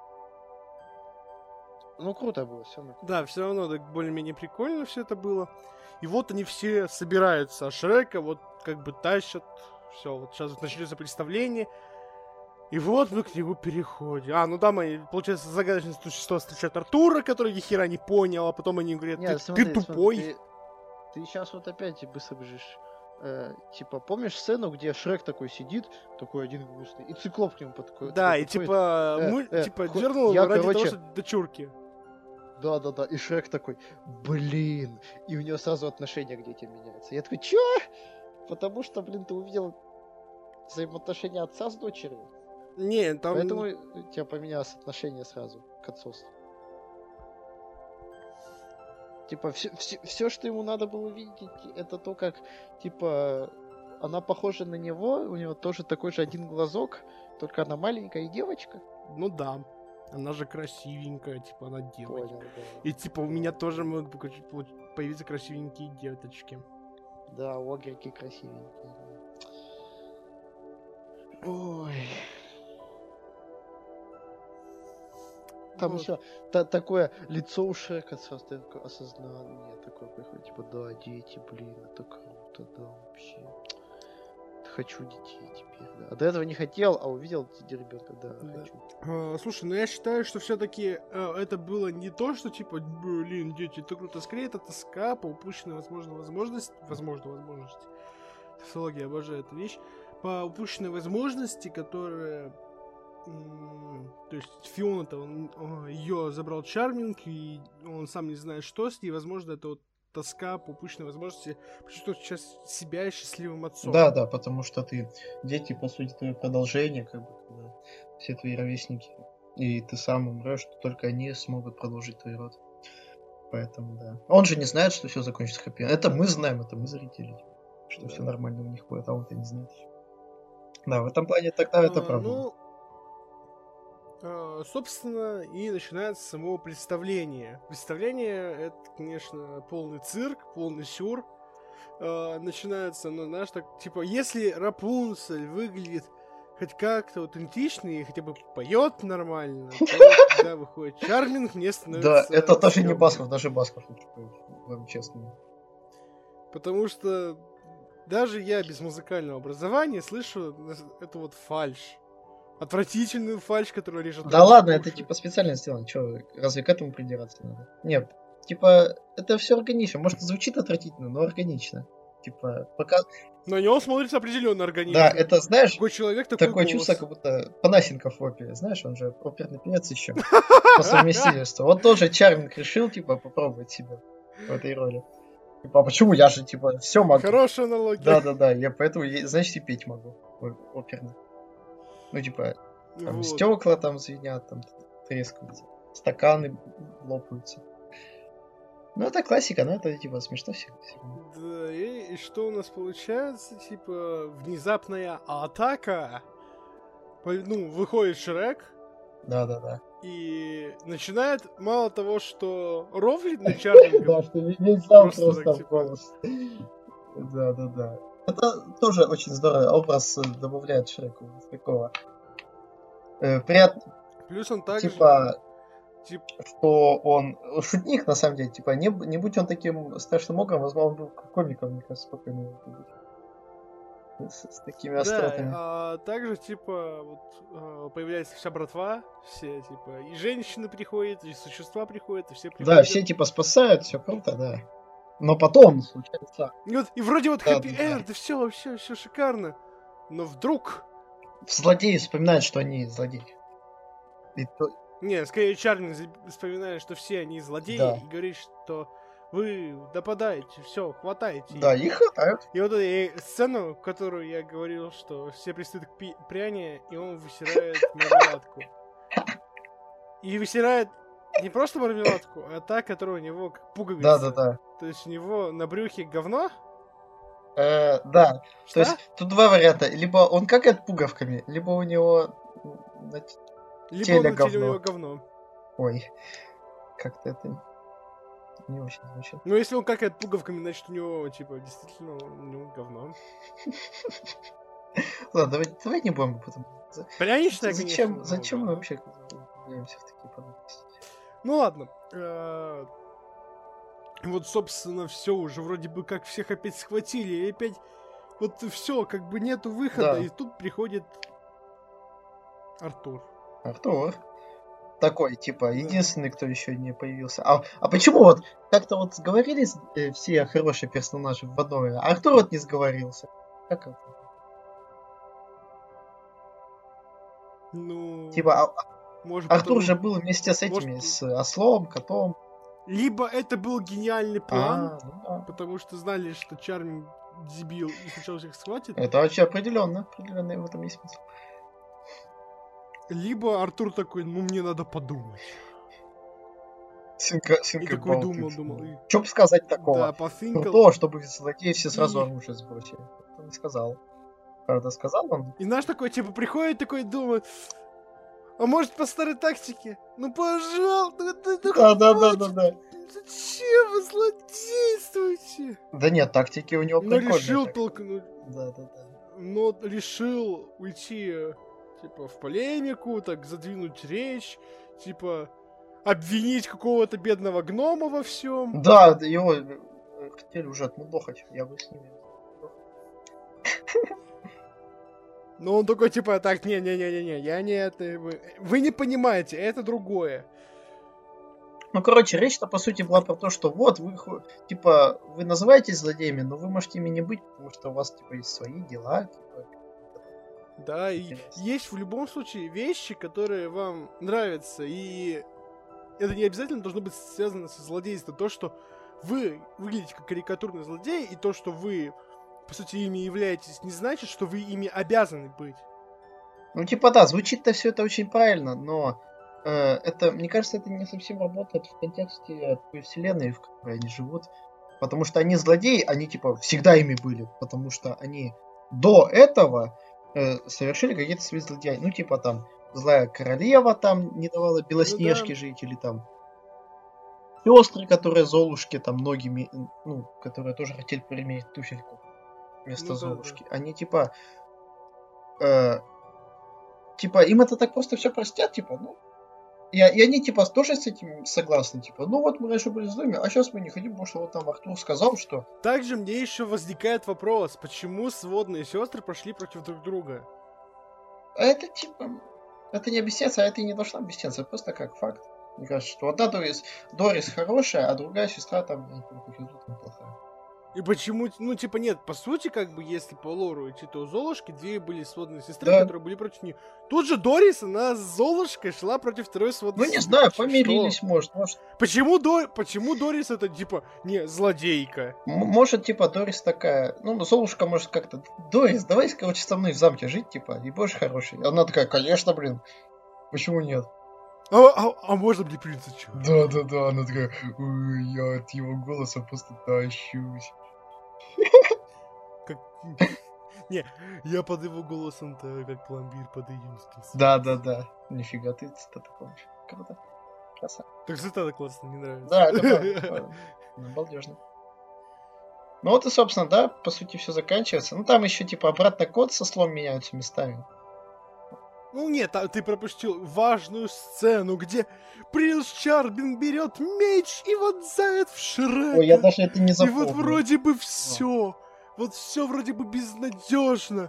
Ну, круто было, все. Да, все равно так более-менее прикольно все это было. И вот они все собираются, а Шрека вот как бы тащат. Все, вот сейчас вот начнется представление. И вот мы к нему переходим. А, ну да, мы, получается, загадочное существо встречает Артура, который ни хера не понял, а потом они говорят, Нет, ты, смотри, ты смотри, тупой. Ты, ты сейчас вот опять быстро бежишь. Э, типа, помнишь сцену, где Шрек такой сидит, такой один грустный, и Циклоп к нему подходит. Да, и подходит, типа, э, мы, э, типа хо- дернул я, его ради короче, того, что дочурки. Да-да-да, и Шрек такой, блин, и у него сразу отношение к детям меняется. Я такой, чё? Потому что, блин, ты увидел взаимоотношения отца с дочерью. Не, там... Поэтому у тебя поменялось отношение сразу к отцовству. Типа, все, все, все, что ему надо было увидеть, это то, как, типа, она похожа на него, у него тоже такой же один глазок, только она маленькая и девочка. Ну да. Она же красивенькая, типа, она девочка. Понял, да. И типа у меня тоже могут появиться красивенькие девочки. Да, огрики красивенькие. Ой. Там Вот. еще та, такое лицо у Шрека сразу такое осознание такое приходит, типа, да, дети, блин, это круто, да, вообще. Хочу детей теперь, да. А до этого не хотел, а увидел ребенка, да, Да. хочу. А, слушай, ну я считаю, что все-таки а, это было не то, что типа, блин, дети, это круто, скорее это тоска по упущенной, возможно, возможности, возможно, возможности. Социология обожает эту вещь. По упущенной возможности, которая... м, То есть Фиона-то, он, он- ее забрал Чарминг, и он сам не знает, что с ней. Возможно, это вот тоска по упущенной возможности почувствовать сейчас себя счастливым отцом. Да, да, потому что ты, дети, по сути, твое продолжение, как бы, когда все твои ровесники, и ты сам умрешь, то только они смогут продолжить твой род. Поэтому, да. Он же не знает, что все закончится хэппи. Это мы знаем, это мы зрители, что Да. все нормально у них будет, а он-то не знает еще. Да, в этом плане тогда это А, правда. Ну, а, собственно, и начинается само представление. Представление — это, конечно, полный цирк, полный сюр. А, начинается, ну, знаешь, так, типа, если Рапунцель выглядит хоть как-то аутентично и хотя бы поет нормально, то когда выходит Чарминг, мне Да, становится это даже не стрёмно. Басков, даже Басков лучше поет, вам честно. Потому что даже я без музыкального образования слышу эту вот фальшь. Отвратительную фальшь, которая режет. Да ладно, это типа специально сделано. Че, разве к этому придираться надо? Нет, типа, это все органично. Может, звучит отвратительно, но органично. Типа, пока... На него смотрится определенно органично. Да, это, знаешь, Такой человек, такой такое голос. чувство, как будто Панасенков в опере. Знаешь, он же оперный певец еще. По совместительству. Вот тоже Чарминг решил, типа, попробовать себя в этой роли. Типа, а почему? Я же, типа, все могу. Хорошая аналогия. Да-да-да, я поэтому, я, значит, и петь могу. Ой, оперно. Ну, типа, там Вот. стекла там звенят, там трескаются, стаканы лопаются. Ну, это классика, но это, типа, смешно всегда. Да, и, и что у нас получается? Типа, внезапная атака. По- Ну, выходит Шрек Да-да-да. и начинает, мало того, что рофлить на Чарминга. Да, что весь зал Просто просто так, в типа. голос. Да-да-да. Это тоже очень здорово. Образ э, добавляет Шреку. Такого. Э, приятно, Плюс он также... типа, типа, что он шутник, на самом деле. Типа, не, б- не будь он таким страшным огром, возможно, он был комиком, мне кажется, спокойно мог быть. С, с такими да, остротами. а также, типа, вот а, появляется вся братва, все, типа, и женщины приходят, и существа приходят, и все приходят. Да, все типа спасают, все круто, да. Но потом случается. И, вот, и вроде вот Да, happy да, да. end, и все, вообще, все шикарно. Но вдруг... Злодеи вспоминают, что они злодеи. И то- Не, скорее Чарминг за- вспоминает, что все они злодеи, Да. и говорит, что вы нападаете, все, хватайте. Да, их хватают. И вот эту э, сцену, которую я говорил, что все пристают к пи- пряне, и он высирает мармеладку. И высирает не просто мармеладку, а та, которая у него как пуговица. Да, да, да. То есть у него на брюхе говно. Э, да. Что? То есть тут два варианта. Либо он какает пуговками, либо у него на т- Либо теле на теле у говно. него говно. Ой, как-то это не очень звучит. Но если он какает пуговками, значит у него, типа, действительно, у него говно. Ладно, давай, давай не будем об этом. За- Пряничное, Зачем, конечно, но зачем мы говно. вообще вдаемся в такие подробности? Ну ладно. Э, Вот, собственно, все уже вроде бы как всех опять схватили, и опять вот все, как бы нету выхода, Да. и тут приходит Артур. Артур. такой, типа, единственный, кто еще не появился. А, а почему вот как-то вот сговорились э, все хорошие персонажи в одной, а Артур вот не сговорился? Как это? Ну, Типа, а- может Артур потому- же был вместе с этими, может, с ослом, котом. Либо это был гениальный план, А, ну да. потому что знали, что Чарминг дебил и сначала всех схватит. Это вообще определенно, определенно в этом есть смысл. Либо Артур такой, ну мне надо подумать. Сынка, И сынка такой болтает. думал, думал. И... Что бы сказать Да, такого? пофинкал. Крутого, чтобы злодеи все сразу И- оружие сбросили. Он не сказал. Правда, сказал он? И наш такой, типа, приходит такой, думает, а может по старой тактике? Ну, пожалуйста, ну, ну, ну, Да, да, да, хватит. да, да. Зачем вы злодействуете? Да нет, тактики у него Но прикольные. решил так. толкнуть, Да, да, да. но решил уйти, э, типа, в полемику, так, задвинуть речь, типа, обвинить какого-то бедного гнома во всем. Да, да, его э, хотели уже отмудохать. Я бы с ними. Но он такой, типа, так, не-не-не-не-не, я не это... Вы, вы не понимаете, это другое. Ну, короче, речь-то по сути была про то, что вот вы, ху- типа, вы называетесь злодеями, но вы можете ими не быть, потому что у вас, типа, есть свои дела. Типа. Да, и Интересно. есть в любом случае вещи, которые вам нравятся, и это не обязательно должно быть связано со злодейством. То, что вы выглядите как карикатурный злодей, и то, что вы, по сути, ими являетесь, не значит, что вы ими обязаны быть. Ну, типа, да, звучит-то все это очень правильно, но э, это, мне кажется, это не совсем работает в контексте той вселенной, в которой они живут. Потому что они злодеи, они, типа, всегда ими были. Потому что они до этого э, совершили какие-то свои злодеяния. Ну, типа, там, злая королева там не давала Белоснежке Ну да. жить, или там сестры, которые Золушки там многими, ну, которые тоже хотели применить туфельку вместо Ну да, Золушки. Они, типа, э, типа, им это так просто все простят, типа, ну. И, и они, типа, тоже с этим согласны, типа, ну вот мы раньше были злыми, а сейчас мы не хотим, потому что вот там Артур сказал, что... Также мне еще возникает вопрос, почему сводные сестры пошли против друг друга? А это, типа, это не объясняется, а это и не должно объясняться, это просто как факт. Мне кажется, что одна Дорис, Дорис хорошая, а другая сестра там, я не помню, как ее зовут, там плохая. И почему, ну, типа, нет, по сути, как бы, если по лору идти, то у Золушки две были сводные сестры, Да. которые были против нее. Тут же Дорис, она с Золушкой шла против второй сводной Ну, не сестры. знаю, Что? помирились, может, может. Почему, Дор... почему Дорис это, типа, не, злодейка? М- Может, типа, Дорис такая, ну, Золушка может как-то, Дорис, давай, короче, со мной в замке жить, типа, и будешь хороший. Она такая, конечно, блин, почему нет? А, а, а можно мне принца Чарли? Да, да, да, она такая, «Ой, я от его голоса просто тащусь. Как... Не, я под его голосом-то как пломбир под июньским солнцем. Да, да, да. Нифига ты цитата помнишь. Круто. Красава. Так цитата классно, мне нравится. Да, это правда, правда. Ну, балдежно. Ну вот и, собственно, да, по сути, все заканчивается. Ну там еще типа обратно код со слом меняются местами. Ну нет, а ты пропустил важную сцену, где принц Чарминг берет меч и вонзает в Шрека. Ой, я даже это не И запомнил. вот вроде бы все. Вот все вроде бы безнадежно.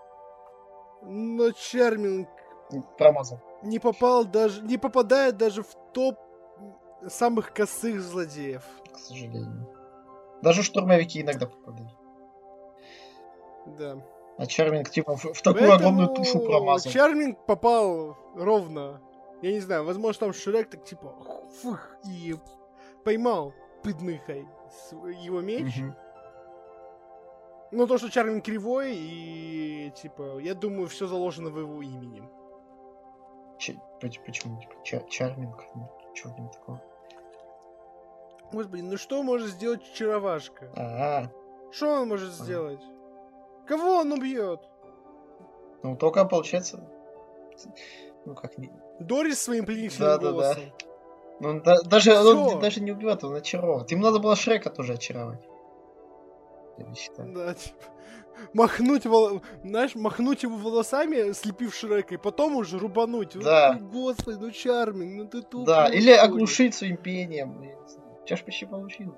Но Чарминг Промазал. не попал даже. Не попадает даже в топ самых косых злодеев. К сожалению. Даже штурмовики иногда попадают. Да. А Чарминг типа в, в такую Поэтому огромную тушу промазал. Чарминг попал ровно. Я не знаю, возможно, там Шрек так типа фух, и поймал пыдныхой с- его меч. Мгм. Ну, то, что Чарминг кривой, и типа, я думаю, все заложено в его имени. Ч- поч- почему? Типа, Чар- Чарминг? Ну, чего в нем такого? Господи, ну что может сделать Чаровашка? А, Что он может Понятно. сделать? Кого он убьет? ну только получается. Ну как не. Дорис своим пленительным Да, да, да. голосом. Ну, да- даже, Всё. он даже не убивает, он очаровывает. Им надо было Шрека тоже очаровать. Я бы считал. Да, типа, махнуть, вол- знаешь, махнуть его волосами, слепив Шрека, и потом уже рубануть. Вот Да. ты, господи, ну Чарминг, ну ты тупой. Да, или что ли? оглушить своим пением. Я не знаю. У тебя ж почти получилось.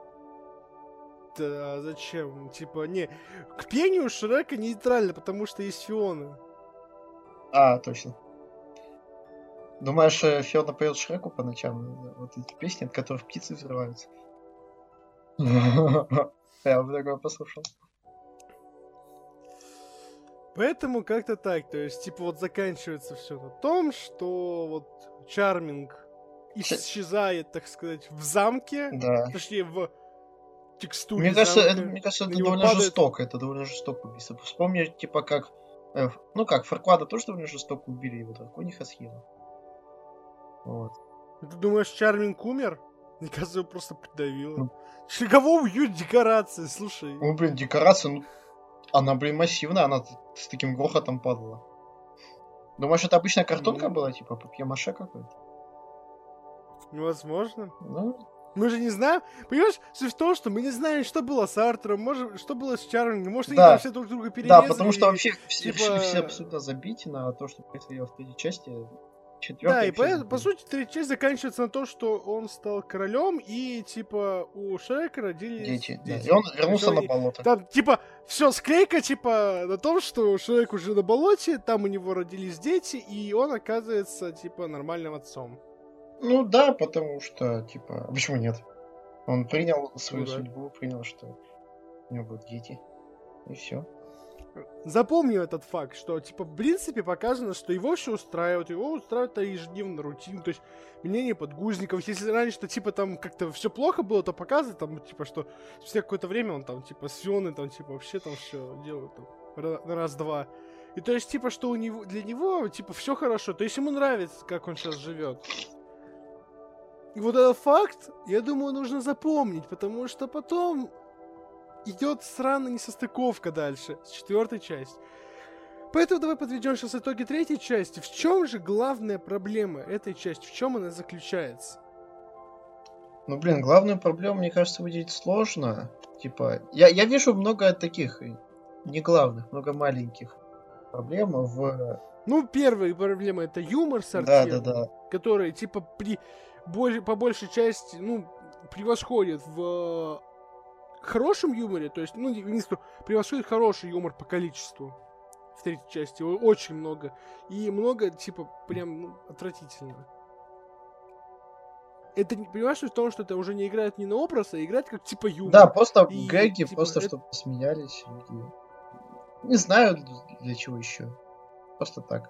Да, зачем? Типа, не, к пению Шрека нейтрально, потому что есть Фиона. А, точно. Думаешь, э, Фиона поет Шреку по ночам? э, Вот эти песни, от которых птицы взрываются. Я бы такое послушал. Поэтому как-то так, то есть, типа, вот заканчивается все на том, что вот Чарминг исчезает, так сказать, в замке, Да. точнее, в текстуре Мне кажется, это, замка. мне кажется, На это него довольно падает- жестоко. Это довольно жестоко убийство. Вспомни, типа, как... э, ну как, Фарквада тоже довольно жестоко убили, его дракониха съела. Вот. Ты думаешь, Чарминг умер? Мне кажется, его просто придавило. Ну. Че, кого убьют декорации, слушай. Ну, блин, декорация, ну, она, блин, массивная, она с таким грохотом падала. Думаешь, это обычная картонка Ну. была, типа, папье-маше какой-то? Невозможно. Ну, Мы же не знаем. Понимаешь, суть в том, что мы не знаем, что было с Артером, может, что было с Чармингом. Может, они Да. там все друг друга перерезали. да, потому что и- вообще все типа- решили все абсолютно забить на то, что происходило в третьей части. Да, Четвертая и по, по сути, третья часть заканчивается на том, что он стал королем, и типа у Шрека родились дети. Да. дети. И он вернулся всё, на и болото. Там, типа, все склейка, типа, на том, что Шрек уже на болоте, там у него родились дети, и он оказывается, типа, нормальным отцом. Ну да, потому что, типа, а почему нет? Он принял свою Ну да. судьбу, принял, что у него будут дети. И все. Запомню этот факт, что, типа, в принципе, показано, что его все устраивает, его устраивает ежедневная рутина, то есть менение подгузников. Если раньше, что, типа, там как-то все плохо было, то показывают, там, типа, что спустя какое-то время он там, типа, с Фионой, там, типа, вообще там все делает там, ра- на раз-два. И то есть, типа, что у него, для него, типа, все хорошо, то есть ему нравится, как он сейчас живет. И вот этот факт, я думаю, нужно запомнить, потому что потом идет сраная несостыковка дальше, с четвертой части. Поэтому давай подведем сейчас итоги третьей части. В чем же главная проблема этой части? В чем она заключается? Ну, блин, главную проблему, мне кажется, выделить сложно. Типа, я, я вижу много таких, э, не главных, много маленьких проблем в... Ну, первая проблема — это юмор с Да, Артемом, да, да. который, типа, при, боль- по большей части, ну, превосходит в э, хорошем юморе, то есть, ну, не, не скажу, превосходит хороший юмор по количеству. В третьей части его очень много. И много, типа, прям ну, отвратительно. Это, не- понимаешь, суть в том, что это уже не играет не на образ, а играет как, типа, юмор. Да, просто И, гэги, типа, просто это- чтобы посмеялись. люди. Не знаю, для чего еще. Просто так.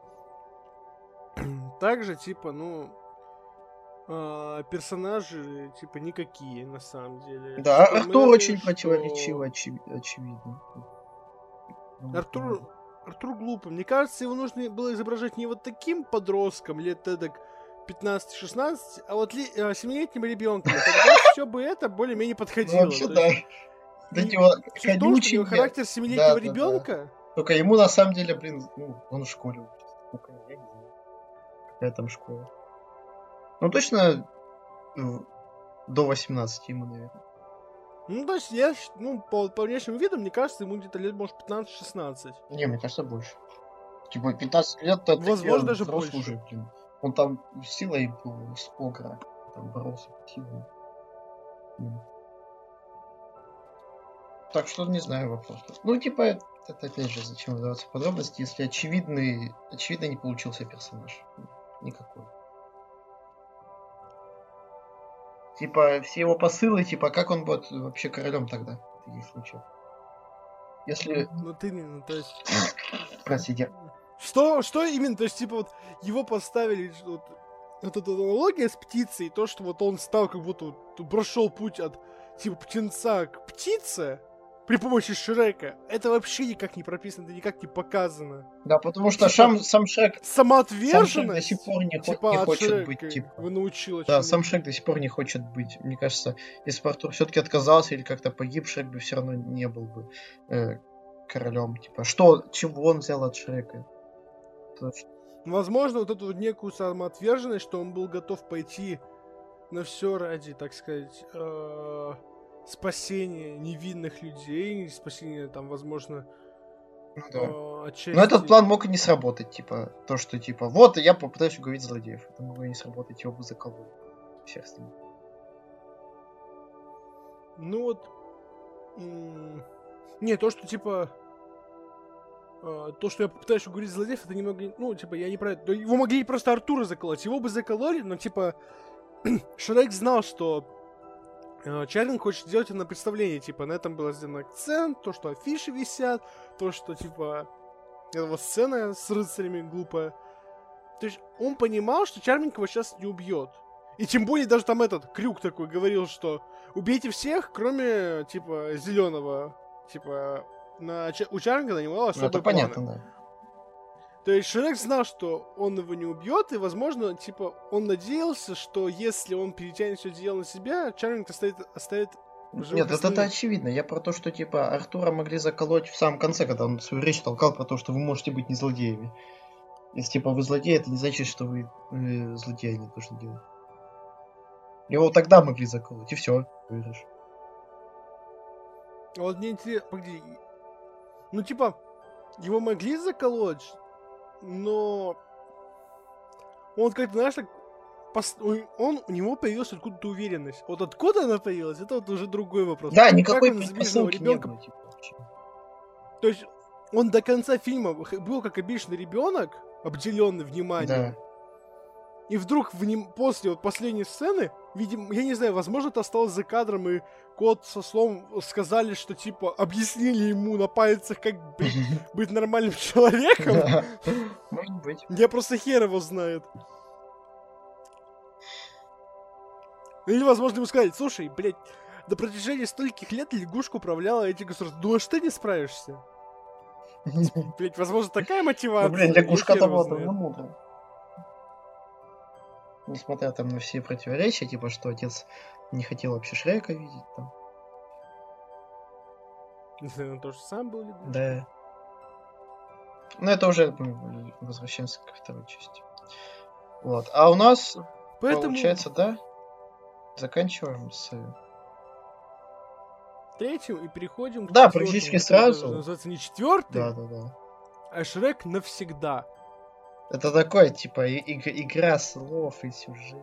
Также, типа, ну, а, персонажи, типа, никакие, на самом деле. Да, Что Артур Мелли, очень что- противоречивый, очи- очевидно. Ну, Артур, Артур глупый. Мне кажется, его нужно было изображать не вот таким подростком, лет эдак пятнадцать-шестнадцать, а вот ли, а, семилетним ребенком. И тогда все бы это более-менее Ну, подходило. вообще, То да. есть, Да, и типа, суть в том, что у него колюченький. характер семилетнего Да, да, да. ребенка. Только ему на самом деле, блин, ну, он в школе учится. Сколько, я не знаю. Какая там школа. Ну, точно в- до восемнадцати ему, наверное. Ну, то есть, я, щ- ну, по, по внешнему виду, мне кажется, ему где-то лет, может, пятнадцать-шестнадцать. Не, мне кажется, больше. Типа, пятнадцать лет, это Возможно, даже взрослый больше. уже, блин. Он там силой был с Огра. Там боролся силой. М. Так что не знаю вопрос. Ну, типа, это, это опять же, зачем вдаваться в подробности, если очевидный, очевидно не получился персонаж. Никакой. Типа, все его посылы, типа, как он будет вообще королем тогда в таких случаях? Если... Ну, ты именно, то есть... Простите. Что, что именно, то есть, типа, вот его поставили, что вот, вот эта аналогия с птицей, то, что вот он стал как будто вот, прошел путь от, типа, птенца к птице при помощи Шрека, это вообще никак не прописано, это никак не показано. Да, потому что Типа, сам, сам Шрек... Самоотверженность, Сам Шрек до сих пор не, хо- типа, не от хочет Шрека быть, типа. его научила Да, чему-то. сам Шрек до сих пор не хочет быть. Мне кажется, если бы Артур все-таки отказался или как-то погиб, Шрек бы все равно не был бы э, королем. Типа, что, чего он взял от Шрека? То, что- Возможно, вот эту вот некую самоотверженность, что он был готов пойти на все ради, так сказать, э, спасения невинных людей, спасения, там, возможно, Ну да. э, отчасти... Но этот план мог и не сработать, типа, то, что, типа, вот, я попытаюсь уговорить злодеев. Это могло и не сработать, его бы закололи. Всех остальных. Ну вот... м, Не, то, что, типа... э, то, что я попытаюсь уговорить злодеев, это немного, ну, типа, я не про это. Его могли просто Артура заколоть, его бы закололи, но, типа, Шрек знал, что э, Чарлинг хочет сделать это на представление, типа, на этом был сделан акцент, то, что афиши висят, то, что, типа, эта вот сцена с рыцарями глупая. То есть он понимал, что Чарлинг его сейчас не убьет. И тем более даже там этот Крюк такой говорил, что убейте всех, кроме, типа, зеленого. Типа, на, у Чарлинга на него особый Ну, это планы. понятно, да. То есть Шрек знал, что он его не убьет, и, возможно, типа, он надеялся, что если он перетянет все дело на себя, Чарлинг оставит, оставит Нет, это, это очевидно. Я про то, что, типа, Артура могли заколоть в самом конце, когда он свою речь толкал про то, что вы можете быть не злодеями. Если, типа, вы злодеи, это не значит, что вы э, злодеи не должны делать. Его тогда могли заколоть, и все, выигрыш. А вот мне интересно, погоди. Ну, типа, его могли заколоть, но он как-то, знаешь, так, пос... он, у него появилась откуда-то уверенность. Вот откуда она появилась, это вот уже другой вопрос. Да, как никакой он предпосылки не было, типа, вообще. То есть он до конца фильма был как обычный ребенок, обделенный вниманием. Да. И вдруг в нем, после вот последней сцены, видимо, я не знаю, возможно, это осталось за кадром, и кот со слом сказали, что, типа, объяснили ему на пальцах, как быть, быть нормальным человеком. Да. Может быть. Я просто хер его знает. Или, возможно, ему сказали, слушай, блядь, на протяжении стольких лет лягушка управляла этим государством. Думаешь, ты не справишься? Блядь, возможно, такая мотивация. Ну, блин, лягушка-то вот, она мудрая. Несмотря там на все противоречия, типа, что отец не хотел вообще Шрека видеть там. Он тоже сам был лягушкой. Да. Ну, это уже мы возвращаемся ко второй части. Вот. А у нас, Поэтому... получается, да, заканчиваем с... третьим и переходим к Да, четвертому, практически который сразу. даже называется не четвертый, Да, да, да. а Шрек навсегда. Это такое, типа, и- и- игра слов и сюжет.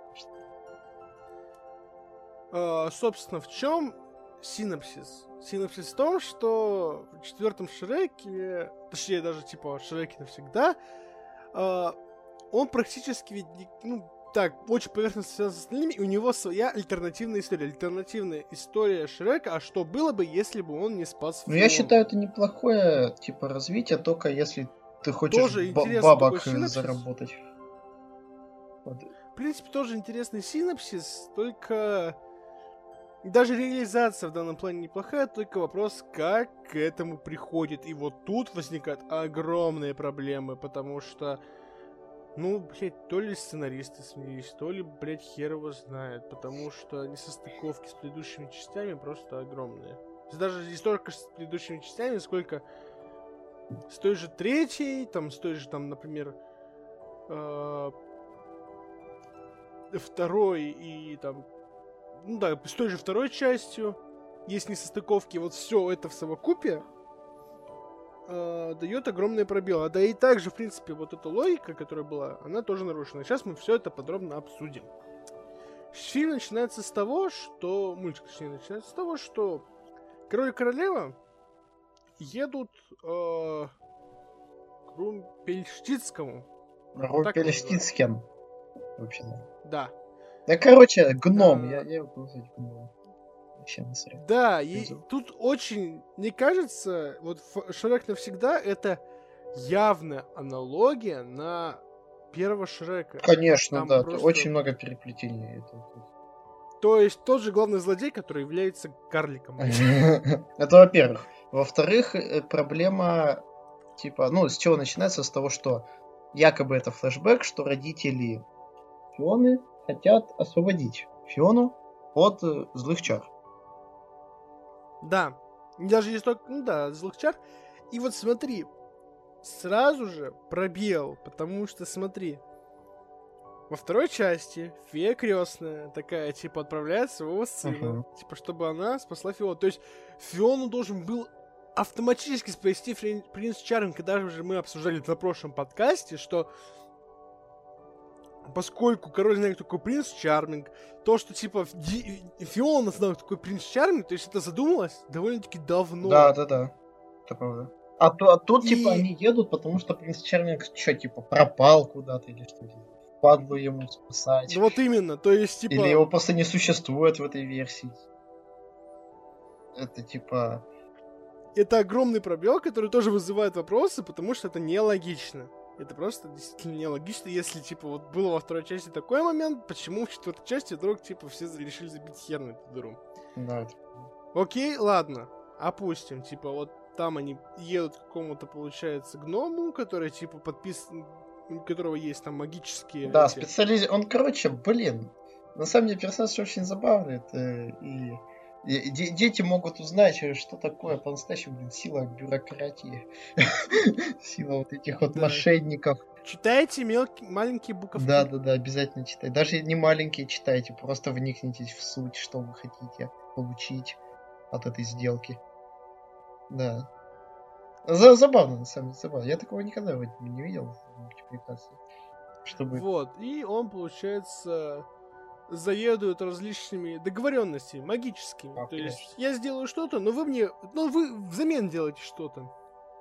А, собственно, в чем синопсис? Синопсис в том, что в четвертом Шреке, точнее даже типа Шреке навсегда, а, он практически ведь, не- ну, так, очень поверхностно связан с остальными, и у него своя альтернативная история. Альтернативная история Шрека, а что было бы, если бы он не спас Ну, я Фиону? считаю, это неплохое, типа, развитие, только если ты хочешь Тоже ба- интересный бабок такой синопсис. заработать. Вот. В принципе, тоже интересный синопсис, только даже реализация в данном плане неплохая, только вопрос, как к этому приходит. И вот тут возникают огромные проблемы, потому что, ну, блядь, то ли сценаристы смеялись, то ли, блядь, хер его знает, потому что несостыковки с предыдущими частями просто огромные. Даже не столько с предыдущими частями, сколько с той же третьей, там, с той же, там, например, э- второй и там, ну да, с той же второй частью есть несостыковки, вот все это в совокупе э, дает огромные пробелы. Да и также, в принципе, вот эта логика, которая была, она тоже нарушена. Сейчас мы все это подробно обсудим. Фильм начинается с того, что... Мультик, точнее, начинается с того, что король и королева едут э, к Румпельштицкому. Румпельштицким. Вообще, да. Да. Да, короче, гном. А. Я, я вот назвать гном. Вообще насрать. Да, и Безумно. тут очень, мне кажется, вот Ф- Шрек навсегда это явная аналогия на первого Шрека. Конечно, Там да. просто- Очень много переплетений. этого. То есть тот же главный злодей, который является карликом. Это во-первых. Во-вторых, э, проблема, типа, ну, с чего начинается? С того, что якобы это флешбэк, что родители Фионы хотят освободить Фиону от э, злых чар. Да. Даже есть только, ну да, злых чар. И вот смотри, сразу же пробел, потому что смотри, во второй части фея крестная такая, типа, отправляет своего сына, Мгм. типа, чтобы она спасла Фиону. То есть Фиону должен был автоматически спасти Фрин- принц Чарльз, и даже же мы обсуждали это на прошлом подкасте, что поскольку король знает, кто такой принц Чарминг, то, что, типа, Ди- Фиона знает, кто такой принц Чарминг, то есть это задумалось довольно-таки давно. Да, да, да. Это правда. А, то, а тут, И- типа, они едут, потому что принц Черник что, типа, пропал куда-то или что? Впадло ему спасать. Да вот именно, то есть, типа... Или его просто не существует в этой версии. Это, типа... Это огромный пробел, который тоже вызывает вопросы, потому что это нелогично. Это просто действительно нелогично, если, типа, вот было во второй части такой момент, почему в четвертой части вдруг, типа, все решили забить хер на эту дыру. Да, это... Окей, ладно, опустим, типа, вот там они едут к какому-то, получается, гному, который, типа, подписан, у которого есть там магические... Да, эти- специализ... Он, короче, блин, на самом деле персонаж очень забавный. Это и... и де- дети могут узнать, что такое по-настоящему, блин, сила бюрократии. Сила вот этих вот Да. мошенников. Читайте мелкие, маленькие буковки. Да, да, да, обязательно читайте. Даже не маленькие читайте, просто вникнитесь в суть, что вы хотите получить от этой сделки. Да. За- забавно, на самом деле, забавно. Я такого никогда в этом не видел в мультипликации. Чтобы... Вот, и он, получается, заедует различными договоренностями магическими. А, То есть конечно. я сделаю что-то, но вы мне, ну вы взамен делаете что-то.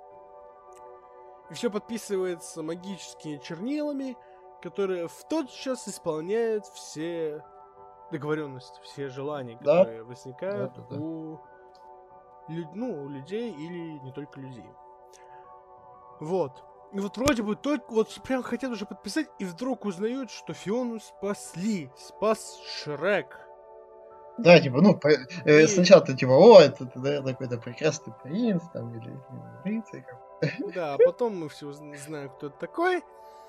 И все подписывается магическими чернилами, которые в тот час исполняют все договоренности, все желания, Да. которые возникают Да, да, да. у, лю- ну, у людей или не только людей. Вот. И вот вроде бы только вот прям хотят уже подписать, и вдруг узнают, что Фиону спасли. Спас Шрек. Да, типа, ну, по- э, И- сначала ты типа, о, это, это, наверное, какой-то прекрасный принц, там, или, или рыцарь. как- Да, а потом мы все знаем, кто это такой.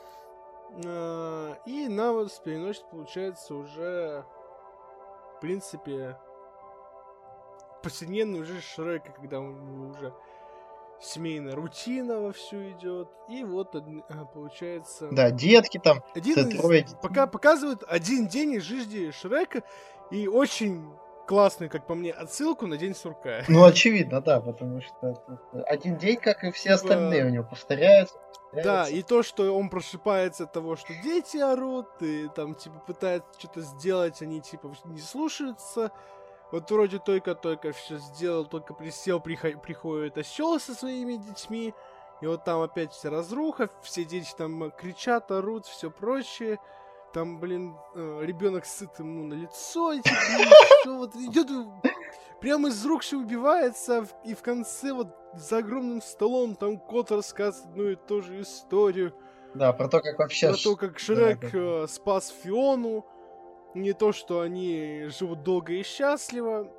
А, И нас переносит, получается, уже, в принципе, повседневный уже Шрека, когда у него уже семейная рутина вовсю идет. И вот, одни- а, получается... Да, детки там, Один т- из- трое детей. пока показывают один день из жизни Шрека, и очень классный, как по мне, отсылку на День сурка. Ну, очевидно, да, потому что это один день, как и все Типа- остальные у него, повторяются. Да, повторяются. и то, что он просыпается от того, что дети орут, и там, типа, пытаются что-то сделать, они, типа, не слушаются. Вот вроде только-только все сделал, только присел, прихо- приходит осел со своими детьми, и вот там опять вся разруха, все дети там кричат, орут, все прочее. Там, блин, ребенок сыт ему на лицо, и, типа, блин, всё вот идет, прямо из рук все убивается, в- и в конце вот за огромным столом там кот рассказывает одну и ту же историю. Да, про то, как вообще... Про ш- то, как Шрек да, да. э, спас Фиону. Не то, что они живут долго и счастливо.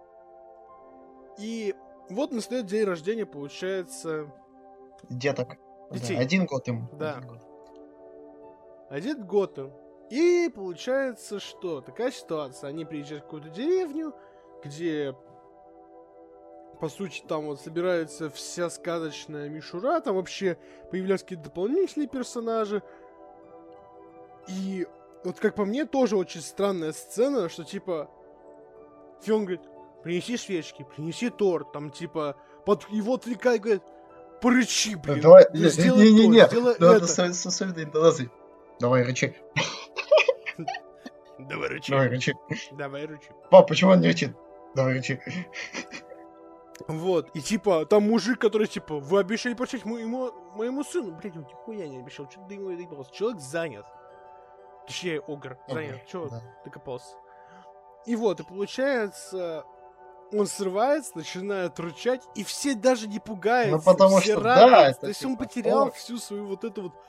И вот настает день рождения, получается, Деток. Да, детей. один год ему. Да. один год. один год им. И получается, что такая ситуация. Они приезжают в какую-то деревню, где, по сути, там вот собирается вся сказочная мишура, там вообще появляются какие-то дополнительные персонажи. И вот как по мне, тоже очень странная сцена, что типа Фион говорит, принеси свечки, принеси торт, там типа под его отвлекает, говорит, порычи, блин, Давай, ну, не- сделай не- не- не, то, сделай надо это. с с особенной интонацией. Давай, рычи. Давай рычи, Давай, рычи. давай рычи. Пап, почему он не рычит? Давай, рычи. Вот, и типа, там мужик, который, типа, вы обещали прощать моему, моему сыну. Блядь, он нихуя не обещал, что ты ему доебался. Человек занят. Точнее, огр, занят. Огр, Чего да. докопался? И вот, и получается, он срывается, начинает рычать, и все даже не пугаются. Ну, потому все что, да, радуются. это То есть он типа, потерял о. всю свою вот эту вот...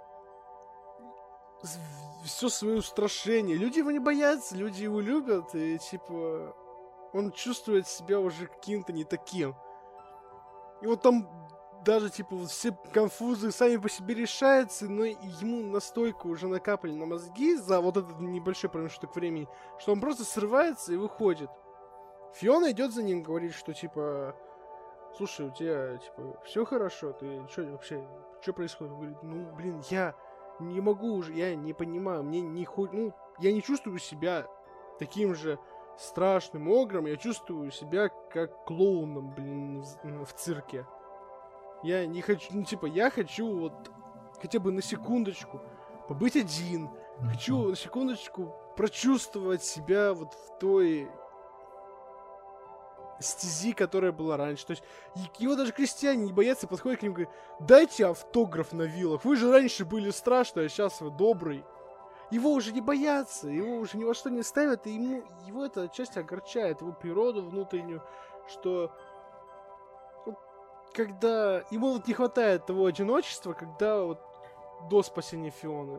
Все свое устрашение. Люди его не боятся, люди его любят, и типа... Он чувствует себя уже каким-то не таким. И вот там даже, типа, вот все конфузы сами по себе решаются, но ему настолько уже накапали на мозги за вот этот небольшой промежуток времени, что он просто срывается и выходит. Фиона идет за ним, говорит, что, типа, слушай, у тебя, типа, все хорошо, ты что вообще, что происходит? Он говорит, ну, блин, я не могу уже, я не понимаю, мне не хоть, ну, я не чувствую себя таким же страшным огром, я чувствую себя как клоуном, блин, в, в цирке. Я не хочу, ну, типа, я хочу вот хотя бы на секундочку побыть один. Хочу на секундочку прочувствовать себя вот в той... стези, которая была раньше. То есть его даже крестьяне не боятся, подходят к ним и говорят: дайте автограф на вилах. Вы же раньше были страшны, а сейчас вы добрый. Его уже не боятся, его уже ни во что не ставят, и ему, его это отчасти огорчает, его природу внутреннюю, что вот, когда ему вот не хватает того одиночества, когда вот до спасения Фионы.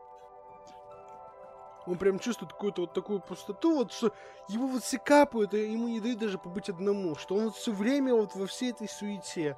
Он прям чувствует какую-то вот такую пустоту, вот что его вот все капают, и ему не дают даже побыть одному, что он вот все время вот во всей этой суете.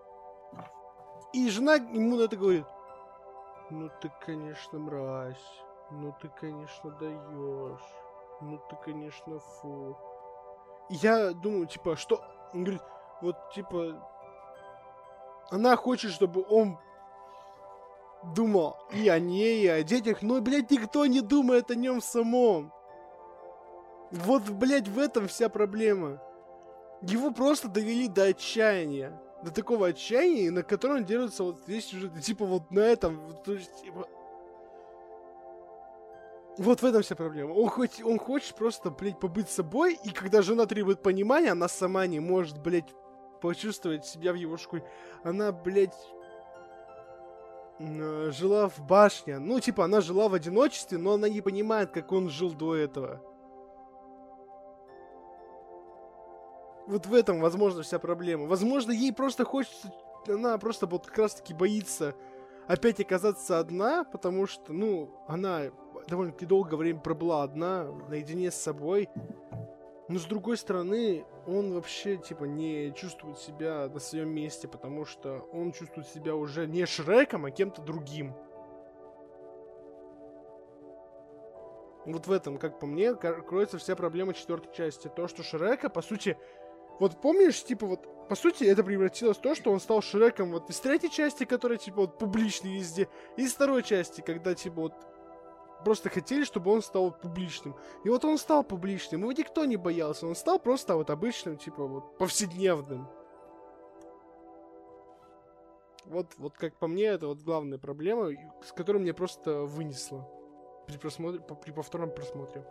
И жена ему на это говорит: ну ты, конечно, мразь, ну ты, конечно, даешь, ну ты, конечно, фу. И я думаю, типа, что? Он говорит, вот, типа, она хочет, чтобы он думал и о ней, и о детях, но, блядь, никто не думает о нем самом. Вот, блядь, в этом вся проблема. Его просто довели до отчаяния. До такого отчаяния, на котором он держится вот весь уже, типа, вот на этом, то есть, типа... Вот в этом вся проблема. Он, хоть, он хочет просто, блядь, побыть собой, и когда жена требует понимания, она сама не может, блядь, почувствовать себя в его шкуре. Она, блядь, жила в башне. Ну, типа, она жила в одиночестве, но она не понимает, как он жил до этого. Вот в этом, возможно, вся проблема. Возможно, ей просто хочется... Она просто вот как раз-таки боится опять оказаться одна, потому что, ну, она довольно-таки долгое время пробыла одна, наедине с собой. Но, с другой стороны, он вообще, типа, не чувствует себя на своем месте, потому что он чувствует себя уже не Шреком, а кем-то другим. Вот в этом, как по мне, кроется вся проблема четвертой части. То, что Шрека, по сути... Вот помнишь, типа, вот, по сути, это превратилось в то, что он стал Шреком вот из третьей части, которая, типа, вот, публичный везде, и из второй части, когда, типа, вот, просто хотели, чтобы он стал публичным. И вот он стал публичным, его никто не боялся, он стал просто вот обычным, типа, вот, повседневным. Вот, вот как по мне, это вот главная проблема, с которой мне просто вынесло при просмотре, при повторном просмотре.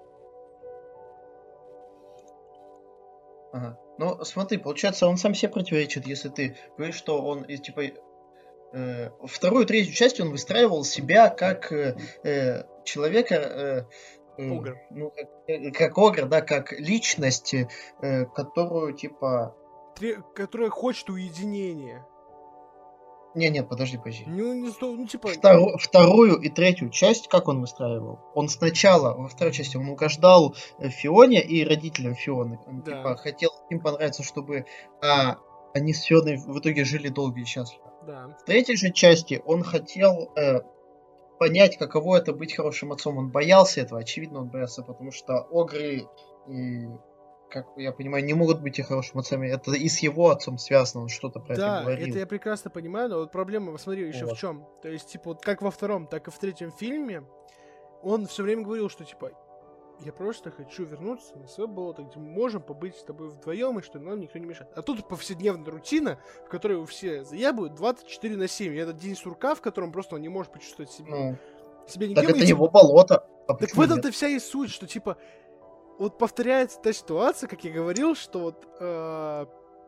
Ага. Ну, смотри, получается, он сам себе противоречит, если ты говоришь, что он, типа, э, вторую, третью часть он выстраивал себя как э, э, человека, э, э, Огр. ну, как, как огр, да, как личность, э, которую, типа... Тре- которая хочет уединения. Не, нет, подожди, подожди. Ну, не сто... ну, типа... Втору... Вторую и третью часть, как он выстраивал? Он сначала, во второй части, он угождал Фионе и родителям Фионы. Он, Да. типа, хотел им понравиться, чтобы а, они с Фионой в итоге жили долго и счастливо. Да. В третьей же части он хотел э, понять, каково это быть хорошим отцом. Он боялся этого, очевидно, он боялся, потому что огры, и, как я понимаю, не могут быть и хорошими отцами. Это и с его отцом связано, он что-то про Да, это говорил. это я прекрасно понимаю, но вот проблема, смотри, еще Вот. в чем. То есть, типа, вот как во втором, так и в третьем фильме, он все время говорил, что, типа, я просто хочу вернуться на свое болото, где мы можем побыть с тобой вдвоем, и что нам никто не мешает. А тут повседневная рутина, в которой все заябывают двадцать четыре на семь. И это день сурка, в котором просто он не может почувствовать себя, Ну, себя так никем. это и, его болото. А так в почему этом-то нет? вся и суть, что, типа, вот повторяется та ситуация, как я говорил, что вот э,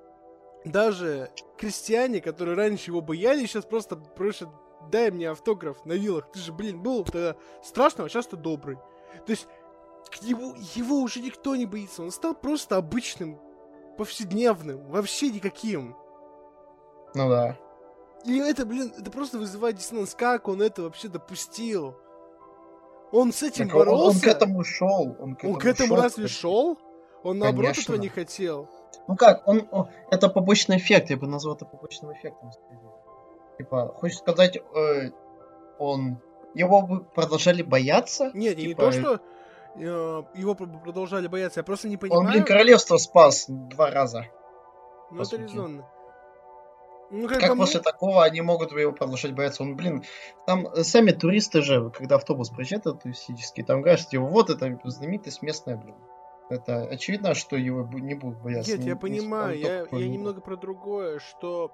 даже крестьяне, которые раньше его боялись, сейчас просто просят: дай мне автограф на вилах. Ты же, блин, был тогда страшного, а сейчас ты добрый. То есть к нему, его уже никто не боится. Он стал просто обычным, повседневным, вообще никаким. Ну да. И это, блин, это просто вызывает диссонанс. Как он это вообще допустил? Он с этим Так он, боролся. он к этому шел. Он к Он этому, к этому шел, разве кстати. шел? Он наоборот Конечно. этого не хотел. Ну как, он, о, это побочный эффект, я бы назвал это побочным эффектом. скорее. Типа, хочешь сказать, э, он его бы продолжали бояться? Нет, не Типа, то, что э, его пр- продолжали бояться, я просто не понимаю. Он, блин, королевство спас два раза. Ну, по это сути. резонно. Ну, как, Как по после мне... такого они могут его продолжать бояться? Он, блин, там э, сами туристы же, когда автобус проезжает этот туристический, там говорят, что вот это знаменитость местная, блин. Это очевидно, что его бу- не будут бояться. Нет, Не- я не- понимаю, он я, только я не- немного про другое, что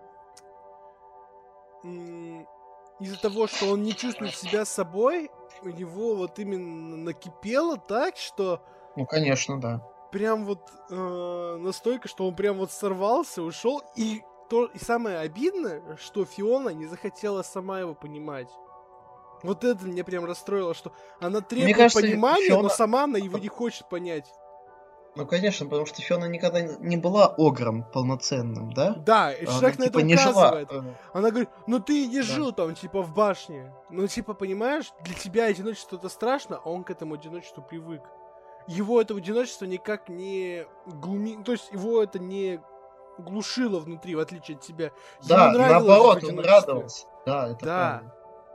м, из-за того, что он не чувствует себя собой, у него вот именно накипело так, что Ну, конечно, да. прям вот э, настолько, что он прям вот сорвался, ушел, и, то, и самое обидное, что Фиона не захотела сама его понимать. Вот это меня прям расстроило, что она требует кажется, понимания, Фиона- но сама она его не хочет понять. Ну, конечно, потому что Фиона никогда не была огром полноценным, да? Да, и Она, Шрек на типа, это не жила. указывает. э, Она говорит, ну ты и не Да. жил там, типа, в башне. Ну, типа, понимаешь, для тебя одиночество это страшно, а он к этому одиночеству привык. Его это одиночество никак не глуми... То есть его это не глушило внутри, в отличие от тебя. Да, Ему нравилось наоборот, жить в он одиночестве. радовался. Да, это Да. правда.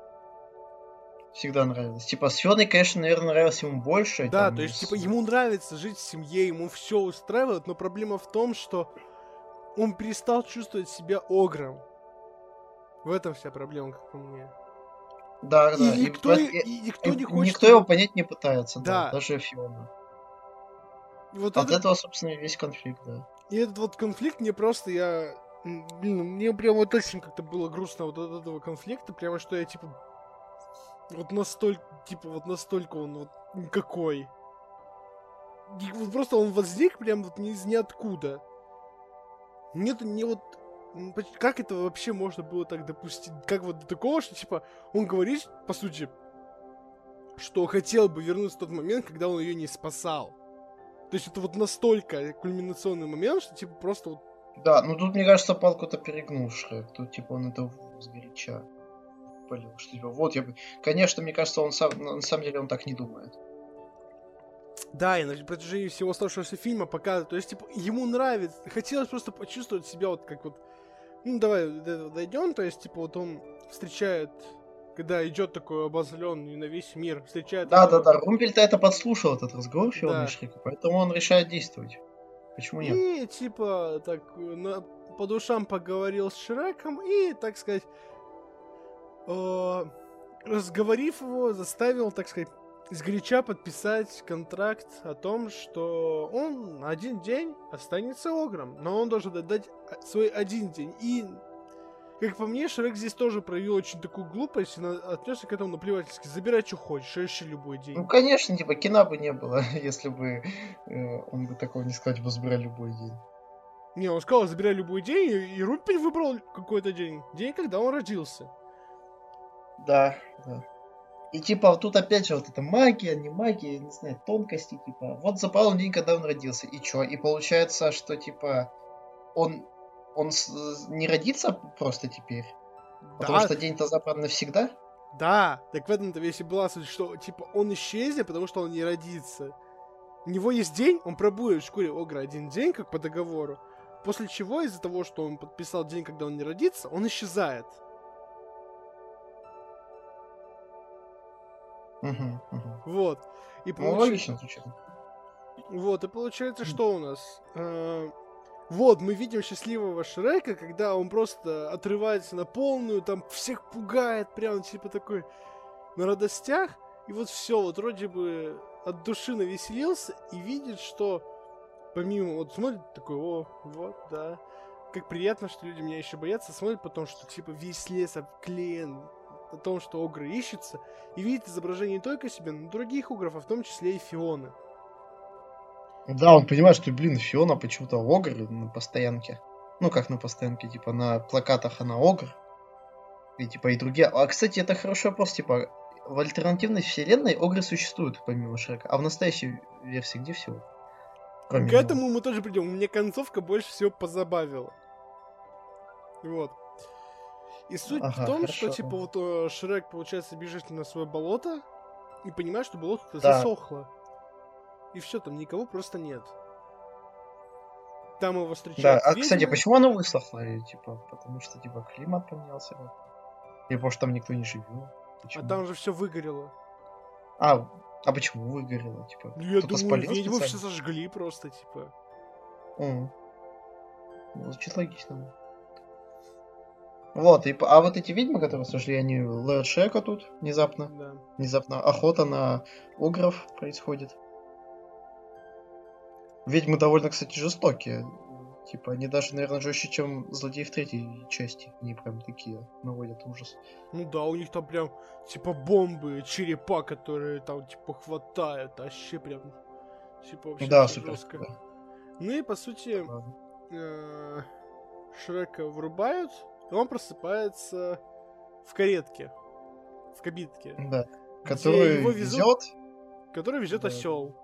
Всегда нравилось. Типа, с Фионой, конечно, наверное, нравилось ему больше. Да, там, то есть, с- типа, ему нравится жить в семье, ему все устраивает, но проблема в том, что он перестал чувствовать себя огром. В этом вся проблема, как по мне. Да, И да. И никто, вот- и, и- и никто и не хочет... никто его понять не пытается, да, Да. даже Фиона. И вот От это- этого, собственно, и весь конфликт, да. И этот вот конфликт мне просто, я... м, Блин, мне прям вот очень как-то было грустно вот от этого конфликта, прямо что я, типа... Вот настолько, типа, вот настолько он вот никакой. И вот просто он возник прям вот ни из ниоткуда. Нет, не вот... м, поч- Как это вообще можно было так допустить? Как вот до такого, что, типа, он говорит, по сути, что хотел бы вернуться в тот момент, когда он ее не спасал. То есть это вот настолько кульминационный момент, что, типа, просто вот... Да, ну тут, мне кажется, палку-то перегнул Шрек. Тут, типа, он это сгоряча полил. Что, типа, вот, я бы... Конечно, мне кажется, он сам... на самом деле он так не думает. Да, и на протяжении всего оставшегося фильма показывают, то есть, типа, ему нравится, хотелось просто почувствовать себя вот как вот, ну, давай до этого дойдем, то есть, типа, вот он встречает, когда идет такой обозленный на весь мир, встречает... Да, этого- да, да. Румпель-то это подслушал, этот разговор Фиона Да. и Шрека, поэтому он решает действовать. Почему нет? И, типа, так, на- по душам поговорил с Шреком и, так сказать, э, разговорив его, заставил, так сказать, сгоряча подписать контракт о том, что он на один день останется огром, но он должен отдать свой один день. И, как по мне, Шрек здесь тоже проявил очень такую глупость и на- отнесся к этому наплевательски. Забирай, что хочешь, ищи любой день. Ну, конечно, типа, кино бы не было, если бы э, он бы такого не сказал, типа, забирай любой день. Не, он сказал, забирай любой день, и, и Румпель выбрал какой-то день. День, когда он родился. Да, да. И типа тут опять же вот эта магия, не магия, не знаю, тонкости, типа. Вот забрал день, когда он родился, и чё? И получается, что типа он он с- не родится просто теперь, потому Да, что день-то забран навсегда. да, так в этом-то весь и была суть, что, типа, он исчезнет, потому что он не родится. У него есть день, он пробует в шкуре Огра один день, как по договору, после чего из-за того, что он подписал день, когда он не родится, он исчезает. Угу, угу. Вот. И Ну, получи- логично звучит. Вот, и получается, что у нас? Э, Вот, мы видим счастливого Шрека, когда он просто отрывается на полную, там всех пугает, прям типа такой на радостях. И вот все, вот вроде бы от души навеселился и видит, что помимо, вот смотрит такой, о, вот, да, как приятно, что люди меня еще боятся, смотрит потом, что типа весь лес обклеен о том, что огры ищется, и видит изображение не только себя, но и других огров, а в том числе и Фионы. Да, он понимает, что, блин, Фиона почему-то огр на постоянке. Ну, как на постоянке, типа, на плакатах она огр. И, типа, и другие. А, кстати, это хороший вопрос, типа, в альтернативной вселенной огры существуют, помимо Шрека. А в настоящей версии где все? К этому мы тоже придем. Мне концовка больше всего позабавила. Вот. И суть в Ага, том, хорошо. что, типа, вот э, Шрек, получается, бежит на свое болото и понимает, что болото-то Да. засохло. И все, там никого просто нет. Там его Да, встречают а, кстати, ведьмы. почему оно высохло? И, типа, потому что, типа, климат поменялся. Или потому что там никто не живет. А Почему? там же все выгорело. А, а почему выгорело? Типа, Ну, я кто-то думаю, спалил ведьмы все специально? сожгли просто, типа. М. Ну, звучит логично. Вот, и, по- а вот эти ведьмы, которые сожгли, они ловят Шрека тут внезапно. Да. Внезапно охота на огров происходит. Ведьмы довольно, кстати, жестокие. Типа, они даже, наверное, жестче, чем злодеи в третьей части. Они прям такие наводят ужас. Ну да, у них там прям, типа, бомбы, черепа, которые там, типа, хватают. Вообще прям Типа вообще Да, всё супер. жестко. Да. Ну и по сути, Ладно. э, Шрека вырубают, и он просыпается в каретке, в кабинке, Да. где Который его везут, везет. который везет Да. осел.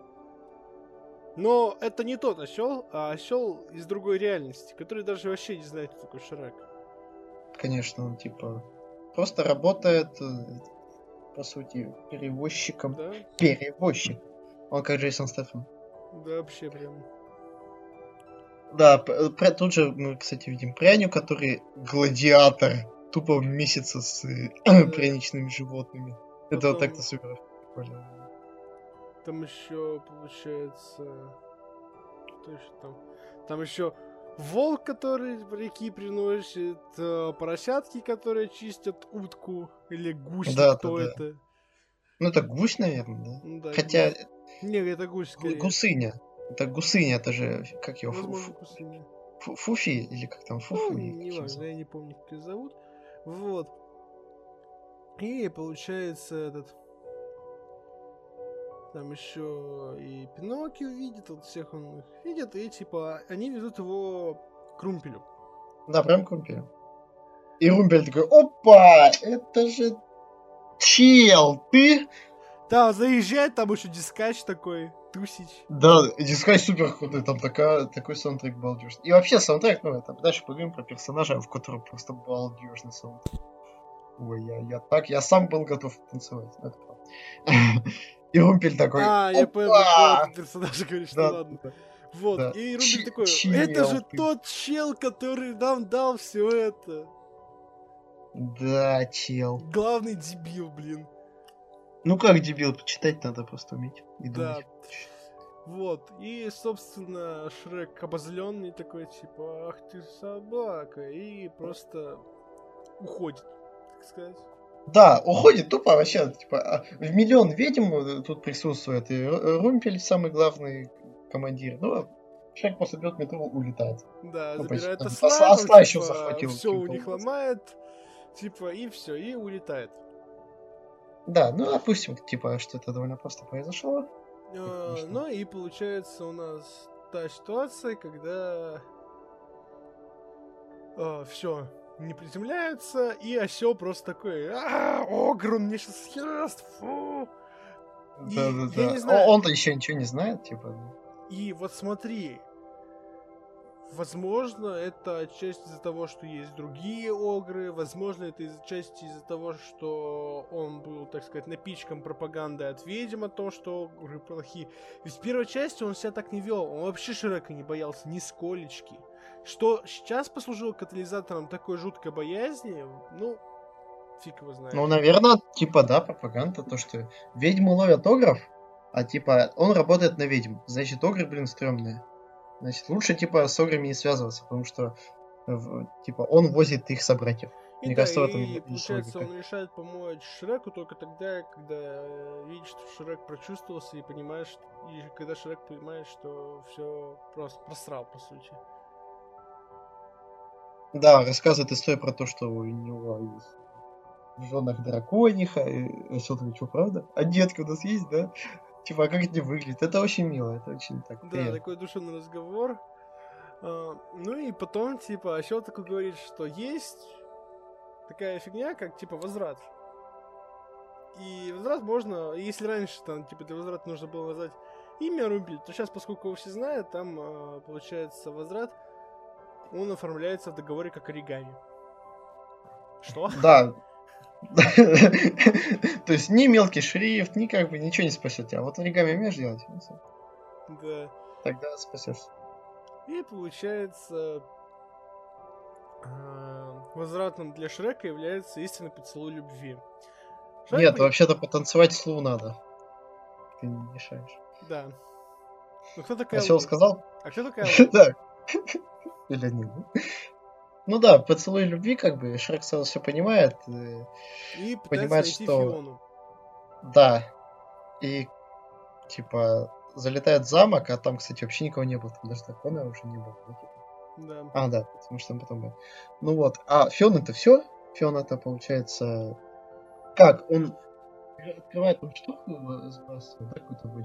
Но это не тот осел, а осел из другой реальности, который даже вообще не знает, кто такой Шрек. Конечно, он типа просто работает, э, по сути, перевозчиком. Да, Перевозчик. Он как Джейсон Стэтхэм. да, вообще прям. Да, п- про- тут же мы, кстати, видим пряню, который гладиатор. Тупо месяца с э, Да. пряничными животными. Это вот Потом- так-то супер прикольно. Там еще получается. Что еще там? Там еще волк, который в реки приносит, э, поросятки, которые чистят утку, или гусь, Да, кто да, да. это. Ну, это гусь, наверное, да? Ну да, Хотя гусь. Не, это гусь гу- скорее. гусыня. Это гусыня, это же, как его, фу- Возможно, фу- гусыня. фу- Фуфи, или как там, Ну, Фуфу? или не как его важно, зовут? я не помню, как ее зовут. Вот. И получается этот. Там еще и Пиноккио видит, вот всех он их видит, и типа они везут его к Румпелю. Да, прям крумпель. И Румпель такой, опа, это же чел, ты? Да, заезжает, там еще дискач такой, тусич. Да, Дискай супер крутой, там такая, такой саундтрек балдежный. И вообще саундтрек, ну это, дальше поговорим про персонажа, в котором просто балдежный саундтрек. Ой, я, я так, я сам был готов танцевать. Это правда. И Румпель такой, А, я понял, опа! какого ты персонажа говоришь, ну Да, ладно. да, Вот, да. и Чи- Румпель такой, чел это же ты. тот чел, который нам дал все это. да, чел. Главный дебил, блин. Ну как дебил, почитать надо просто уметь и Да. думать. Вот, и, собственно, Шрек обозленный такой, типа, ах ты собака, и просто уходит, так сказать. Да, уходит тупо вообще, типа, а, в миллион ведьм э, тут присутствует, и Р- Румпель самый главный командир. Ну, Шрек после бьет метро, улетает. Да, Ну, забирает почти. осла, Осла- там, осла еще типа, захватил, все у типа, них вот. ломает, типа, и все, и улетает. Да, ну допустим, типа, что это довольно просто произошло. А, Конечно. ну и получается у нас та ситуация, когда все не приземляется, и осел просто такой, а огр, он мне сейчас съест, фу. И Да, да, я да. не знаю. О- Он-то еще ничего не знает, типа. ну. И вот смотри, возможно, это отчасти из-за того, что есть другие огры, возможно, это из отчасти из-за того, что он был, так сказать, напичкан пропагандой от ведьм о том, что огры плохие. Ведь в первой части он себя так не вел, он вообще Шрека не боялся, нисколечки. Что сейчас послужило катализатором такой жуткой боязни, ну, фиг его знает. Ну, наверное, типа, да, пропаганда, то, что ведьмы ловят огров, а типа, он работает на ведьм. Значит, огры, блин, стрёмные. Значит, лучше, типа, с ограми не связываться, потому что, в- типа, он возит их собратьев. И Мне да, кажется, в этом и есть получается, логика. он решает помочь Шреку только тогда, когда э, видит, что Шрек прочувствовался и понимает, что- и когда Шрек понимает, что все просто просрал, по сути. Да, рассказывает историю про то, что у него есть в женах дракониха. И все таки что, правда? А детка у нас есть, да? Типа, а как это выглядит? Это очень мило, это очень так Да, приятно. такой душевный разговор. А, ну и потом, типа, осел такой говорит, что есть такая фигня, как, типа, возврат. И возврат можно, если раньше, там, типа, для возврата нужно было назвать имя Румпель, то сейчас, поскольку его все знают, там, а, получается, возврат, он оформляется в договоре как оригами. Что? Да. То есть ни мелкий шрифт, ни как бы ничего не спасет тебя. Вот оригами умеешь делать? Ну, всё. Да. Тогда спасешься. И получается, а, возвратом для Шрека является истинный поцелуй любви. Шрек Нет, пони- вообще-то потанцевать с Лу надо. Ты не мешаешь. Да. Ну кто такая Осел Лу? сказал? А кто такая Лу? Да. Или нет? Ну да, поцелуй любви, как бы, Шрек сразу все понимает. э, И пытается Понимает, найти что- Фиону. Да. И, типа, залетает в замок, а там, кстати, вообще никого не было. Там даже дракона уже не было. да, типа. Да. А, да, потому что там потом... было. Ну вот. А Фиона-то все? Фиона-то, получается... Как? Он открывает там штуку, сбрасывает, да, какую-то выделку?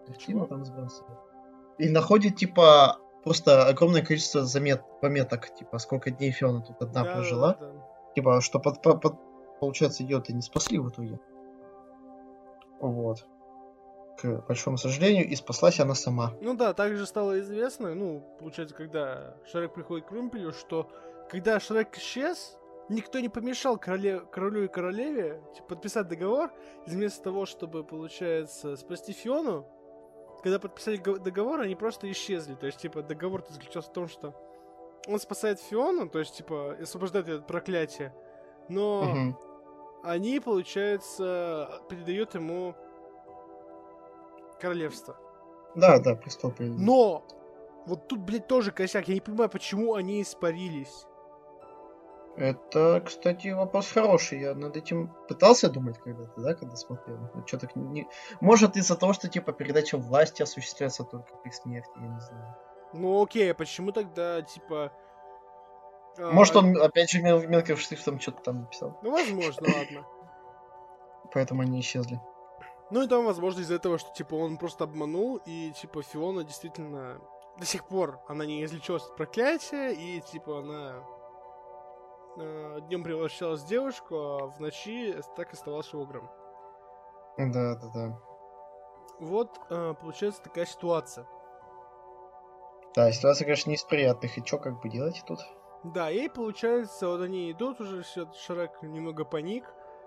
Картину Чего? там сбрасывает. И находит, типа, просто огромное количество замет, пометок, типа, сколько дней Фиона тут одна Да, да, прожила. да, да. Типа, что, под, под- под- получается, ее-то не спасли в итоге. Вот. К большому сожалению, и спаслась она сама. Ну да, также стало известно, ну, получается, когда Шрек приходит к Румпелю, что когда Шрек исчез, никто не помешал короле... королю и королеве типа, подписать договор, и вместо того, чтобы, получается, спасти Фиону, когда подписали го- договор, они просто исчезли. То есть, типа, договор заключался в том, что он спасает Фиону, то есть, типа, освобождает ее от проклятия, но Мгм. они, получается, передают ему королевство. Да, да, престол передают. Но вот тут, блядь, тоже косяк. Я не понимаю, почему они испарились. Это, кстати, вопрос хороший. Я над этим пытался думать когда-то, да, когда смотрел. Что так не... Может, из-за того, что, типа, передача власти осуществляется только при смерти, я не знаю. Ну окей, а почему тогда, типа... а, Может, он, опять же, мел- мелким шрифтом что-то там написал. Ну, возможно, ладно. Поэтому они исчезли. Ну и там, возможно, из-за этого, что, типа, он просто обманул, и, типа, Фиона действительно... До сих пор она не излечилась от проклятия, и, типа, она... днем превращалась в девушку, а в ночи так оставалась огром. Да, да, да. Вот, а, получается, такая ситуация. Да, ситуация, конечно, не из приятных. И что, как бы делать тут? Да, и получается, вот они идут уже, все, Шрек немного паник.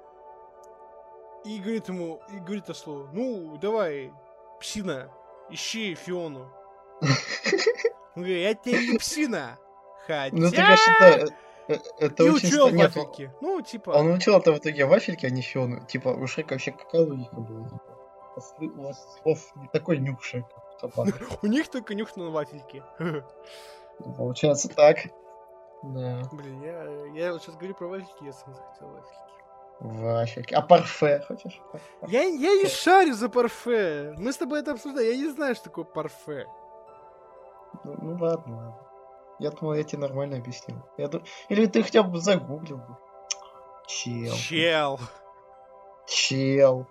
И говорит ему, и говорит Ослу, ну, давай, псина, ищи Фиону. Он говорит, я тебе не псина, хотя... Ну, ты, конечно, это, э, это И очень учил ста- Нет, вафельки. Ну, типа... он учил это в итоге вафельки, а не Фиону. Типа, у Шрека вообще какая логика была? Типа, ослы- у вас слов не такой нюх Шрека, как у собак. У них только нюх на вафельки. Ну, получается так. Да. Блин, я, я вот сейчас говорю про вафельки, я сам захотел вафельки. Вафельки. А парфе хочешь? Я, я не шарю за парфе. Мы с тобой это обсуждали. Я не знаю, что такое парфе. Ну, ну ладно, ладно. Я думал, я тебе нормально объяснил. Я ду- Или ты хотя бы загуглил бы. Чел. Чел. Чел.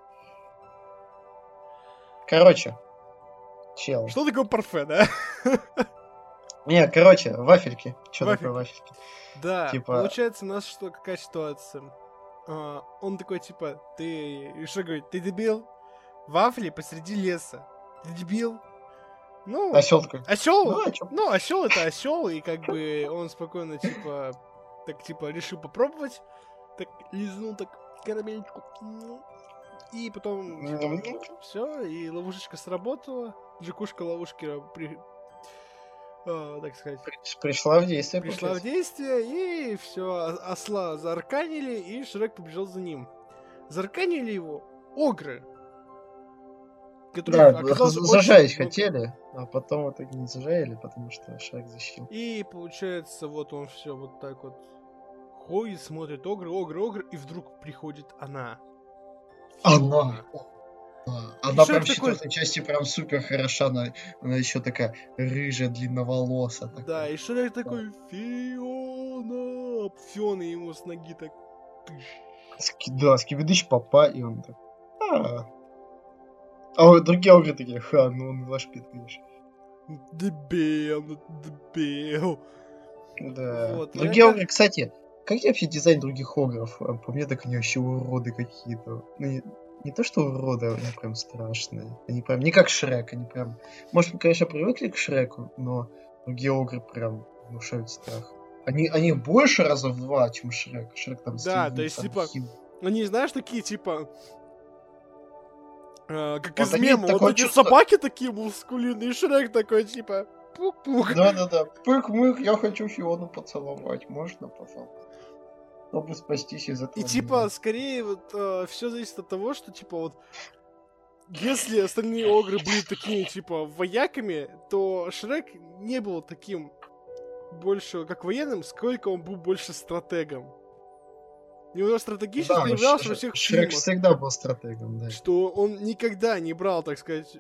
Короче. Чел. Что такое парфе, да? Не, короче, вафельки. Что Вафельки. такое вафельки? Да, Типа- получается у нас что, какая ситуация? А, он такой, типа, ты... И что говорит? Ты дебил? Вафли посреди леса. Ты дебил? Ну, Осел такой. осел, Ну, а чё? ну, осел это осел, и как бы он спокойно, типа, так, типа, решил попробовать. Так, лизнул так карамельку. ну, И потом, все, и ловушечка сработала. Джекушка ловушки ра- при... а, так сказать, При- Пришла в действие. пришла в получается. действие, и все, осла заарканили, и Шрек побежал за ним. Заарканили его огры. которых Да, оказалось за- очень зажарить много. хотели, а потом в итоге не зажарили, потому что Шрек защитил. И получается, вот он все вот так вот ходит, смотрит огры, огры, огры, и вдруг приходит она. Она. Фиона. Да, Она Шрек прям в такой- четвертой части прям супер хороша, она, она еще такая рыжая, длинноволосая. Такая. Да, и Шрек такой, Фиона! Фиона ему с ноги так... тыщ. Ски- да, скибидыч папа, и он так. А, а вот другие огры такие, ха, ну он ваш пятыш. Дебил, ну дебил. Да. Вот, Другие я огры, кстати, как тебе вообще дизайн других огров? А, По мне, так они вообще уроды какие-то. Ну, не, не то, что уроды, а они прям страшные. Они прям не как Шрек, они прям... Может, мы, конечно, привыкли к Шреку, но другие огры прям внушают страх. Они, они больше раза в два, чем Шрек. Шрек там Да, сидит, то есть, там типа, хил. Они, знаешь, такие, типа... э, как Вот из они мема, вот такое эти чувство- собаки такие мускулиные, и Шрек такой, типа... Пук-пук. Да-да-да. Пык-мык, я хочу Фиону поцеловать. Можно, пожалуйста? Чтобы спастись из этого. И типа, скорее, вот все зависит от того, что, типа, вот если остальные огры были такими, типа, вояками, то Шрек не был таким больше как военным, сколько он был больше стратегом. И у него стратегичность Да, проявлялась Ш- во всех Шрек фильмах, всегда был стратегом, да. что он никогда не брал, так сказать,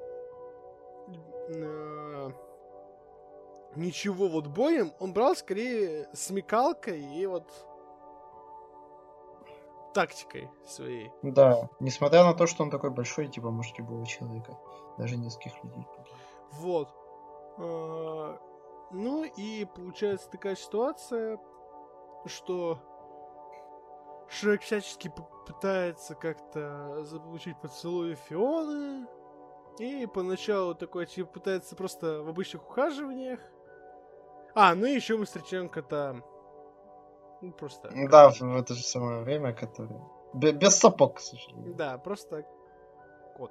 э, ничего вот боем, он брал скорее смекалкой и вот тактикой своей. Да, несмотря на то, что он такой большой, типа, может, любого человека, даже нескольких людей. Вот. А, ну и получается такая ситуация, что Шрек всячески п- пытается как-то заполучить поцелуй Фионы. И поначалу такой, типа, пытается просто в обычных ухаживаниях. А, ну и еще мы встречаем кота. Ну, просто... Да, в, в это же самое время, которое... Бе- без сапог, к сожалению. Да, просто кот.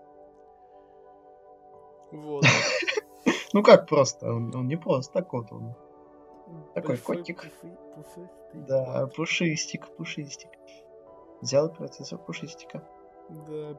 Вот. Ну как просто? Он, он не просто кот, он такой Большой котик. пуфы- пушистый Да, кот. пушистик, пушистик. Взял процессор пушистика. Да.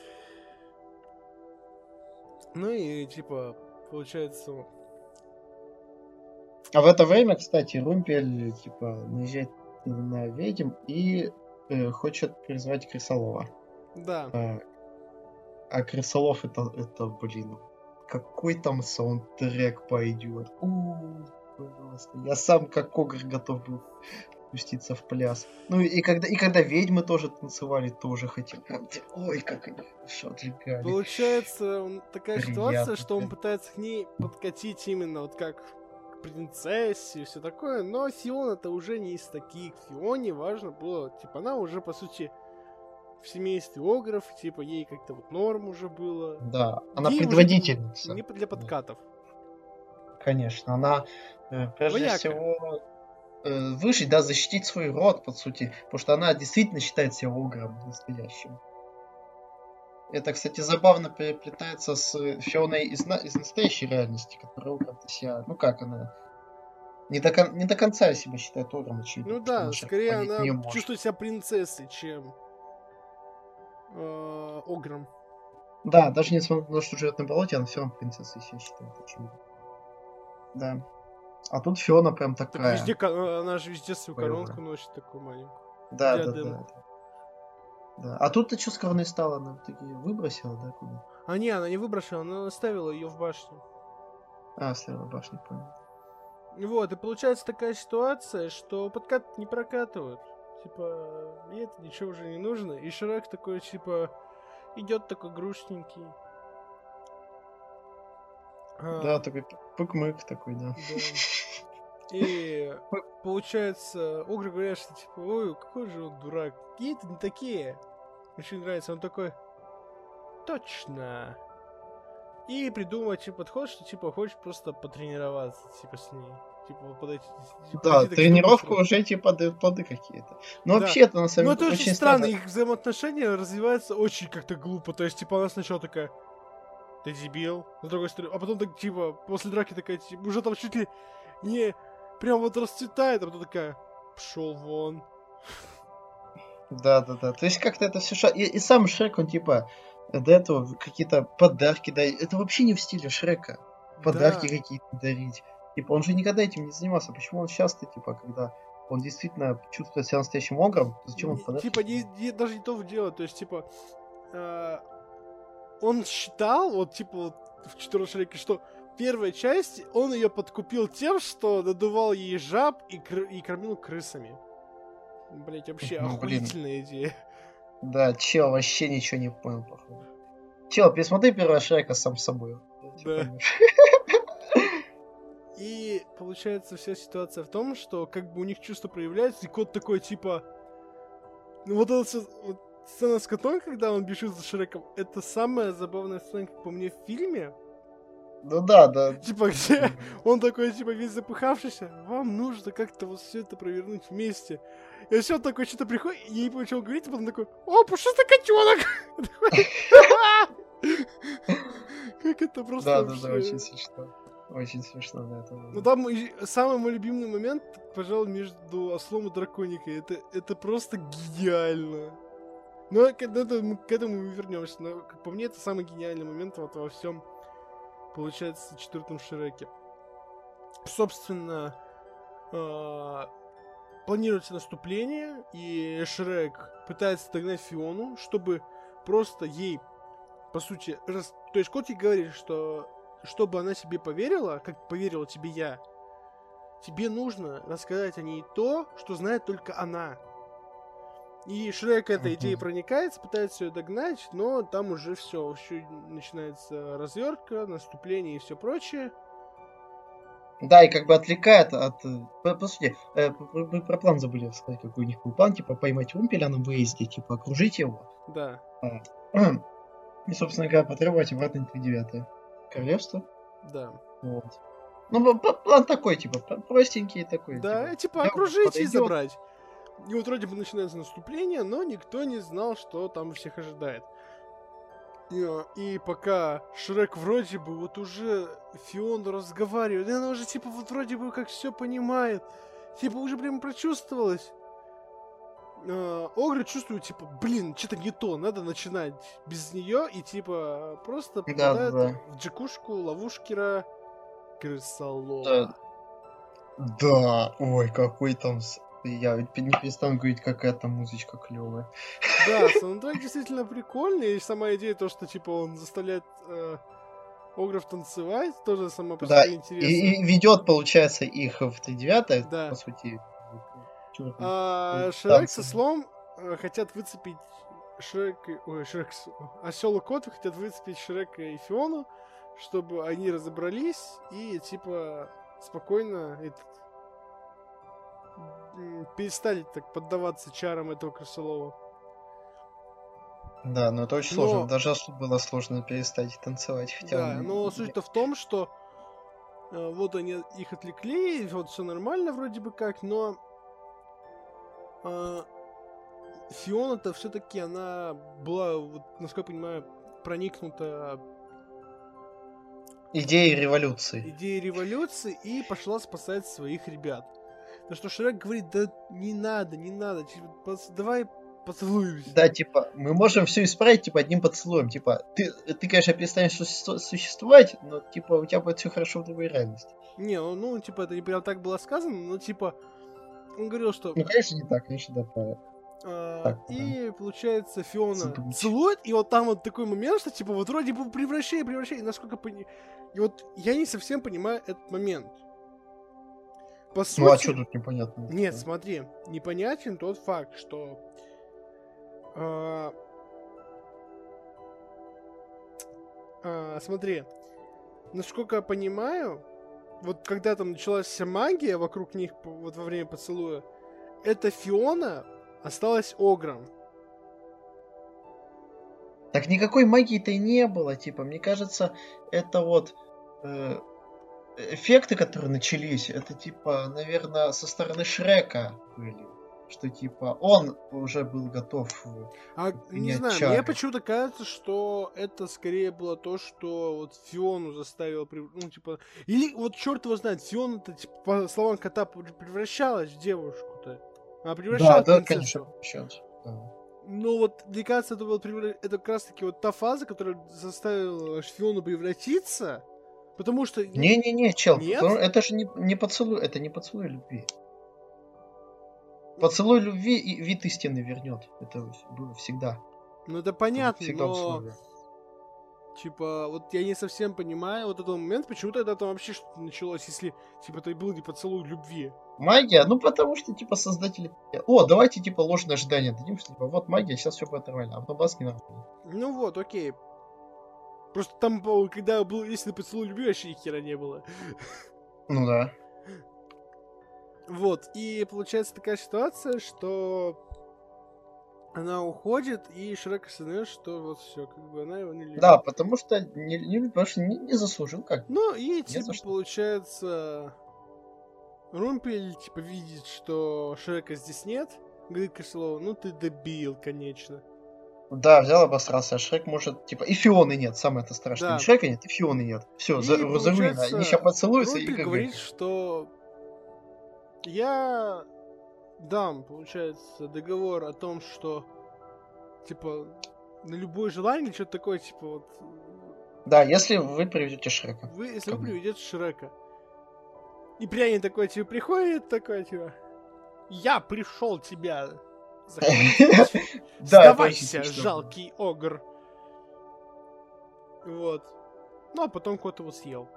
Ну и, типа, получается... А в это время, кстати, Румпель, типа, наезжает на ведьм и э, хочет призвать Крысолова. Да. А, а Крысолов это, это, блин, какой там саундтрек пойдет. У, просто. Я сам как огр готов был пуститься в пляс. Ну и когда, и когда ведьмы тоже танцевали, тоже хотел. Ой, как они хорошо отвлекали. Получается, он- такая ситуация, Приятно, что он прям. пытается к ней подкатить именно вот как к принцессе и все такое, но Фиона-то уже не из таких. Фионе важно было, типа, она уже, по сути, в семействе огров, типа, ей как-то вот норм уже было. Да, она Ей уже, типа, предводительница. не для подкатов. Конечно, она э, прежде Вояка. всего э, выжить, да, защитить свой род, по сути, потому что она действительно считает себя огром настоящим. Это, кстати, забавно переплетается с Фионой из, на- из настоящей реальности, которая огром-то себя, ну как она, не до, кон- не до конца себя считает огром, очевидно, Ну потому что да, она шаг скорее поднять она не может. чувствует себя принцессой, чем э, огром. Да, даже несмотря на то, что живет на болоте, она все равно принцессой себя считает, очевидно. Да. А тут Фиона прям Так такая. везде, ко- она же везде свою Боевая. коронку носит такую маленькую. Да, да, да, Диадему. да. Да. А тут ты что с короной стала? Она таки выбросила, да, куда? А не, она не выбросила, она оставила ее в башне. А, слева башни, понял. Вот, и получается такая ситуация, что подкат не прокатывают. Типа, ей это ничего уже не нужно. И Шрек такой, типа, идет такой грустненький. А, Да, такой пык-мык такой, да. да. И получается, Огры говорят, что типа, ой, какой же он дурак. Какие-то не такие. Очень нравится. Он такой, точно. И придумать типа, подход, что типа хочешь просто потренироваться, типа с ней. Типа подойти. Типа, Да, подойти так тренировка строго. уже типа дают плоды какие-то. Но Да. вообще это на Ну самом это деле очень очень странно, странно. их взаимоотношения развиваются очень как-то глупо. То есть, типа, она сначала такая, ты дебил, с другой стороны, а потом так, типа, после драки такая, типа, уже там чуть ли не прям вот расцветает, а потом такая, пшел вон. Да, да, да. То есть как-то это все ша... и, и сам Шрек, он типа до этого какие-то подарки дает. Это вообще не в стиле Шрека. Подарки Да. какие-то дарить. Типа он же никогда этим не занимался. Почему он часто, типа, когда он действительно чувствует себя настоящим огром, то зачем он Не- подарки Типа, не, дарит? не- даже не то в дело, то есть, типа, э, он считал, вот, типа, вот, в четвертом Шреке, что первая часть, он ее подкупил тем, что надувал ей жаб и, кры- и кормил крысами. Блять, вообще Ну, блин. охуительная идея. Да, чел вообще ничего не понял, походу. Чел, пересмотри первого Шрека сам с собой. Ты Да. поймешь. И получается вся ситуация в том, что как бы у них чувство проявляется, и кот такой типа... Ну вот эта с- вот сцена с котом, когда он бежит за Шреком, это самая забавная сцена, как по мне, в фильме. Ну да, да. Типа, где он такой, типа, весь запыхавшийся, вам нужно как-то вот все это провернуть вместе. И вообще он такой что-то приходит, и не начал говорить, а потом такой, о, пушистый котенок! Как это просто Да, да, да, вообще... очень смешно. Очень смешно, да, это было. Ну там и самый мой любимый момент, пожалуй, между ослом и драконикой. Это, это просто гениально. Но к, это, мы- к этому мы вернемся. Но, как по мне, это самый гениальный момент вот во всем, получается, четвертом Шреке. Собственно, а, планируется наступление, и Шрек пытается догнать Фиону, чтобы просто ей, по сути, рас... то есть Котик говорит, что чтобы она себе поверила, как поверила тебе я, тебе нужно рассказать о ней то, что знает только она. И Шрек этой идеей Мгм. проникается, пытается ее догнать, но там уже все, начинается развертка, наступление и все прочее. Да, и как бы отвлекает от... э, По, по сути, э, п- п- мы про план забыли сказать, какой у них был план, типа поймать Румпеля на выезде, типа окружить его. Да, А, И, собственно говоря, потребовать обратно на тридевятое королевство. да. Вот. Ну, п- п- план такой, типа, п- простенький такой, Да, типа, типа Яугур окружить и подойдет. забрать. И вот вроде бы начинается наступление, но никто не знал, что там всех ожидает. И, э, и пока Шрек вроде бы вот уже Фиону разговаривает, и она уже типа вот вроде бы как все понимает, типа уже прям прочувствовалось. Э, Огры чувствуют, типа, блин, что-то не то, надо начинать без нее, и типа просто Да, да, попадают да. в джекушку ловушкера крысолова. Да. Да, ой, какой там... с- Я ведь не перестану говорить, какая там музычка клевая. Да, саундтрек действительно прикольный, и сама идея то, что типа он заставляет э, Огров танцевать, тоже сама по Да, себе и, интересно. и ведет, получается, их в тридевятое, Да. по сути. чёрный А э, Шрек со танцы. слом э, хотят выцепить Шрек и... Ой, Шрек... с- Осел и Кот хотят выцепить Шрека и Фиону, чтобы они разобрались и, типа, спокойно этот, м, перестали так поддаваться чарам этого крысолова. Да, но это очень Но- сложно. Даже Аслу было сложно перестать танцевать. Хотя Да, он- но суть-то в том, что э, вот они их отвлекли, и вот все нормально вроде бы как, но э, Фиона-то все-таки она была, вот, насколько я понимаю, проникнута Идеи революции. идеей революции и пошла спасать своих ребят. На что Шрек говорит, да не надо, не надо, типа, пос- давай поцелуемся. Да, типа, мы можем все исправить, типа, одним поцелуем. Типа, ты, ты конечно, перестанешь существо- существовать, но, типа, у тебя будет все хорошо в другой реальности. Не, ну, ну, типа, это не прям так было сказано, но, типа, он говорил, что... Ну, конечно, не так, конечно, да, правильно. а, так, и, получается, Фиона Задручь. целует, и вот там вот такой момент, что, типа, вот вроде бы превращай, превращай, и насколько... пони- И вот я не совсем понимаю этот момент. По сути... Ну, а что тут непонятно? Нет, смотри, непонятен тот факт, что а, а, смотри, насколько я понимаю, вот когда там началась вся магия вокруг них п- вот во время поцелуя, эта Фиона осталась Огром. Так никакой магии-то и не было, типа, мне кажется, это вот э, эффекты, которые начались, это, типа, наверное, со стороны Шрека были. Что, типа, он уже был готов. э, А, не принять знаю, чары. мне почему-то кажется, что это скорее было то, что вот Фиону заставило, прев- ну, типа... Или вот черт его знает, Фиона-то, типа, по словам кота, пр- превращалась в девушку-то. Она Да, превращалась в да, принцессу. конечно, сейчас. Да. Ну вот, мне кажется, это, вот, превра- это как раз-таки вот та фаза, которая заставила Фиону превратиться, потому что... ну, Не-не-не, чел, Нет? потому- это же не, не поцелуй, это не поцелуй любви. Поцелуй любви и вид истины вернет. Это было всегда. Ну это Это понятно, всегда но... условие. Типа, вот я не совсем понимаю вот этот момент, почему тогда там вообще что-то началось, если, типа, это и был не поцелуй любви. Магия, ну потому что, типа, создатели... О, давайте, типа, ложное ожидание дадим, что, типа, вот магия, сейчас все будет нормально, а потом бас не нормально. Ну вот, окей. Просто там, по- когда был, если поцелуй любви, вообще ни хера не было. Ну да. Вот, и получается такая ситуация, что она уходит, и Шрек осознает, что вот все, как бы она его не любит. Да, потому что не, не, потому что не, не заслужил как. Ну, и, за типа, что. получается, Румпель, типа, видит, что Шрека здесь нет, говорит Крысолову, ну ты добил, конечно. Да, взял, обосрался, а Шрек может, типа, и Фионы нет, самое это страшное. Да. И Шрека нет, и Фионы нет. Все, И заруина. получается, Они сейчас поцелуются и Румпель ГГ. говорит, что я дам, получается, договор о том, что, типа, на любое желание, что-то такое, типа, вот, Да, если вы приведете Шрека. вы, если Ко вы мне. приведете Шрека. И прянин такой, типа, приходит, такой, типа, я пришел тебя захватить. Да, это очень Сдавайся, смешно. жалкий огр. Вот. Ну, а потом кот его съел.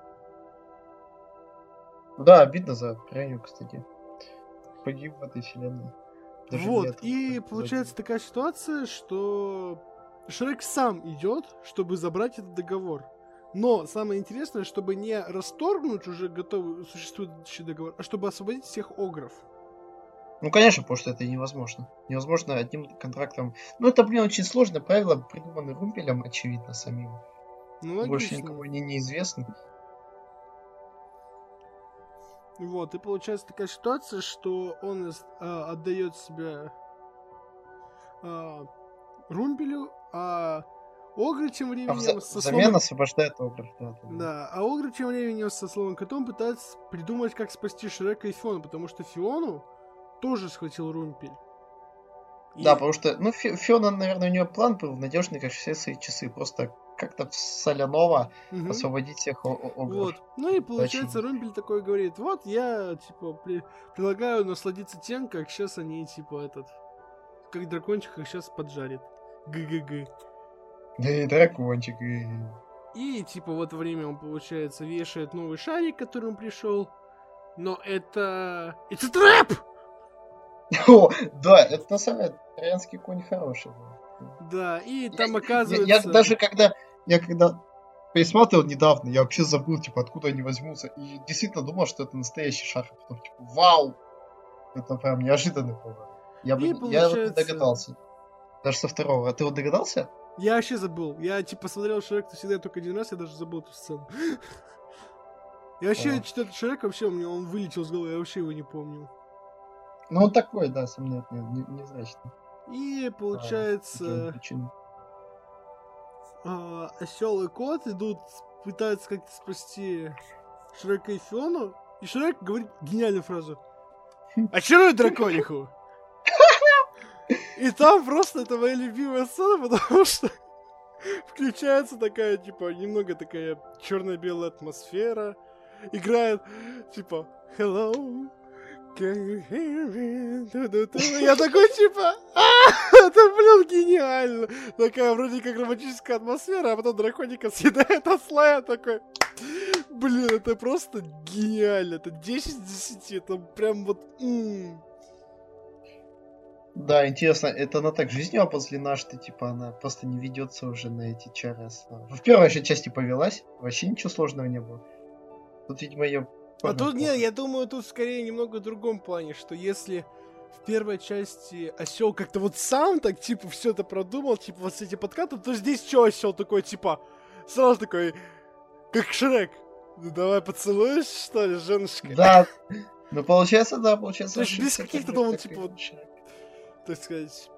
Да, обидно за пряню, кстати. Погиб в этой вселенной. Даже Вот, мне это и не получается такая ситуация, что Шрек сам идет, чтобы забрать этот договор. Но самое интересное, чтобы не расторгнуть уже готовый существующий договор, а чтобы освободить всех огров. Ну, конечно, потому что это невозможно. Невозможно одним контрактом. Ну, это, блин, очень сложное правило, придумано Румпелем, очевидно, самим. Ну, Больше логично. никому не неизвестно. Вот, и получается такая ситуация, что он а, отдает себя а, Румпелю, а Огры тем А временем вза- со взамен словом... освобождает Огров. Да, да, да. Да, а Огры тем временем со словом котом пытаются придумать, как спасти Шрека и Фиону, потому что Фиону тоже схватил Румпель. И- Да, потому что, ну, Фи- Фиона, наверное, у нее план был надежный, как все свои часы. Просто как-то в соляного Мгм. освободить всех о- о- Огров. Вот. Ну и получается, Очевидно. Румпель такой говорит, вот я, типа, при- предлагаю насладиться тем, как сейчас они, типа, этот, как дракончик их сейчас поджарит. ГГГ. Да и дракончик. и- И, типа, в это время он, получается, вешает новый шарик, к которому пришел. Но это... Это трэп! О, да, это на самом деле троянский конь хороший был. Да, и Я- там я- оказывается... Я, даже когда, я когда пересматривал недавно, я вообще забыл, типа, откуда они возьмутся. И действительно думал, что это настоящий шар. А потом, типа, вау! Это прям неожиданный поворот. Я, бы, И я вот не получается- догадался. Даже со второго. А ты вот догадался? Я вообще забыл. Я, типа, смотрел Шрек всегда только один раз, я даже забыл эту сцену. И вообще, А. четвертый Шрек, вообще, у меня он вылетел с головы, я вообще его не помню. Ну, он такой, да, сомнительный, не, невзрачный. И, По получается... каким причинам. а, Осел и кот идут, пытаются как-то спасти Шрека и Фиону, и Шрек говорит гениальную фразу: «Очаруй дракониху!» И там просто это моя любимая сцена, потому что включается такая, типа, немного такая черно-белая атмосфера, играет, типа, hello, can you hear me? Ту-ду-ту. Я такой, типа, «А, это, блин, гениально!» Такая вроде как романтическая атмосфера, а потом драконика съедает осла, я такой, блин, это просто гениально, это десять из десяти, это прям вот... м. Да, интересно, это она так жизнью обозлена, что типа она просто не ведется уже на эти чары. В первой же части повелась, вообще ничего сложного не было. Тут, видимо, ее... А тут нет, я думаю, тут скорее немного в другом плане, что если в первой части осел как-то вот сам так, типа, все это продумал, типа, вот с эти подкаты, то здесь что осел такой, типа, сразу такой, как Шрек. Ну давай поцелуешь, что ли, женушка? Да, ну получается, да, получается. То есть очень без всё каких-то так же, там, как типа, и вот- Шрек. Так сказать,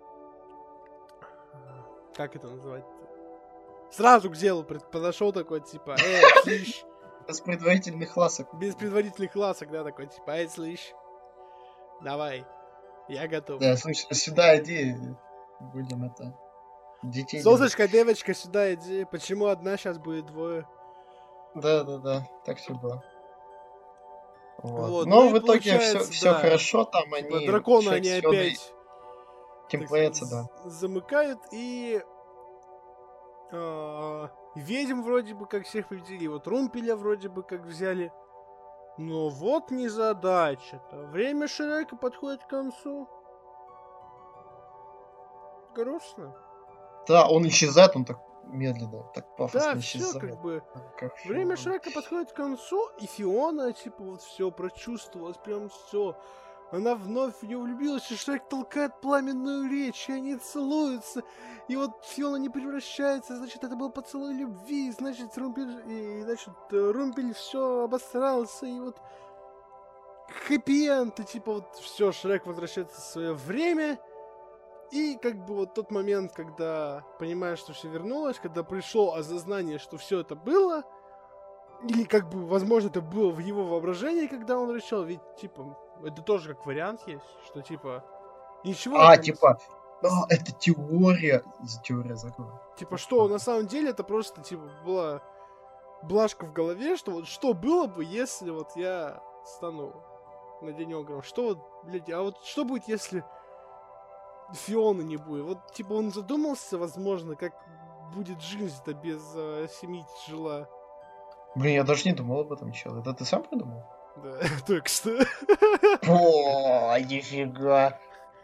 как это называть? Сразу к делу пред- подошел такой, типа, эй, слышь, Без предварительных ласок. без предварительных ласок, да, такой, типа, эй, слышь, давай, я готов. Да, слышь, сюда иди, будем это... Детей делать. Солнышко, девочка, сюда иди. Почему одна, сейчас будет двое? Да, да, да, так все было. Вот. Вот, Но ну и в итоге все, получается, все да, хорошо, там Типа, они... драконы Шрек они с Фионой опять тимплеятся, так да. сказать, замыкают, и а, ведьм вроде бы как всех победили, и вот Румпеля вроде бы как взяли. Но вот незадача-то. Время Шрека подходит к концу. Грустно. Да, он исчезает, он так медленно, так пафосно Да, все исчезает. как бы. Как Время Фиона. Шрека подходит к концу, и Фиона, типа, вот все прочувствовалась, прям все. Она вновь в нее влюбилась, и Шрек толкает пламенную речь, и они целуются. И вот Фиона не превращается, значит, это был поцелуй любви, значит, Румпель, и, значит, Румпель все обосрался, и вот хэппи-энд, и типа вот все, Шрек возвращается в свое время. И как бы вот тот момент, когда понимаешь, что все вернулось, когда пришло осознание, что все это было, или как бы, возможно, это было в его воображении, когда он решил, ведь, типа, это тоже как вариант есть, что, типа, ничего... А, там- типа, а, это теория. За теория заговора. Типа, что, на самом деле, это просто, типа, была блажка в голове, что вот что было бы, если вот я стану на день огром, что вот, блядь, а вот что будет, если Фионы не будет? Вот, типа, он задумался, возможно, как будет жизнь-то без э, семьи тяжела. Блин, я даже не думал об этом, чел. Это ты сам придумал? Да, только что. О, нифига.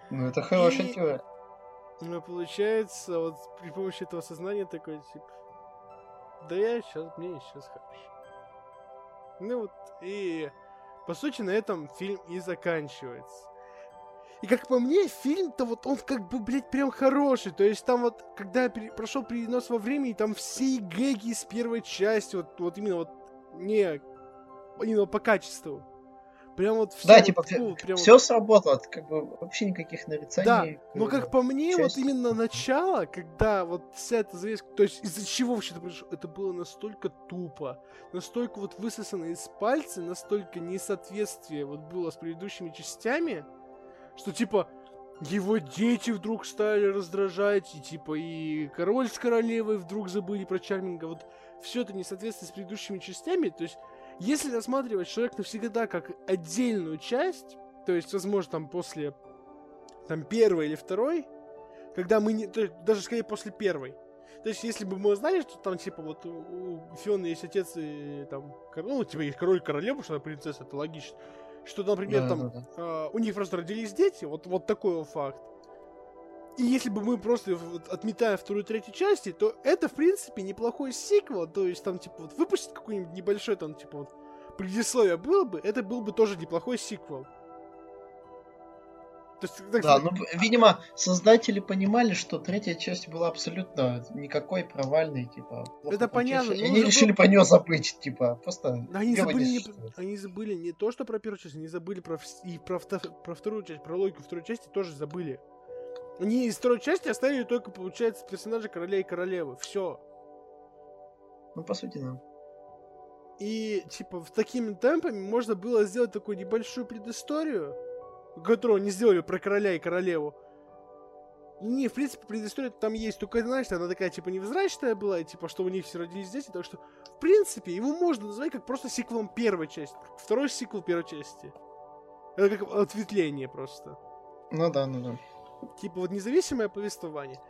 Ну, это хорошая И- теория. Ну, получается, вот при помощи этого сознания такой, типа, да я сейчас, мне сейчас хорошо. Ну вот, и по сути на этом фильм и заканчивается. И как по мне, фильм-то вот он как бы, блядь, прям хороший. То есть там вот, когда пере- прошел перенос во времени, там все гэги из первой части, вот, вот именно вот, не, именно по качеству. Прям вот все Да, вот, типа, фу, прям вот- все сработало, как бы вообще никаких Да, нарицаний. но к как по мне, вот части. именно начало, когда вот вся эта завеска, то есть из-за чего вообще это произошло, это было настолько тупо, настолько вот высосано из пальца, настолько несоответствие вот было с предыдущими частями, что типа его дети вдруг стали раздражать, и типа и король с королевой вдруг забыли про Чарминга, вот все это несоответствие с предыдущими частями, то есть если рассматривать «Шрек навсегда» как отдельную часть, то есть, возможно, там после там первой или второй, когда мы не... То есть, даже скорее после первой. То есть, если бы мы знали, что там, типа, вот у, у Фионы есть отец и там... кор- Ну, типа, есть король и королева, потому что она принцесса, это логично. Что, например, Да, там да, да. а, у них просто родились дети, вот, вот такой вот факт. И если бы мы просто вот отметаем вторую и третью части, то это, в принципе, неплохой сиквел. То есть, там, типа, вот выпустить какой-нибудь небольшой, там, типа, вот предисловие было бы, это был бы тоже неплохой сиквел. То есть, так Да, сказать, ну, видимо, создатели понимали, что третья часть была абсолютно никакой провальной, типа, плохо Это понятно, получившейся. но И они уже решили был- про нее забыть, типа, просто Они дело забыли, не не, существует. они забыли не то, что про первую часть, они забыли про, вс- и про, вто- про вторую часть, про логику второй части тоже забыли. Они из второй части оставили только, получается, персонажа короля и королевы. Все. Ну, по сути, да. И, типа, в такими темпами можно было сделать такую небольшую предысторию, которую они сделали про короля и королеву. Не, в принципе, предыстория там есть, только, знаешь, она такая, типа, невзрачная была, и, типа, что у них все родились дети, так что, в принципе, его можно назвать как просто сиквелом первой части. Второй сиквел первой части. Это как ответвление просто. Ну да, ну да. Типа, вот независимое повествование.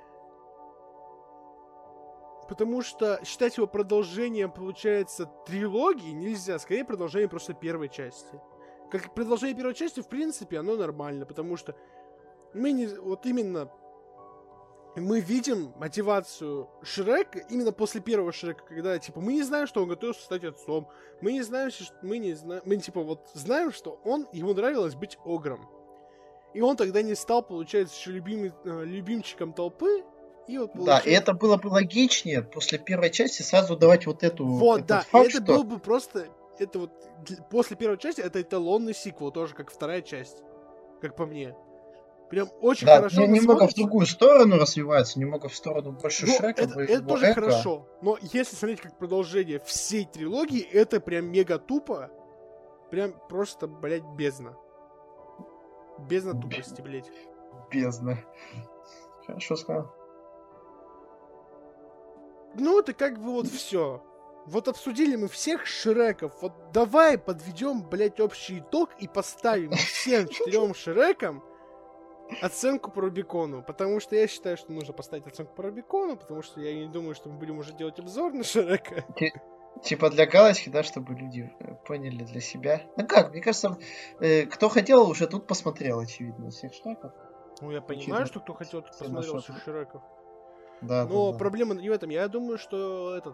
Потому что считать его продолжением, получается, трилогии нельзя. Скорее, продолжение просто первой части. Как продолжение первой части, в принципе, оно нормально, потому что мы не... Вот именно... Мы видим мотивацию Шрека именно после первого Шрека, когда, типа, мы не знаем, что он готовился стать отцом. Мы не знаем, что... Мы не знаем... Мы, типа, вот знаем, что он... Ему нравилось быть огром. И он тогда не стал, получается, еще любимый, э, любимчиком толпы. И вот, Да, и получается... это было бы логичнее после первой части сразу давать вот эту Вот, этот да, факт, и это что... был бы просто... Это вот... для- После первой части это эталонный сиквел, тоже как вторая часть. Как по мне. Прям очень Да, хорошо не- она немного в смотрится. другую сторону развивается, немного в сторону больше Но Шрека, это, бы это его тоже эго. хорошо. Но если смотреть как продолжение всей трилогии, это прям мега тупо. Прям просто, блядь, бездна. Бездна Б- тупости, блядь. Бездна. Хорошо сказал. Ну, это как бы вот все. Вот обсудили мы всех Шреков. Вот давай подведем, блядь, общий итог и поставим всем четырем Шрекам оценку по Рубикону. Потому что я считаю, что нужно поставить оценку по Рубикону, потому что я не думаю, что мы будем уже делать обзор на Шрека. Типа для галочки, да, чтобы люди э, поняли для себя. Ну как, мне кажется, э, кто хотел, уже тут посмотрел, очевидно, всех Шреков. Ну, я понимаю, Очевидно, что кто хотел, тот все посмотрел наши- всех Шреков. Да, Но да, да. проблема не в этом. Я думаю, что этот...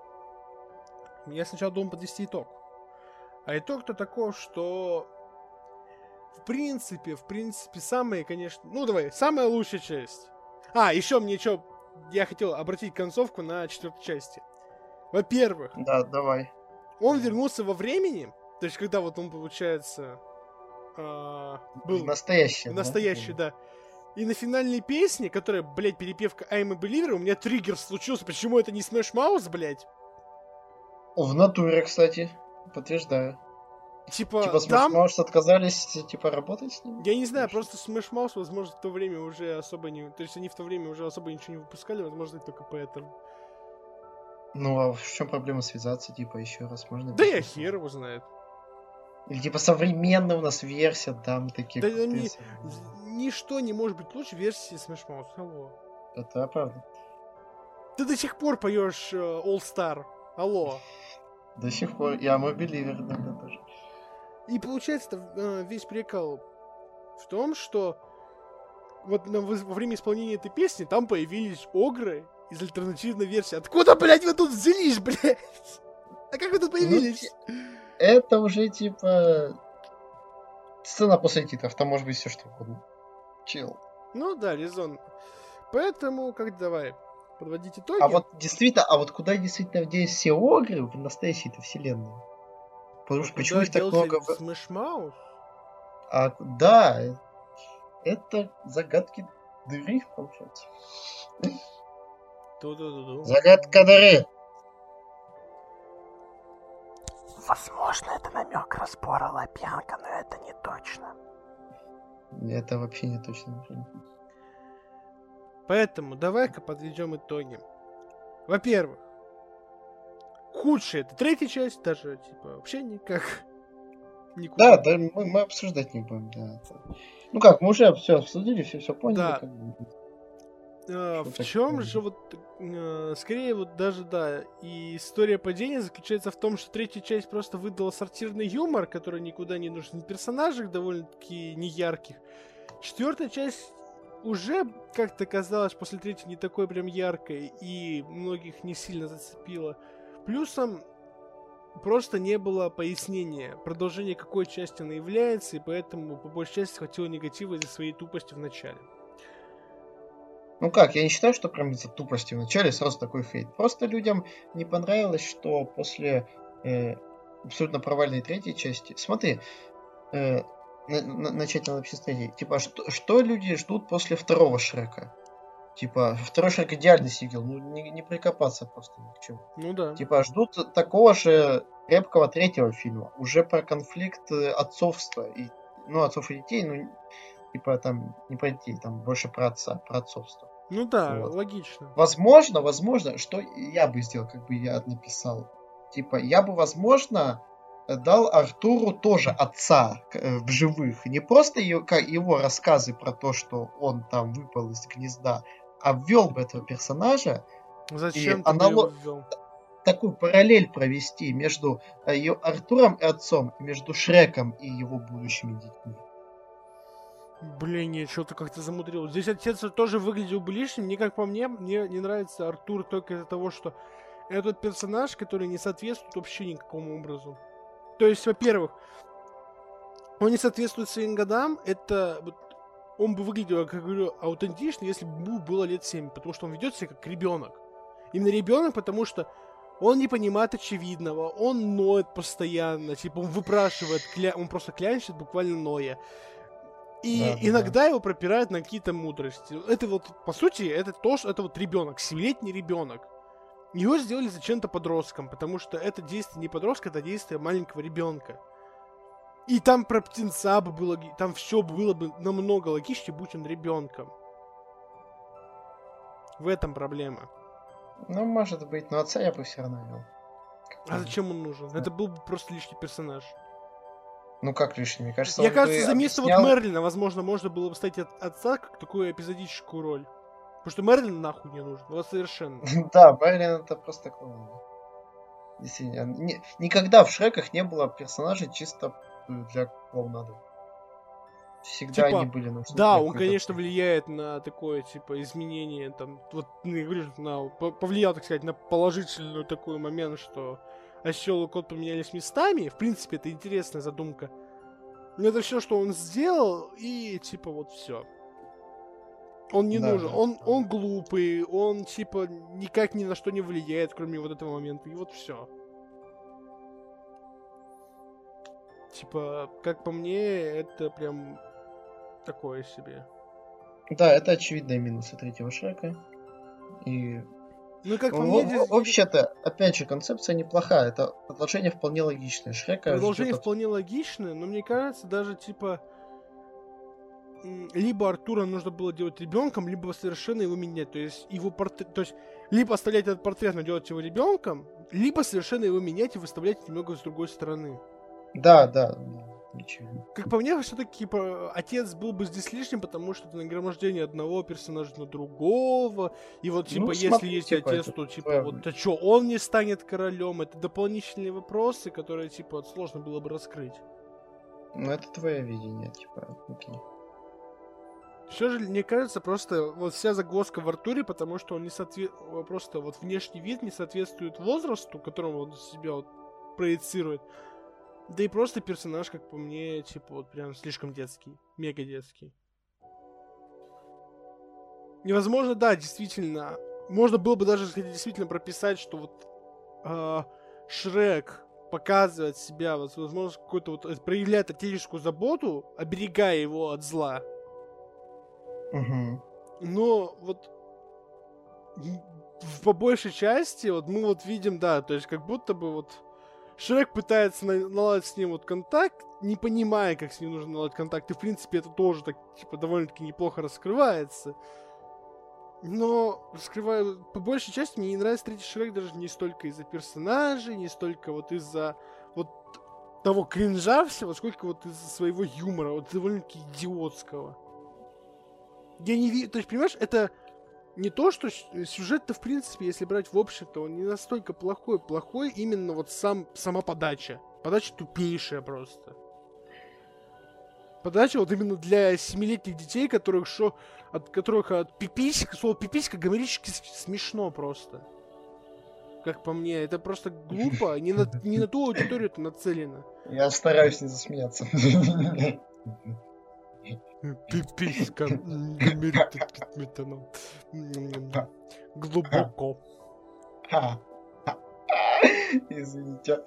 Я сначала думал подвести итог. А итог-то таков, что... В принципе, в принципе, самая, конечно... Ну, давай, самая лучшая часть. А, еще мне что... Я хотел обратить концовку на четвертой части. Во-первых, Да, давай. он вернулся во времени. То есть, когда вот он, получается... а, был В настоящее. в настоящий, да. И на финальной песне, которая, блядь, перепевка I'm a Believer, у меня триггер случился. Почему это не Smash Mouth, блядь? О, в натуре, кстати. Подтверждаю. Типа, Типа, Smash там... Mouth отказались, типа, работать с ним? Я не знаю, Что? просто Smash Mouth, возможно, в то время уже особо не... То есть они в то время уже особо ничего не выпускали, возможно, только поэтому. Ну, а в чем проблема связаться, типа, еще раз можно? Да я послушать? хер его знает. Или, типа, современная у нас версия, там, такие Да крутые не- современные. Ничто не может быть лучше версии Smash Mouth. Алло. Это правда. Ты до сих пор поешь э, All Star. Алло. До сих пор. Я мой беливер иногда тоже. И получается, э, весь прикол в том, что вот на, во время исполнения этой песни там появились огры из альтернативной версии. Откуда, блядь, вы тут взялись, блядь? А как вы тут появились? Ну, это уже, типа... Сцена после титров, там может быть все что угодно. Чил. Ну да, резон. Поэтому, как давай, подводить итоги. А вот действительно, а вот куда действительно делись все огры в настоящей-то вселенной? Потому что почему их так много... Smash Mouth? А, да, это загадки дыры, получается. Ту-ду-ду-ду. Загадка дыры. Возможно, это намек разбора Лапьянка, но это не точно. Это вообще не точно. Поэтому давай-ка подведем итоги. Во-первых, худшая это третья часть, даже типа вообще никак. Никуда. Да, да, мы, мы обсуждать не будем, да. Ну как, мы уже все обсудили, все, все поняли. Да. Как бы. А, в чем же вот, э, скорее вот даже, да, и история падения заключается в том, что третья часть просто выдала сортирный юмор, который никуда не нужен, персонажей довольно-таки неярких. Четвертая часть уже как-то казалось после третьей не такой прям яркой и многих не сильно зацепила. Плюсом просто не было пояснения, продолжения какой части она является, и поэтому по большей части хватило негатива из-за своей тупости в начале. Ну как, я не считаю, что прям из-за тупости в начале сразу такой хейт. Просто людям не понравилось, что после э, абсолютно провальной третьей части... Смотри, э, на, на, начать надо вообще с третьей. Типа, что, что люди ждут после второго Шрека? Типа, второй Шрек идеальный сиквел, ну не, не прикопаться просто ни к чему. Ну да. Типа, ждут такого же крепкого третьего фильма, уже про конфликт отцовства, и, ну, отцов и детей, ну, типа, там, не про детей, там, больше про отца, про отцовство. Ну да, вот. Логично. Возможно, возможно, что я бы сделал, как бы я написал. Типа, я бы, возможно, дал Артуру тоже отца э, в живых. Не просто его, как его рассказы про то, что он там выпал из гнезда, а ввел бы этого персонажа. Зачем и ты анало... его ввел? Такую параллель провести между э, ее Артуром и отцом, между Шреком и его будущими детьми. Блин, нет, что-то как-то замудрил. Здесь отец тоже выглядел бы лишним. Мне, как по мне, мне не нравится Артур только из-за того, что этот персонаж, который не соответствует вообще никакому образу. То есть, во-первых, он не соответствует своим годам. Это... Он бы выглядел, как говорю, аутентично, если бы ему было лет семь. Потому что он ведет себя как ребенок. Именно ребенок, потому что он не понимает очевидного. Он ноет постоянно. Типа, он выпрашивает, кля... он просто клянчит, буквально ноя. И да, иногда да. его пропирают на какие-то мудрости. Это вот, по сути, это тоже, это вот ребенок, семилетний ребенок. Его сделали зачем-то подростком, потому что это действие не подростка, это действие маленького ребенка. И там про птенца бы было, там все было бы намного логичнее, будь он ребенком. В этом проблема. Ну, может быть, но отца я бы все равно вел. А зачем он нужен? Это был бы просто лишний персонаж. Ну как лишний? Мне кажется, Мне он кажется, бы за место объяснял... вот Мерлина, возможно, можно было бы ставить от отца как такую эпизодическую роль. Потому что Мерлин нахуй не нужен. Вот совершенно. Да, Мерлин это просто клоун. Действительно. Ни- Никогда в Шреках не было персонажей чисто для клоунады. Всегда Типа, они были нужны. Да, для он, какой-то конечно, цели. влияет на такое, типа, изменение, там, вот, ну, я говорю, на, по- повлиял, так сказать, на положительную такой момент, что Осел и Кот поменялись местами. В принципе, это интересная задумка. Но это все, что он сделал, и, типа, вот все. Он не Да, нужен, да. он, он глупый, он, типа, никак ни на что не влияет, кроме вот этого момента, и вот все. Типа, как по мне, это прям такое себе. Да, это очевидные минусы третьего Шрека. И Ну, как по в- мне, в- здесь вообще-то, опять же, концепция неплохая. Это продолжение вполне логичное. Шрека продолжение ждет от- вполне логичное, но мне кажется, даже, типа, м, либо Артура нужно было делать ребенком, либо совершенно его менять. То есть, его портрет, то есть, либо оставлять этот портрет, но делать его ребенком, либо совершенно его менять и выставлять немного с другой стороны. Да, да, да, очевидно. Как по мне, все-таки типа, отец был бы здесь лишним, потому что это нагромождение одного персонажа на другого. И вот, типа, Ну, если смотри, есть типа, отец, это то, типа, твоя- вот, а что, он не станет королем? Это дополнительные вопросы, которые, типа, вот сложно было бы раскрыть. Ну, это твое видение, типа, окей. Все же, мне кажется, просто вот вся загвоздка в Артуре, потому что он не соответствует, просто вот внешний вид не соответствует возрасту, которому он себя вот проецирует. Да и просто персонаж, как по мне, типа вот прям слишком детский, мега детский. Невозможно, да, действительно. Можно было бы даже действительно прописать, что вот э, Шрек показывает себя, вот, возможно, какой-то вот проявляет отеческую заботу, оберегая его от зла. Угу. Но вот в, по большей части вот мы вот видим, да, то есть как будто бы вот Шрек пытается на- наладить с ним вот контакт, не понимая, как с ним нужно наладить контакт. И в принципе это тоже так, типа, довольно-таки неплохо раскрывается. Но, раскрываю, по большей части мне не нравится третий Шрек даже не столько из-за персонажей, не столько вот из-за вот того кринжа всего, сколько вот из-за своего юмора, вот довольно-таки идиотского. Я не вижу, то есть, понимаешь, это не то, что сюжет-то, в принципе, если брать в общем-то, он не настолько плохой. Плохой именно вот сам, сама подача. Подача тупейшая просто. Подача вот именно для семилетних детей, которых шо, от которых от пиписька, слово пиписька гомерически смешно просто. Как по мне, это просто глупо, не на, не на ту аудиторию это нацелено. Я стараюсь не засмеяться. Пиписька гомерически глубоко. Извините.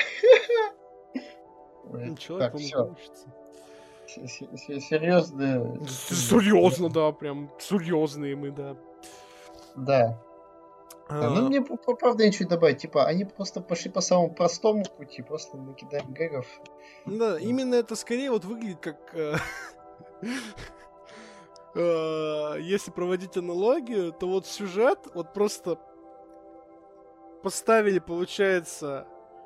Человек, Так, все. учится. Серьезно. Серьезно, да, прям серьезные мы, да. Да. Да, ну мне правда ничего не добавить. Типа, они просто пошли по самому простому пути, просто накидаем гэгов. Да, именно это скорее вот выглядит как... Если проводить аналогию, то вот сюжет вот просто поставили, получается,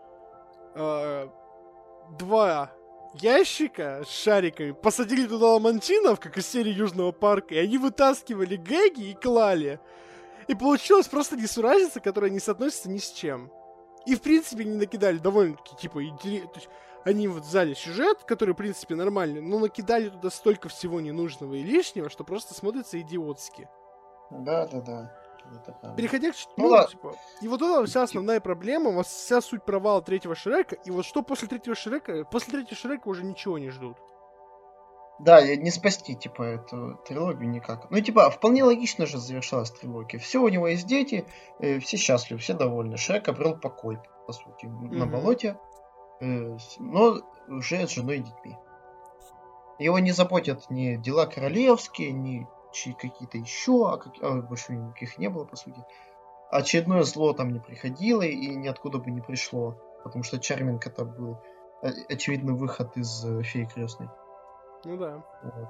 два ящика с шариками, посадили туда ламантинов, как из серии Южного парка, и они вытаскивали гэги и клали. И получилась просто несуразица, которая не соотносится ни с чем. И, в принципе, не накидали довольно-таки, типа, интересно. Они вот взяли сюжет, который, в принципе, нормальный, но накидали туда столько всего ненужного и лишнего, что просто смотрится идиотски. Да-да-да. Переходя к... Ну, Ну, да. типа, и вот это вся основная проблема, вот вся суть провала третьего Шрека, и вот что после третьего Шрека? После третьего Шрека уже ничего не ждут. Да, не спасти, типа, эту трилогию никак. Ну, типа, вполне логично же завершалась трилогия. Все, у него есть дети, э, все счастливы, все довольны. Шрек обрел покой, по сути, mm-hmm. на болоте, э, но уже с женой и детьми. Его не заботят ни дела королевские, ни какие-то еще, а, как... а больше никаких не было, по сути. Очередное зло там не приходило и ниоткуда бы не пришло, потому что Чарминг это был очевидный выход из э, Феи Крестной. Ну да. Вот.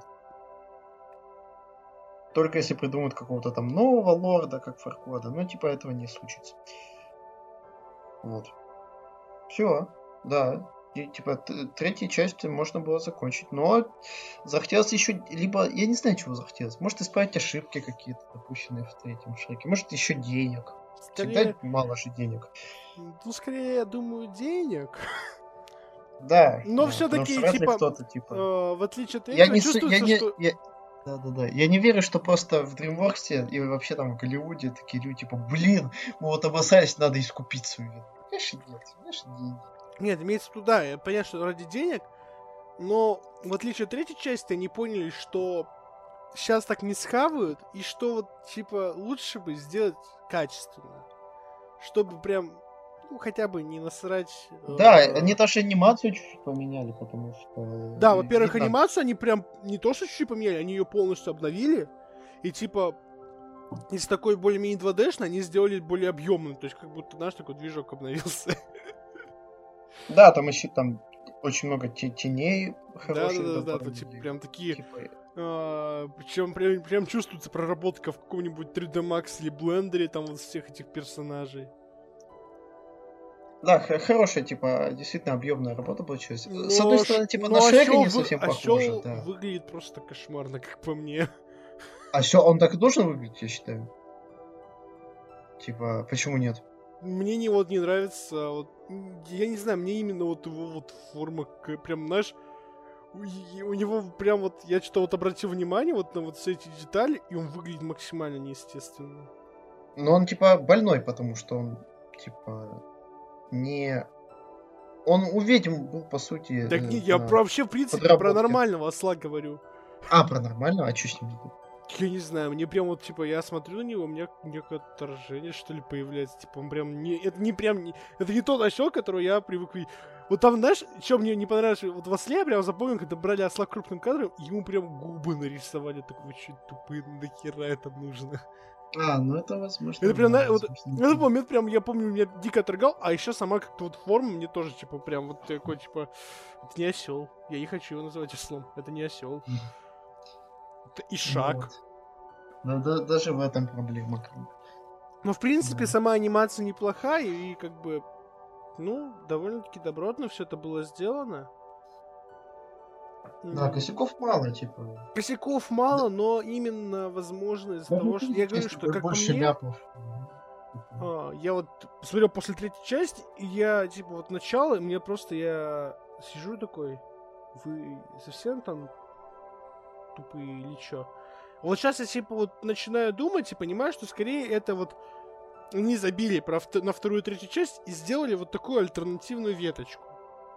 Только если придумают какого-то там нового лорда, как Фарквада, но типа этого не случится. Вот. Все, да. И, типа т- третьей части можно было закончить, но захотелось еще, либо, я не знаю, чего захотелось. Может исправить ошибки какие-то, допущенные в третьем Шреке. Может еще денег. Скорее... Всегда мало же денег. Ну, скорее, я думаю, денег. Да. Но да. все-таки, но типа, типа... э, в отличие от я этого, не чувствуется, я не, что... Я... Да, да, да. Я не верю, что просто в DreamWorks и вообще там в Голливуде такие люди, типа, блин, мы вот обоссались, надо искупить свою вину. Конечно, нет, конечно, деньги. Нет, имеется в виду, да, я понятно, что ради денег, но в отличие от третьей части, они поняли, что сейчас так не схавают, и что вот, типа, лучше бы сделать качественно. Чтобы прям, ну, хотя бы не насрать... Да, э... они даже анимацию чуть-чуть поменяли, потому что... Да, во-первых, видно... анимацию они прям не то что чуть-чуть поменяли, они ее полностью обновили, и, типа, из такой более-менее два дэ-шной они сделали более объемную, то есть как будто, знаешь, такой движок обновился. Да, там еще там очень много теней хороших. Да, да, да, да, типа, прям такие... Типа... А, причем прям, прям чувствуется проработка в каком-нибудь три дэ Max или блендере, там вот всех этих персонажей. Да, х- хорошая, типа, действительно объемная работа получилась. Но, С одной стороны, типа, на Шрека не совсем вы... похоже. Да. Выглядит просто кошмарно, как по мне. А все, он так и должен выглядеть, я считаю. Типа, почему нет? Мне не вот не нравится, вот, я не знаю, мне именно вот его вот форма, прям, знаешь, у, у него прям вот, я что-то вот обратил внимание вот на вот все эти детали, и он выглядит максимально неестественно. Но он, типа, больной, потому что он, типа, не... Он у ведьм был, по сути... Так э, не, я на про, вообще, в принципе, про подработке. нормального осла говорю. А, про нормального? А что с ним не было? Я не знаю, мне прям вот, типа, я смотрю на него, у меня некое отторжение, что ли, появляется. Типа, он прям не... Это не прям... Не, это не тот осел, которого я привык видеть. Вот там, знаешь, что мне не понравилось? Вот в осле я прям запомнил, когда брали осла крупным кадром, ему прям губы нарисовали. Такой, чуть тупые, нахера это нужно? А, ну это возможно. Это прям, да, на- вот, возможно, в этот да. момент прям, я помню, меня дико оторгал, а еще сама как-то вот форма мне тоже, типа, прям вот такой, типа, это не осел. Я не хочу его называть ослом. Это не осел. Мгм. Это ишак. Ну вот. Да, да, даже в этом проблема. как бы. Но, в принципе, Да. сама анимация неплохая, и как бы, ну, довольно-таки добротно все это было сделано. Да, М, косяков мало, типа. Косяков мало, но именно, возможно, из-за Даже того, что... Я третья говорю, часть, что, типа, как по больше мне, ляпов. а, я вот посмотрел после третьей части, и я, типа, вот начало, и мне просто, я сижу такой, вы совсем там тупые или чё? Вот сейчас я, типа, вот начинаю думать и понимаю, что скорее это вот они забили про вт- на вторую и третью часть и сделали вот такую альтернативную веточку.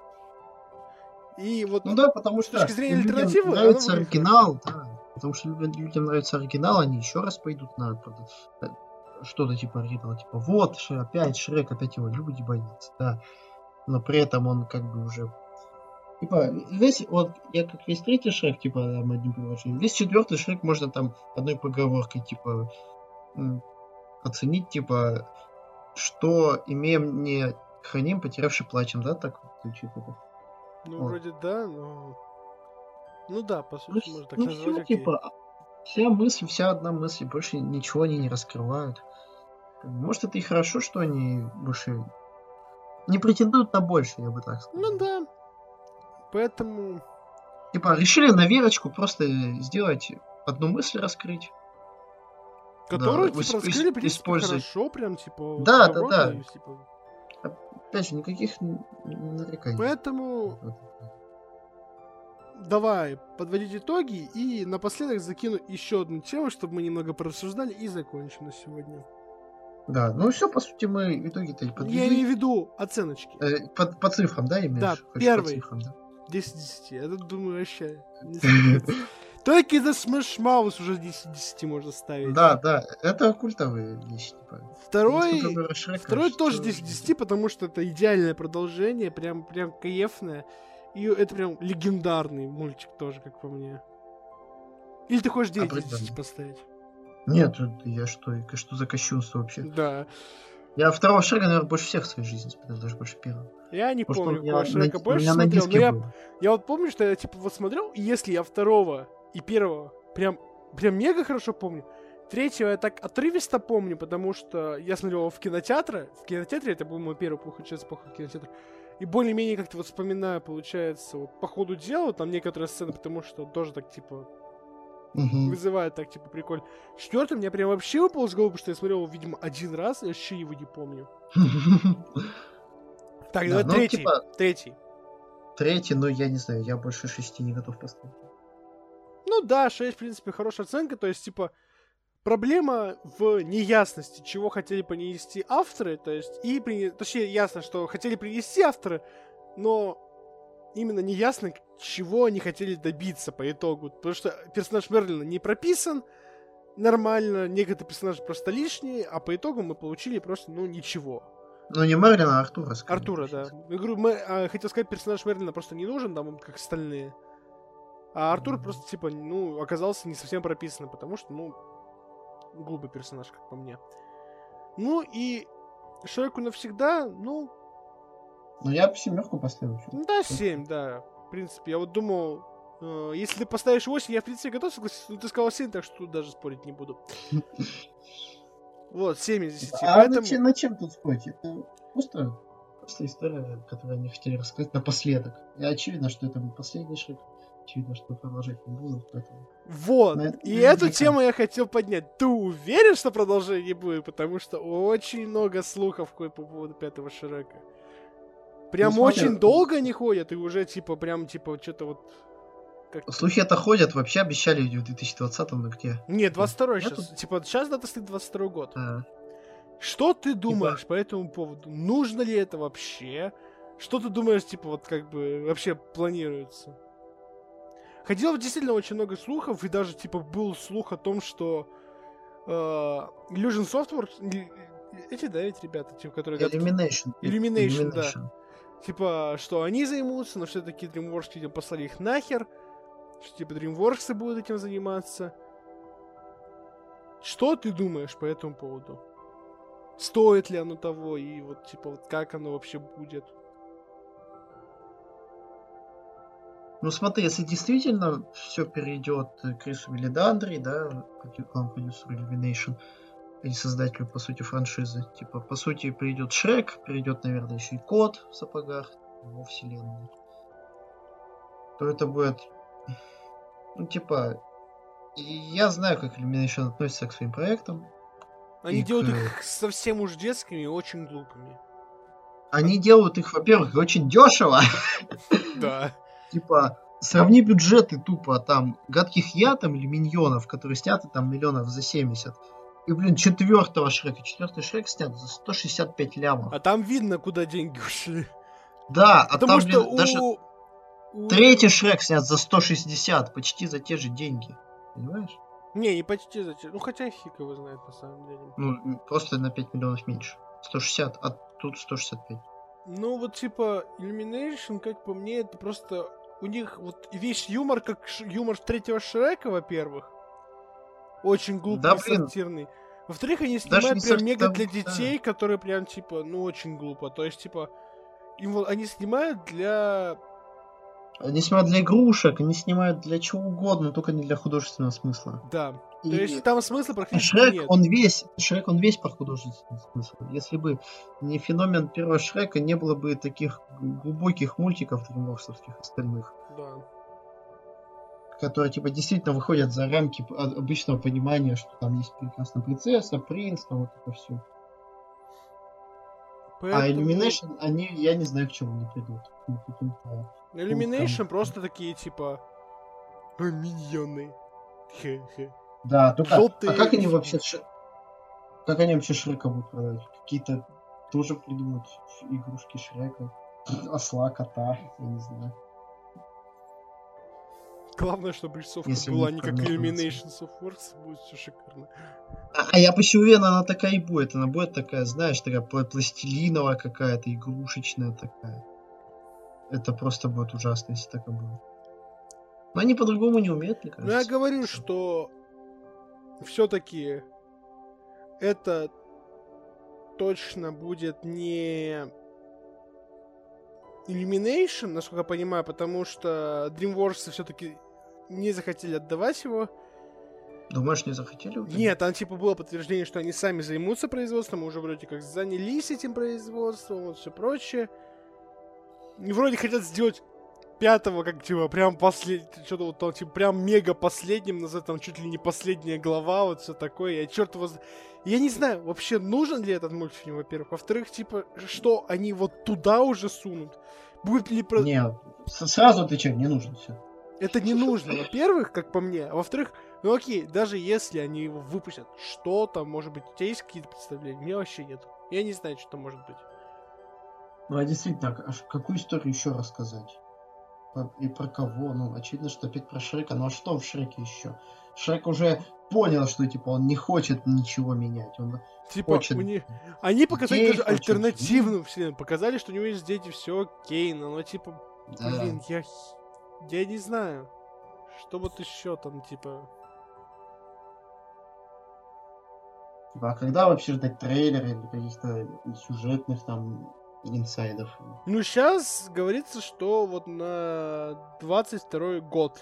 И вот Ну да, потому с что точки зрения людям альтернативы, она нравится выглядит оригинал, да. Потому что людям, людям нравится оригинал, они еще раз пойдут на прода- э, что-то типа оригинала, типа вот Ше- опять Шрек, опять его люди боятся, да. Но при этом он как бы уже типа весь вот я как весь третий Шрек типа там одним предложением, весь четвертый Шрек можно там одной поговоркой типа м, оценить типа что имеем не храним, потерявший плачем, да, так вот звучит это. Ну, Вот. вроде да, но... Ну да, по Ну, сути, можно так ну назвать, все, окей. типа, вся мысль, вся одна мысль, больше ничего они не раскрывают. Как бы, может, это и хорошо, что они больше не претендуют на больше, я бы так сказал. Ну да. Поэтому... Типа, решили на Верочку просто сделать одну мысль раскрыть. Которую, ис- типа, ис- раскрыли, в принципе, использовать. хорошо, прям, типа, вот Да, да, добротно, да. и, типа... Опять же, никаких н- нареканий. Поэтому давай подводить итоги, и напоследок закину еще одну тему, чтобы мы немного порассуждали, и закончим на сегодня. Да, ну все, по сути, мы итоги-то и Я подвели. имею в виду оценочки. Э, по, по цифрам, да, имеешь? Да, Хочешь по первый. цифрам, да? десять из десяти. Я тут думаю, вообще... не сходится. Только за Smash Mouth уже десять из десяти можно ставить. Да, да, это культовые вещи, типа. Второй... Если говорю Шрека, Второй что- тоже десять из десяти, потому что это идеальное продолжение, прям, прям кайфное. И это прям легендарный мультик тоже, как по мне. Или ты хочешь девять из десяти поставить? Нет, это я что, и что за кощунство вообще? Да. Я второго Шрека, наверное, больше всех в своей жизни смотрел, даже больше первого. Я не Потому что помню, у меня какого Шрека на- у больше меня на смотрел, но диске я, был. я вот помню, что я типа вот смотрел, и если я второго и первого прям, прям мега хорошо помню, третьего я так отрывисто помню, потому что я смотрел его в кинотеатре, в кинотеатре это был мой первый поход, сейчас поход в кинотеатр, и более-менее как-то вот вспоминаю, получается, вот по ходу дела, там некоторые сцены, потому что тоже так типа Мгм. вызывает так типа прикольно. Четвертый меня прям вообще выпал из головы, потому что я смотрел его, видимо, один раз, и вообще его не помню. Так, Да, давай ну, третий, типа- третий. Третий, ну я не знаю, я больше шести не готов поставить. Ну да, шесть, в принципе, хорошая оценка. То есть, типа, проблема в неясности, чего хотели принести авторы. То есть, и при... точнее, ясно, что хотели принести авторы, но именно неясно, чего они хотели добиться по итогу. Потому что персонаж Мерлина не прописан нормально, некоторые персонажи просто лишние, а по итогу мы получили просто, ну, ничего. Ну не Мерлина, а Артура, скорее. Артура, да. Я говорю, мы, а, хотел сказать, персонаж Мерлина просто не нужен, там, он как остальные. А Артур Мгм. просто, типа, ну, оказался не совсем прописан, потому что, ну, глупый персонаж, как по мне. Ну, и Шреку навсегда, ну, Ну я бы семерку поставил. чё. ну да, семь, да. В принципе, я вот думал, э, если ты поставишь восемь, я, в принципе, готов согласиться, но ты сказал семь, так что тут даже спорить не буду. Вот, семь из десяти, А поэтому... на, чем, на чем тут спорить? Это просто, просто история, которую они хотели рассказать напоследок. И очевидно, что это был последний Шрек. Очевидно, что продолжать не будут, поэтому... Вот, На это и не эту намекаю. тему я хотел поднять. Ты уверен, что продолжения не будет? Потому что очень много слухов кое по поводу пятого Шрека. Прям Ну, смотри, очень долго они ходят, и уже, типа, прям, типа, что-то вот как-то... Слухи это ходят, вообще обещали в две тысячи двадцатом, но где? Нет, двадцать второй Я сейчас. тут- Типа, сейчас дата стоит двадцать второй год. А, Что ты думаешь по этому поводу? Нужно ли это вообще? Что ты думаешь, типа, вот как бы вообще планируется? Ходило действительно очень много слухов, и даже, типа, был слух о том, что э, Illusion Software, и- эти, да, ведь ребята, типа, которые... готовят- Illumination. Illumination, да. Типа, что они займутся, но все-таки DreamWorks, видимо, послали их нахер. Что, типа, DreamWorks будут этим заниматься. Что ты думаешь по этому поводу? Стоит ли оно того, и вот, типа, вот как оно вообще будет? Ну смотри, если действительно все перейдет к Крису Виллидандри, да, главному продюсеру Illumination, и создателю, по сути, франшизы, типа, по сути, придет Шрек, придет, наверное, еще и Кот в сапогах во вселенной, то это будет, ну, типа, и я знаю, как Illumination относится к своим проектам. Они И делают к- их совсем уж детскими и очень глупыми. Они делают их, во-первых, очень дешево. Да. Типа, сравни бюджеты тупо там Гадких Я там или Миньонов, которые сняты там миллионов за семьдесят. И, блин, четвертого Шрека. Четвертый Шрек снят за сто шестьдесят пять лямов. А там видно, куда деньги ушли. Да, а Потому там, что блин, даже у... у- третий Шрек снят за сто шестьдесят, почти за те же деньги. Понимаешь? Не, не почти зачем. Ну, хотя фиг его знает, на самом деле. Ну, м, просто на пять миллионов меньше. сто шестьдесят, а тут сто шестьдесят пять. Ну, вот, типа, Illumination, как по мне, это просто... У них вот весь юмор, как ш- юмор третьего Шрека, во-первых. Очень глупый Да, и блин. сортирный. Во-вторых, они Даже снимают не прям сорти- мега да, для да. детей, которые прям, типа, ну, очень глупо. То есть, типа, им вот, они снимают для... Они снимают для игрушек, они снимают для чего угодно, только не для художественного смысла. Да. И- То есть, там смысла А практически Шрек, нет. он весь, Шрек, он весь про художественный смысл. Если бы не феномен первого Шрека, не было бы таких глубоких мультиков дримворксовских остальных, Да. которые, типа, действительно выходят за рамки п- о- обычного понимания, что там есть прекрасная принцесса, принц, там вот это все. А Поэтому... Illumination, они, я не знаю, к чему они придут. Ну, каким-то- Illumination там- просто такие, типа... «А, миньоны. Хе-хе. Да, только... Желтые А как они фигурки. вообще... Ш- Как они вообще Шрека будут продавать? Какие-то тоже придумают ш- игрушки Шрека. Осла, кота, я не знаю. Главное, чтобы рисовка Если была у них не как формат Illumination Softworks, будет все шикарно. А, а я почти уверен, она такая и будет. Она будет такая, знаешь, такая пла- пластилиновая какая-то, игрушечная такая. Это просто будет ужасно, если так и будет. Но они по-другому не умеют, мне Ну, я кажется. говорю, что все-таки это точно будет не Illumination, насколько я понимаю, потому что DreamWorks все-таки не захотели отдавать его. Думаешь, не захотели? вот они? Нет, там типа было подтверждение, что они сами займутся производством, уже вроде как занялись этим производством, вот все прочее. И вроде хотят сделать пятого, как типа, прям последний, что-то вот там, типа, прям мега последним, назад там чуть ли не последняя глава, вот все такое. Я черт его... зна- Я не знаю, вообще нужен ли этот мультфильм, во-первых. Во-вторых, типа, что они вот туда уже сунут? Будет ли... Про... Не, с- сразу отвечаю, не нужен все. Это не нужно, во-первых, как по мне. А во-вторых, ну окей, даже если они его выпустят, что там, может быть, у тебя есть какие-то представления? У меня вообще нет. Я не знаю, что там может быть. Ну а действительно, а ш- какую историю еще рассказать? Про- И про кого? Ну, очевидно, что опять про Шрека. Ну а что в Шреке еще? Шрек уже понял, что типа он не хочет ничего менять. Он Типа, хочет у них... Они показали детей, даже хочет альтернативную вселенную. Показали, что у него есть дети, все окей, но, ну, типа, Да. блин, я... х- Я не знаю. Что вот еще там, типа... Типа, а когда вообще ждать трейлеры или каких-то сюжетных там инсайдов? Ну, сейчас говорится, что вот на двадцать второй год.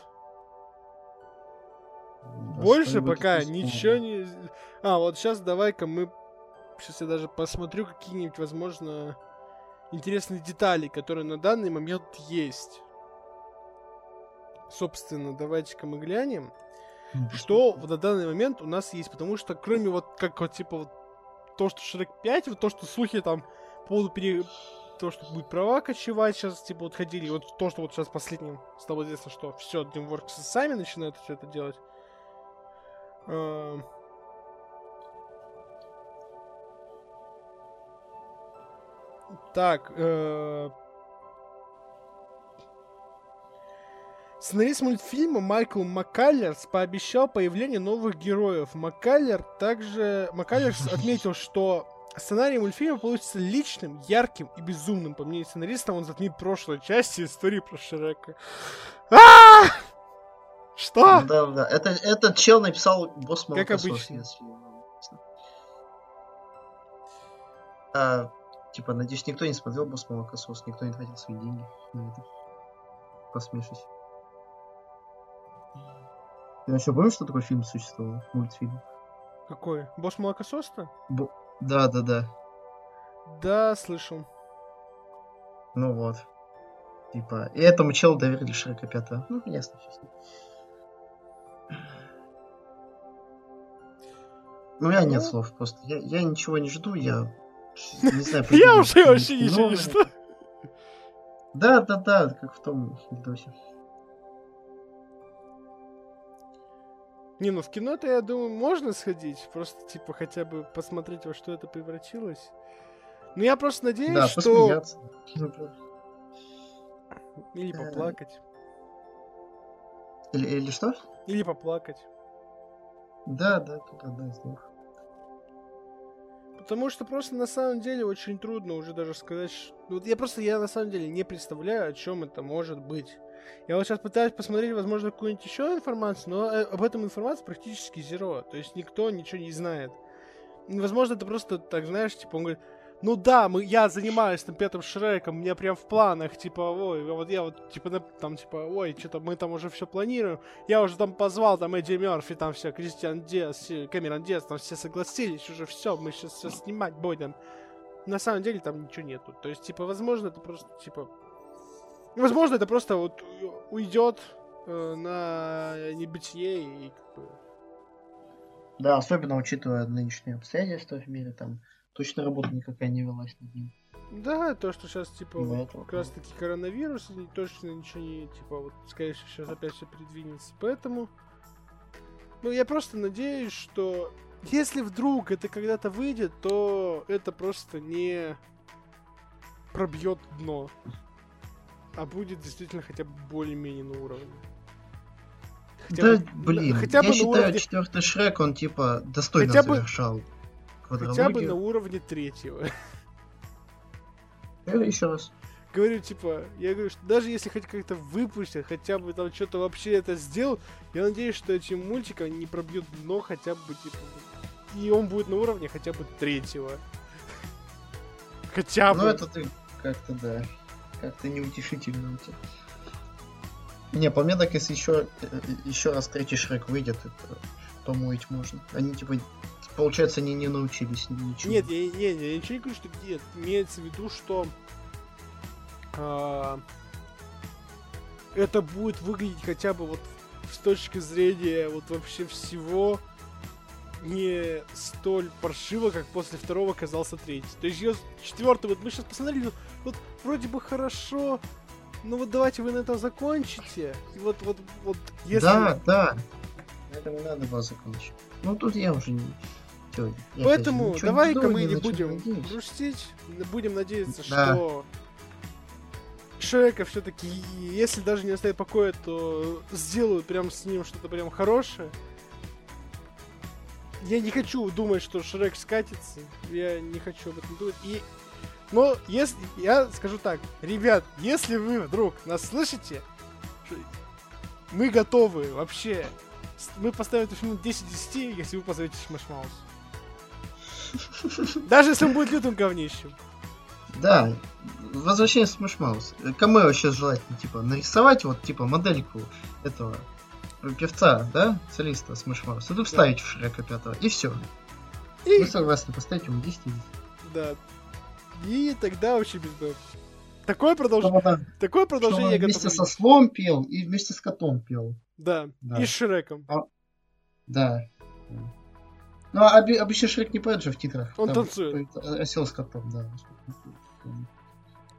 Больше будет пока такой ничего спор. не... А, вот сейчас давай-ка мы... Сейчас я даже посмотрю какие-нибудь, возможно, интересные детали, которые на данный момент есть. Собственно, давайте-ка мы глянем, Ну, что вот на данный момент у нас есть. Потому что кроме вот как вот типа вот то, что Шрек пять, вот то, что слухи там по поводу пере... то, что будет права кочевать сейчас, типа, вот ходили, вот то, что вот сейчас последним стало известно, что все, DreamWorks сами начинают все это делать. А... Так, э... сценарист мультфильма Майкл Маккаллерс пообещал появление новых героев. Маккаллер также... Маккаллерс отметил, что сценарий мультфильма получится личным, ярким и безумным. По мнению сценариста, он затмит прошлой части истории про Шрека. А! Что? Да, да. Это, этот чел написал Босс Молокосос. Как обычно. Если... А, типа, надеюсь, никто не смотрел Босс Молокосос, никто не тратил свои деньги на это. Посмешись. Ты вообще помнишь, что такой фильм существовал? Мультфильм. Какой? Босс Молокосос-то? Б... Да, да, да. Да, слышал. Ну вот. Типа, и этому челу доверили Шрека пятого. Ну, ясно, все с ним. Ну, у меня нет слов просто. Я, я ничего не жду, я не знаю... Я уже вообще ничего не жду. Да, да, да, как в том видосе. Не, ну в кино-то, я думаю, можно сходить. Просто, типа, хотя бы посмотреть, во что это превратилось. Ну, я просто надеюсь, да, что... посмеяться. Или поплакать. Или, или что? Или поплакать. Да, да, тут одна из двух. Потому что просто на самом деле очень трудно уже даже сказать, что... Вот я просто, я на самом деле не представляю, о чем это может быть. Я вот сейчас пытаюсь посмотреть, возможно, какую-нибудь еще информацию, но об этом информации практически зеро. То есть никто ничего не знает. И, возможно, это просто так, знаешь, типа, он говорит, ну да, мы, я занимаюсь там пятым Шреком, у меня прям в планах, типа, ой, вот я вот, типа, там, типа, ой, что-то мы там уже все планируем, я уже там позвал, там, Эдди Мерфи, там все, Кристиан Диас, Кэмерон Диас, там все согласились, уже все, мы сейчас все снимать будем. На самом деле там ничего нету, то есть, типа, возможно, это просто, типа, возможно, это просто вот уйдет э, на небытие и, как бы... Да, особенно учитывая нынешние обстоятельства в мире, там точно работа никакая не велась над ним. Да, то, что сейчас, типа, Да, вот, это как раз таки коронавирус, и точно ничего не, типа, вот, скорее всего, сейчас опять все передвинется. Поэтому, ну, я просто надеюсь, что если вдруг это когда-то выйдет, то это просто не пробьет дно, а будет действительно хотя бы более-менее на уровне. Хотя да, бы, блин, хотя я бы считаю, уровне... четвертый Шрек, он, типа, достойно хотя бы... завершал квадрологию. Хотя бы на уровне третьего. Еще раз. Говорю, типа, я говорю, что даже если хоть как-то выпустят, хотя бы там что-то вообще это сделал, я надеюсь, что этим мультиком не пробьют дно хотя бы, типа, и он будет на уровне хотя бы третьего. Хотя бы. Ну, это ты как-то, да, как-то неутешительно у тебя. Не, по мне так, если еще, еще раз третий Шрек выйдет, это, то моить можно. Они, типа, получается, они не научились ничего. Нет, я, я, я ничего не говорю, что нет. Имеется в виду, что а, это будет выглядеть хотя бы вот с точки зрения вот вообще всего не столь паршиво, как после второго оказался третий. То есть ее четвертый, вот мы сейчас посмотрели, вот вроде бы хорошо, ну вот давайте вы на этом закончите. И вот, вот, вот, если... Да, да. На этом надо было закончить. Ну тут я уже не... Чё, я поэтому опять, давай-ка не мы ни не на чё будем надеюсь. грустить, будем надеяться, Да. что Шрека все-таки, если даже не оставит покоя, то сделают прям с ним что-то прям хорошее. Я не хочу думать, что Шрек скатится. Я не хочу об этом думать. И... Но если... Я скажу так. Ребят, если вы вдруг нас слышите, мы готовы вообще. Мы поставим этот фильм десять из десяти, если вы позовете Smash Mouth. Даже если он будет лютым говнищем. Да, возвращение в Smash Mouth. Кому я сейчас желательно, типа, нарисовать вот, типа, модельку этого певца, да, солиста Smash Mouth, и тут вставить в Шрека пятого, и все. И... Вы согласны поставить ему десять из десяти. Да. И тогда вообще без бэв. Такое продолжение. Чтобы, Такое продолжение я чтобы вместе готов. со слом пел и вместе с котом пел. Да. Да. И с Шреком. А... Да. Ну, а оби- обычно Шрек не поет же в титрах. Он Там танцует. Осел с котом, да.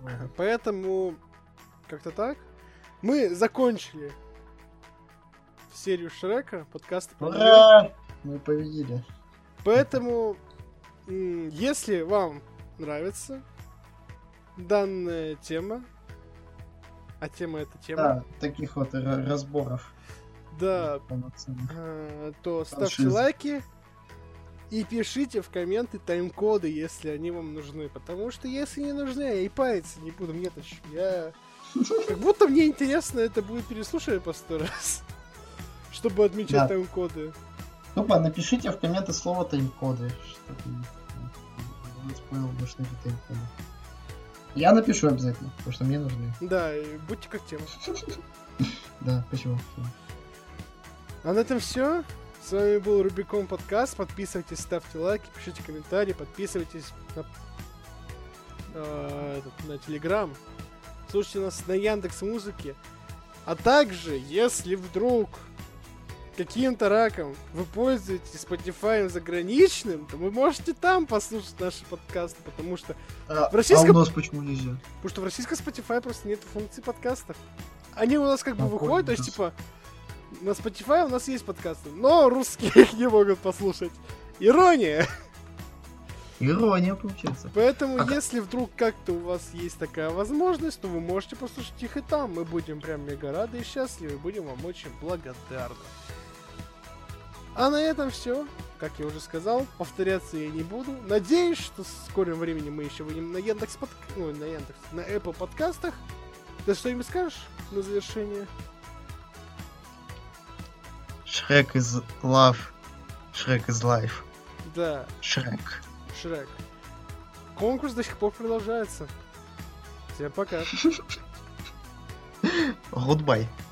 Поэтому как-то так. Мы закончили серию Шрека, подкаст про неё. Ура! Мы победили. Поэтому, м, если вам нравится данная тема, а тема это тема, Да, таких вот ра- разборов да, полноценных. э, то ставьте Франшиза. лайки и пишите в комменты тайм-коды, если они вам нужны. Потому что если не нужны, я и париться не буду. Мне-то чё, я... Как будто мне интересно это будет переслушивать по сто раз, чтобы отмечать Да. тайм-коды. Тупо напишите в комменты слово тайм-коды, чтобы не спойл больше на тайм-коды. Я напишу обязательно, потому что мне нужны. Да, и будьте как тема. Да, спасибо. А на этом все. С вами был Рубикон подкаст. Подписывайтесь, ставьте лайки, пишите комментарии, подписывайтесь на, э, этот, на Телеграм. Слушайте нас на Яндекс.Музыке. А также, если вдруг каким-то раком вы пользуетесь Spotify заграничным, то вы можете там послушать наши подкасты, потому что, А, В российском- а у нас почему нельзя? потому что в российском Spotify просто нет функции подкастов. Они у нас как бы А, выходят, то есть понял. типа на Spotify у нас есть подкасты, но русские их не могут послушать. Ирония! Ирония получается. Поэтому, А как- если вдруг как-то у вас есть такая возможность, то вы можете послушать их и там. Мы будем прям мега рады и счастливы, будем вам очень благодарны. А на этом все. Как я уже сказал, повторяться я не буду. Надеюсь, что в скором времени мы еще выйдем на Яндекс под... Ой, на Яндекс, на Apple подкастах. Ты что-нибудь скажешь на завершение? Шрек из love. Шрек из life. Да, Шрек. Шрек. Конкурс до сих пор продолжается. Всем пока. Goodbye.